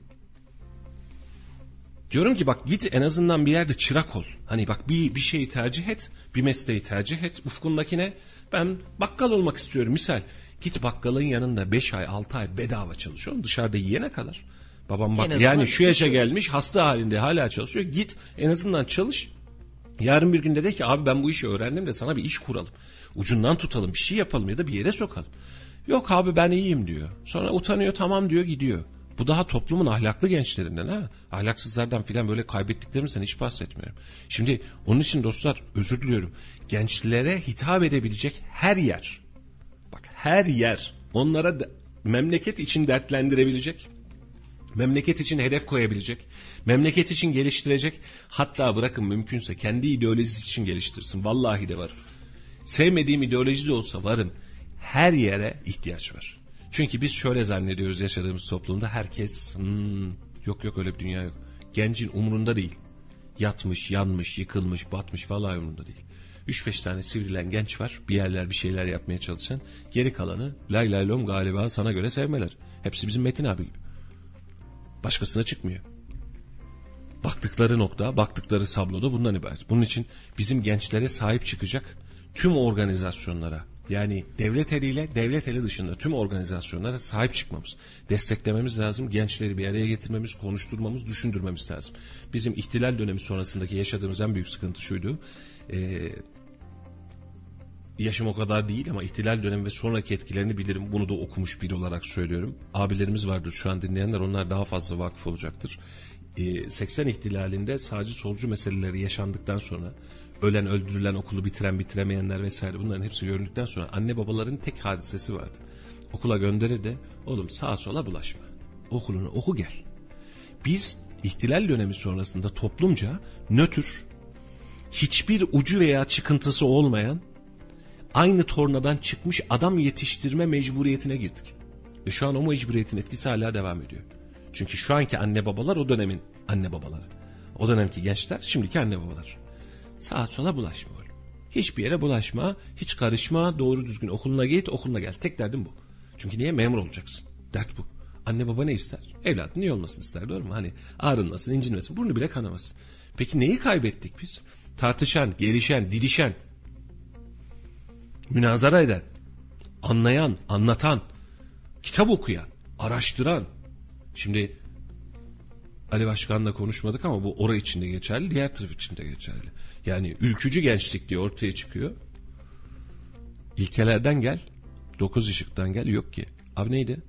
Diyorum ki bak, git en azından bir yerde çırak ol. Hani bak, bir şeyi tercih et, bir mesleği tercih et. Ufkundaki ne? Ben bakkal olmak istiyorum misal. Git bakkalın yanında 5 ay 6 ay bedava çalış. Onu dışarıda yiyene kadar. Babam bak yani şu yaşa gelmiş, hasta halinde hala çalışıyor. Git en azından çalış. Yarın bir gün de ki abi ben bu işi öğrendim de sana bir iş kuralım. Ucundan tutalım, bir şey yapalım ya da bir yere sokalım. Yok abi ben iyiyim diyor. Sonra utanıyor, tamam diyor, gidiyor. Bu daha toplumun ahlaklı gençlerinden ha. Ahlaksızlardan filan böyle kaybettiklerimizden hiç bahsetmiyorum. Şimdi onun için dostlar, özür diliyorum. Gençlere hitap edebilecek her yer. Bak her yer. Onlara memleket için dertlendirebilecek. Memleket için hedef koyabilecek. Memleket için geliştirecek. Hatta bırakın mümkünse kendi ideolojisi için geliştirsin. Vallahi de var. Sevmediğim ideoloji de olsa varım. Her yere ihtiyaç var. Çünkü biz şöyle zannediyoruz yaşadığımız toplumda, herkes yok öyle bir dünya yok. Gencin umurunda değil. Yatmış, yanmış, yıkılmış, batmış, vallahi umurunda değil. 3-5 tane sivrilen genç var. Bir yerler bir şeyler yapmaya çalışan. Geri kalanı lay lay lom galiba sana göre sevmeler. Hepsi bizim Metin abi gibi. Başkasına çıkmıyor. Baktıkları nokta, baktıkları tabloda bundan ibaret. Bunun için bizim gençlere sahip çıkacak tüm organizasyonlara, yani devlet eliyle devlet eli dışında tüm organizasyonlara sahip çıkmamız, desteklememiz lazım. Gençleri bir araya getirmemiz, konuşturmamız, düşündürmemiz lazım. Bizim ihtilal dönemi sonrasındaki yaşadığımız en büyük sıkıntı şuydu. Yaşım o kadar değil ama ihtilal dönemi ve sonraki etkilerini bilirim. Bunu da okumuş biri olarak söylüyorum. Abilerimiz vardır şu an dinleyenler, onlar daha fazla vakıf olacaktır. 80 ihtilalinde sağcı solcu meseleleri yaşandıktan sonra, ölen öldürülen, okulu bitiren bitiremeyenler vesaire, bunların hepsi görüldükten sonra anne babaların tek hadisesi vardı. Okula gönderir de oğlum sağa sola bulaşma. Okulunu oku gel. Biz ihtilal dönemi sonrasında toplumca nötr, hiçbir ucu veya çıkıntısı olmayan, aynı tornadan çıkmış adam yetiştirme mecburiyetine girdik. Ve şu an o mecburiyetin etkisi hala devam ediyor. Çünkü şu anki anne babalar o dönemin anne babaları. O dönemki gençler şimdiki anne babalar. Sağa sola bulaşma oğlum. Hiçbir yere bulaşma, hiç karışma, doğru düzgün okuluna git, okuluna gel. Tek derdim bu. Çünkü niye? Memur olacaksın. Dert bu. Anne baba ne ister? Evladın iyi olmasını ister, doğru mu? Hani ağrınmasın, incinmesin, burnu bile kanamasın. Peki neyi kaybettik biz? Tartışan, gelişen, didişen, münazara eden, anlayan, anlatan, kitap okuyan, araştıran. Şimdi Ali Başkan'la konuşmadık ama bu orası için de geçerli, diğer taraf için de geçerli. Yani ülkücü gençlik diye ortaya çıkıyor. İlkelerden gel, 9 ışıktan gel, yok ki. Abi neydi?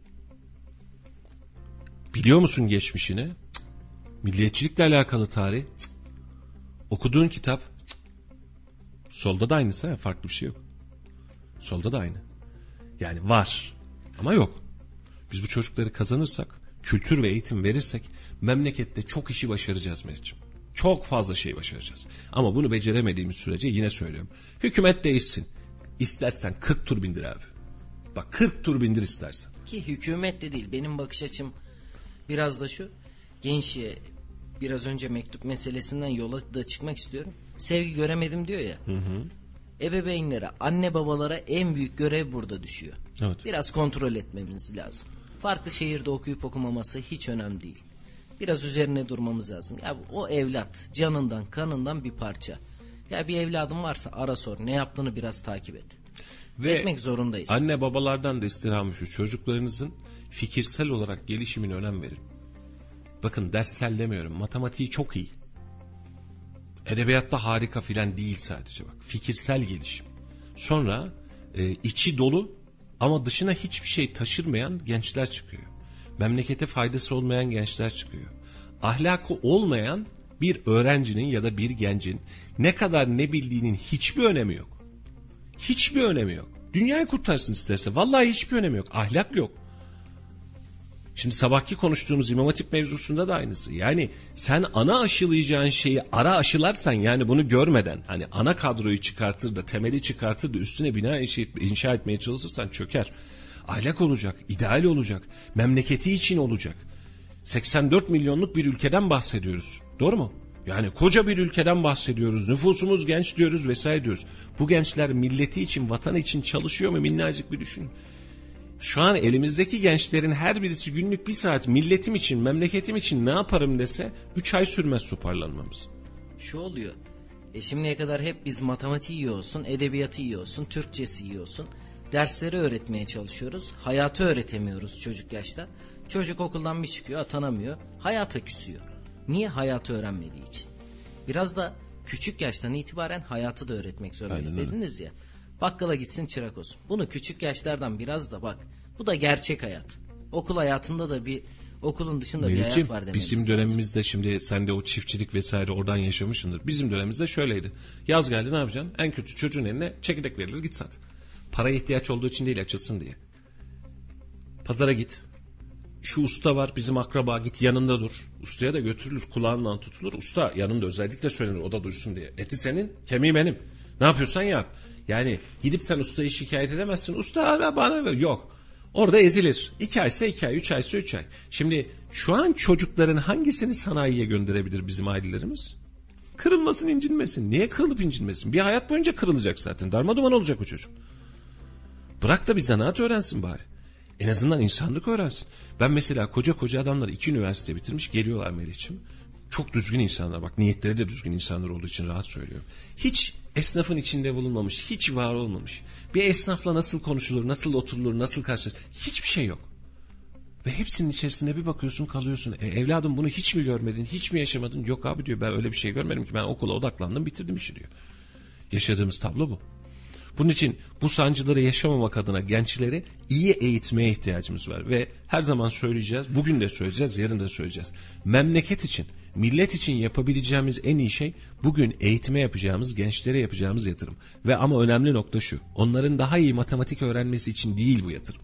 Biliyor musun geçmişini? Cık. Milliyetçilikle alakalı tarih? Cık. Okuduğun kitap? Cık. Solda da aynısı ha, farklı bir şey yok. Solda da aynı. Yani var ama yok. Biz bu çocukları kazanırsak, kültür ve eğitim verirsek memlekette çok işi başaracağız Meriç'ciğim. Çok fazla şey başaracağız. Ama bunu beceremediğimiz sürece yine söylüyorum. Hükümet değişsin. İstersen 40 tur bindir abi. Bak 40 tur bindir istersen. Ki hükümet de değil. Benim bakış açım biraz da şu. Gençliğe biraz önce mektup meselesinden yola da çıkmak istiyorum. Sevgi göremedim diyor ya. Ebeveynlere, anne babalara en büyük görev burada düşüyor. Evet. Biraz kontrol etmemiz lazım. Farklı şehirde okuyup okumaması hiç önemli değil. Biraz üzerine durmamız lazım. Ya o evlat canından kanından bir parça. Ya bir evladın varsa ara sor, ne yaptığını biraz takip et. Ve etmek zorundayız. Anne babalardan da istirhamı şu: çocuklarınızın fikirsel olarak gelişimine önem verin. Bakın derssel demiyorum, matematiği çok iyi. Edebiyatta harika filan değil sadece, bak fikirsel gelişim. Sonra içi dolu ama dışına hiçbir şey taşırmayan gençler çıkıyor. Memlekete faydası olmayan gençler çıkıyor. Ahlakı olmayan bir öğrencinin ya da bir gencin ne kadar ne bildiğinin hiçbir önemi yok. Hiçbir önemi yok. Dünyayı kurtarsın isterse, vallahi hiçbir önemi yok. Ahlak yok. Şimdi sabahki konuştuğumuz İmam Hatip mevzusunda da aynısı. Yani sen ana aşılayacağın şeyi ara aşılarsan, yani bunu görmeden hani ana kadroyu çıkartır da temeli çıkartır da üstüne bina inşa etmeye çalışırsan çöker. Ahlak olacak, ideal olacak, memleketi için olacak. 84 milyonluk bir ülkeden bahsediyoruz. Doğru mu? Yani koca bir ülkeden bahsediyoruz. Nüfusumuz genç diyoruz vesaire diyoruz. Bu gençler milleti için, vatanı için çalışıyor mu, minnacık bir düşünün. Şu an elimizdeki gençlerin her birisi günlük 1 saat milletim için, memleketim için ne yaparım dese 3 ay sürmez toparlanmamız. Şu oluyor. Şimdiye kadar hep biz matematiği iyi olsun, edebiyatı iyi olsun, Türkçesi iyi olsun. Dersleri öğretmeye çalışıyoruz. Hayatı öğretemiyoruz çocuk yaşta. Çocuk okuldan bir çıkıyor, atanamıyor. Hayata küsüyor. Niye? Hayatı öğrenmediği için. Biraz da küçük yaştan itibaren hayatı da öğretmek zorundayız dediniz ya. Bakkala gitsin, çırak olsun. Bunu küçük yaşlardan biraz da bak. Bu da gerçek hayat. Okul hayatında da bir, okulun dışında bir hayat var dememiz bizim lazım. dönemimizde, şimdi sen de o çiftçilik vesaire oradan yaşamışsındır. Bizim dönemimizde şöyleydi. Yaz geldi, ne yapacaksın? En kötü çocuğun eline çekirdek verilir, git sat. Paraya ihtiyaç olduğu için değil, açılsın diye. Pazara git. Şu usta var bizim akraba, git yanında dur. Ustaya da götürülür, kulağından tutulur. Usta yanında özellikle söylenir, o da duysun diye. Eti senin, kemiği benim. Ne yapıyorsan yap. Yani gidip sen ustayı şikayet edemezsin. Usta bana ver. Yok. Orada ezilir. 2 aysa 2 ay, 3 aysa 3 ay. Şimdi şu an çocukların hangisini sanayiye gönderebilir bizim ailelerimiz? Kırılmasın, incinmesin. Niye kırılıp incinmesin? Bir hayat boyunca kırılacak zaten. Darmaduman olacak o çocuk. Bırak da bir zanaat öğrensin bari. En azından insanlık öğrensin. Ben mesela koca adamlar 2 üniversite bitirmiş geliyorlar Melih'ciğim. Çok düzgün insanlar, bak niyetleri de düzgün insanlar olduğu için rahat söylüyorum. Hiç esnafın içinde bulunmamış, hiç var olmamış. Bir esnafla nasıl konuşulur, nasıl oturulur, nasıl karşılaşılır, hiçbir şey yok. Ve hepsinin içerisinde bir bakıyorsun, kalıyorsun. Evladım bunu hiç mi görmedin, hiç mi yaşamadın? Yok abi diyor, ben öyle bir şey görmedim ki, ben okula odaklandım, bitirdim işi diyor. Yaşadığımız tablo bu. Bunun için bu sancıları yaşamamak adına gençleri iyi eğitmeye ihtiyacımız var. Ve her zaman söyleyeceğiz, bugün de söyleyeceğiz, yarın da söyleyeceğiz. Memleket için, millet için yapabileceğimiz en iyi şey bugün eğitime yapacağımız, gençlere yapacağımız yatırım. Ve ama önemli nokta şu: onların daha iyi matematik öğrenmesi için değil bu yatırım.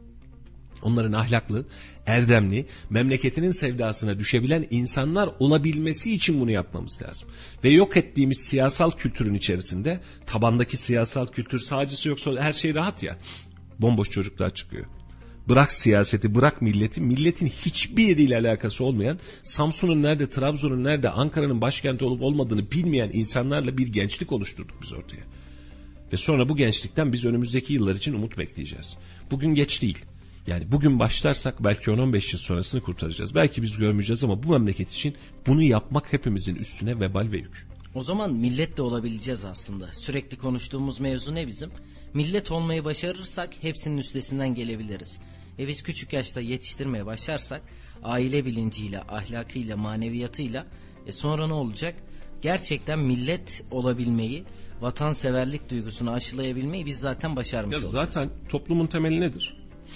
Onların ahlaklı, erdemli, memleketinin sevdasına düşebilen insanlar olabilmesi için bunu yapmamız lazım. Ve yok ettiğimiz siyasal kültürün içerisinde, tabandaki siyasal kültür sağcısı yoksa her şey rahat ya, bomboş çocuklar çıkıyor. Bırak siyaseti, bırak milleti, milletin hiçbir yeriyle alakası olmayan, Samsun'un nerede, Trabzon'un nerede, Ankara'nın başkenti olup olmadığını bilmeyen insanlarla bir gençlik oluşturduk biz ortaya. Ve sonra bu gençlikten biz önümüzdeki yıllar için umut bekleyeceğiz. Bugün geç değil. Yani bugün başlarsak belki 10-15 yıl sonrasını kurtaracağız. Belki biz görmeyeceğiz ama bu memleket için bunu yapmak hepimizin üstüne vebal ve yük. O zaman millet de olabileceğiz aslında. Sürekli konuştuğumuz mevzu ne bizim? Millet olmayı başarırsak hepsinin üstesinden gelebiliriz. Biz küçük yaşta yetiştirmeye başlarsak aile bilinciyle, ahlakıyla, maneviyatıyla sonra ne olacak? Gerçekten millet olabilmeyi, vatanseverlik duygusunu aşılayabilmeyi biz zaten başarmış olacağız. Zaten toplumun temeli nedir?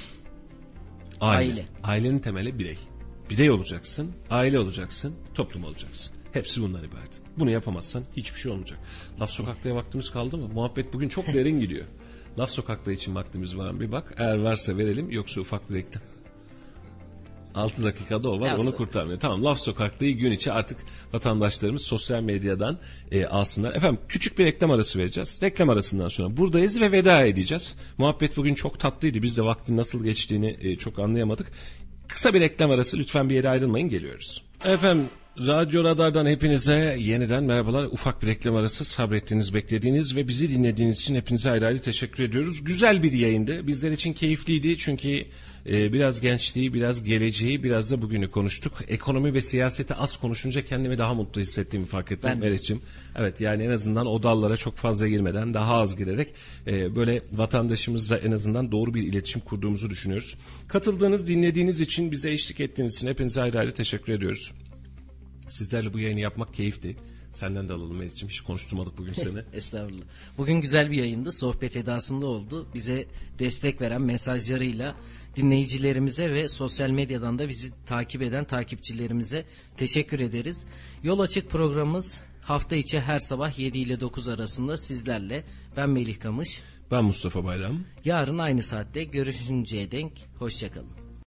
Aile. Ailenin temeli birey. Birey olacaksın, aile olacaksın, toplum olacaksın. Hepsi bundan ibaret. Bunu yapamazsan hiçbir şey olmayacak. Laf Sokak'ta'ya vaktimiz kaldı mı? Muhabbet bugün çok derin gidiyor. Laf Sokak'ta için vaktimiz var mı? Bir bak. Eğer varsa verelim, yoksa ufak bir reklam. 6 dakikada o var, onu kurtarmıyor. Tamam, Laf Sokak'tayı gün içi artık vatandaşlarımız sosyal medyadan alsınlar. Efendim, küçük bir reklam arası vereceğiz. Reklam arasından sonra buradayız ve veda edeceğiz. Muhabbet bugün çok tatlıydı. Biz de vaktin nasıl geçtiğini çok anlayamadık. Kısa bir reklam arası, lütfen bir yere ayrılmayın, geliyoruz. Efendim, Radyo Radar'dan hepinize yeniden merhabalar. Ufak bir reklam arası, sabrettiğiniz, beklediğiniz ve bizi dinlediğiniz için hepinize ayrı ayrı teşekkür ediyoruz. Güzel bir yayındı. Bizler için keyifliydi çünkü biraz gençliği, biraz geleceği, biraz da bugünü konuştuk. Ekonomi ve siyaseti az konuşunca kendimi daha mutlu hissettiğimi fark ettim Meriç'im. Evet, yani en azından o dallara çok fazla girmeden, daha az girerek böyle vatandaşımızla en azından doğru bir iletişim kurduğumuzu düşünüyoruz. Katıldığınız, dinlediğiniz için, bize eşlik ettiğiniz için hepinize ayrı ayrı teşekkür ediyoruz. Sizlerle bu yayını yapmak keyifti. Senden de alalım Meriç'im. Hiç konuşturmadık bugün seni. Estağfurullah. Bugün güzel bir yayındı. Sohbet edasında oldu. Bize destek veren mesajlarıyla dinleyicilerimize ve sosyal medyadan da bizi takip eden takipçilerimize teşekkür ederiz. Yol Açık programımız hafta içi her sabah 7 ile 9 arasında sizlerle. Ben Melih Kamış. Ben Mustafa Bayram. Yarın aynı saatte görüşünceye denk hoşçakalın.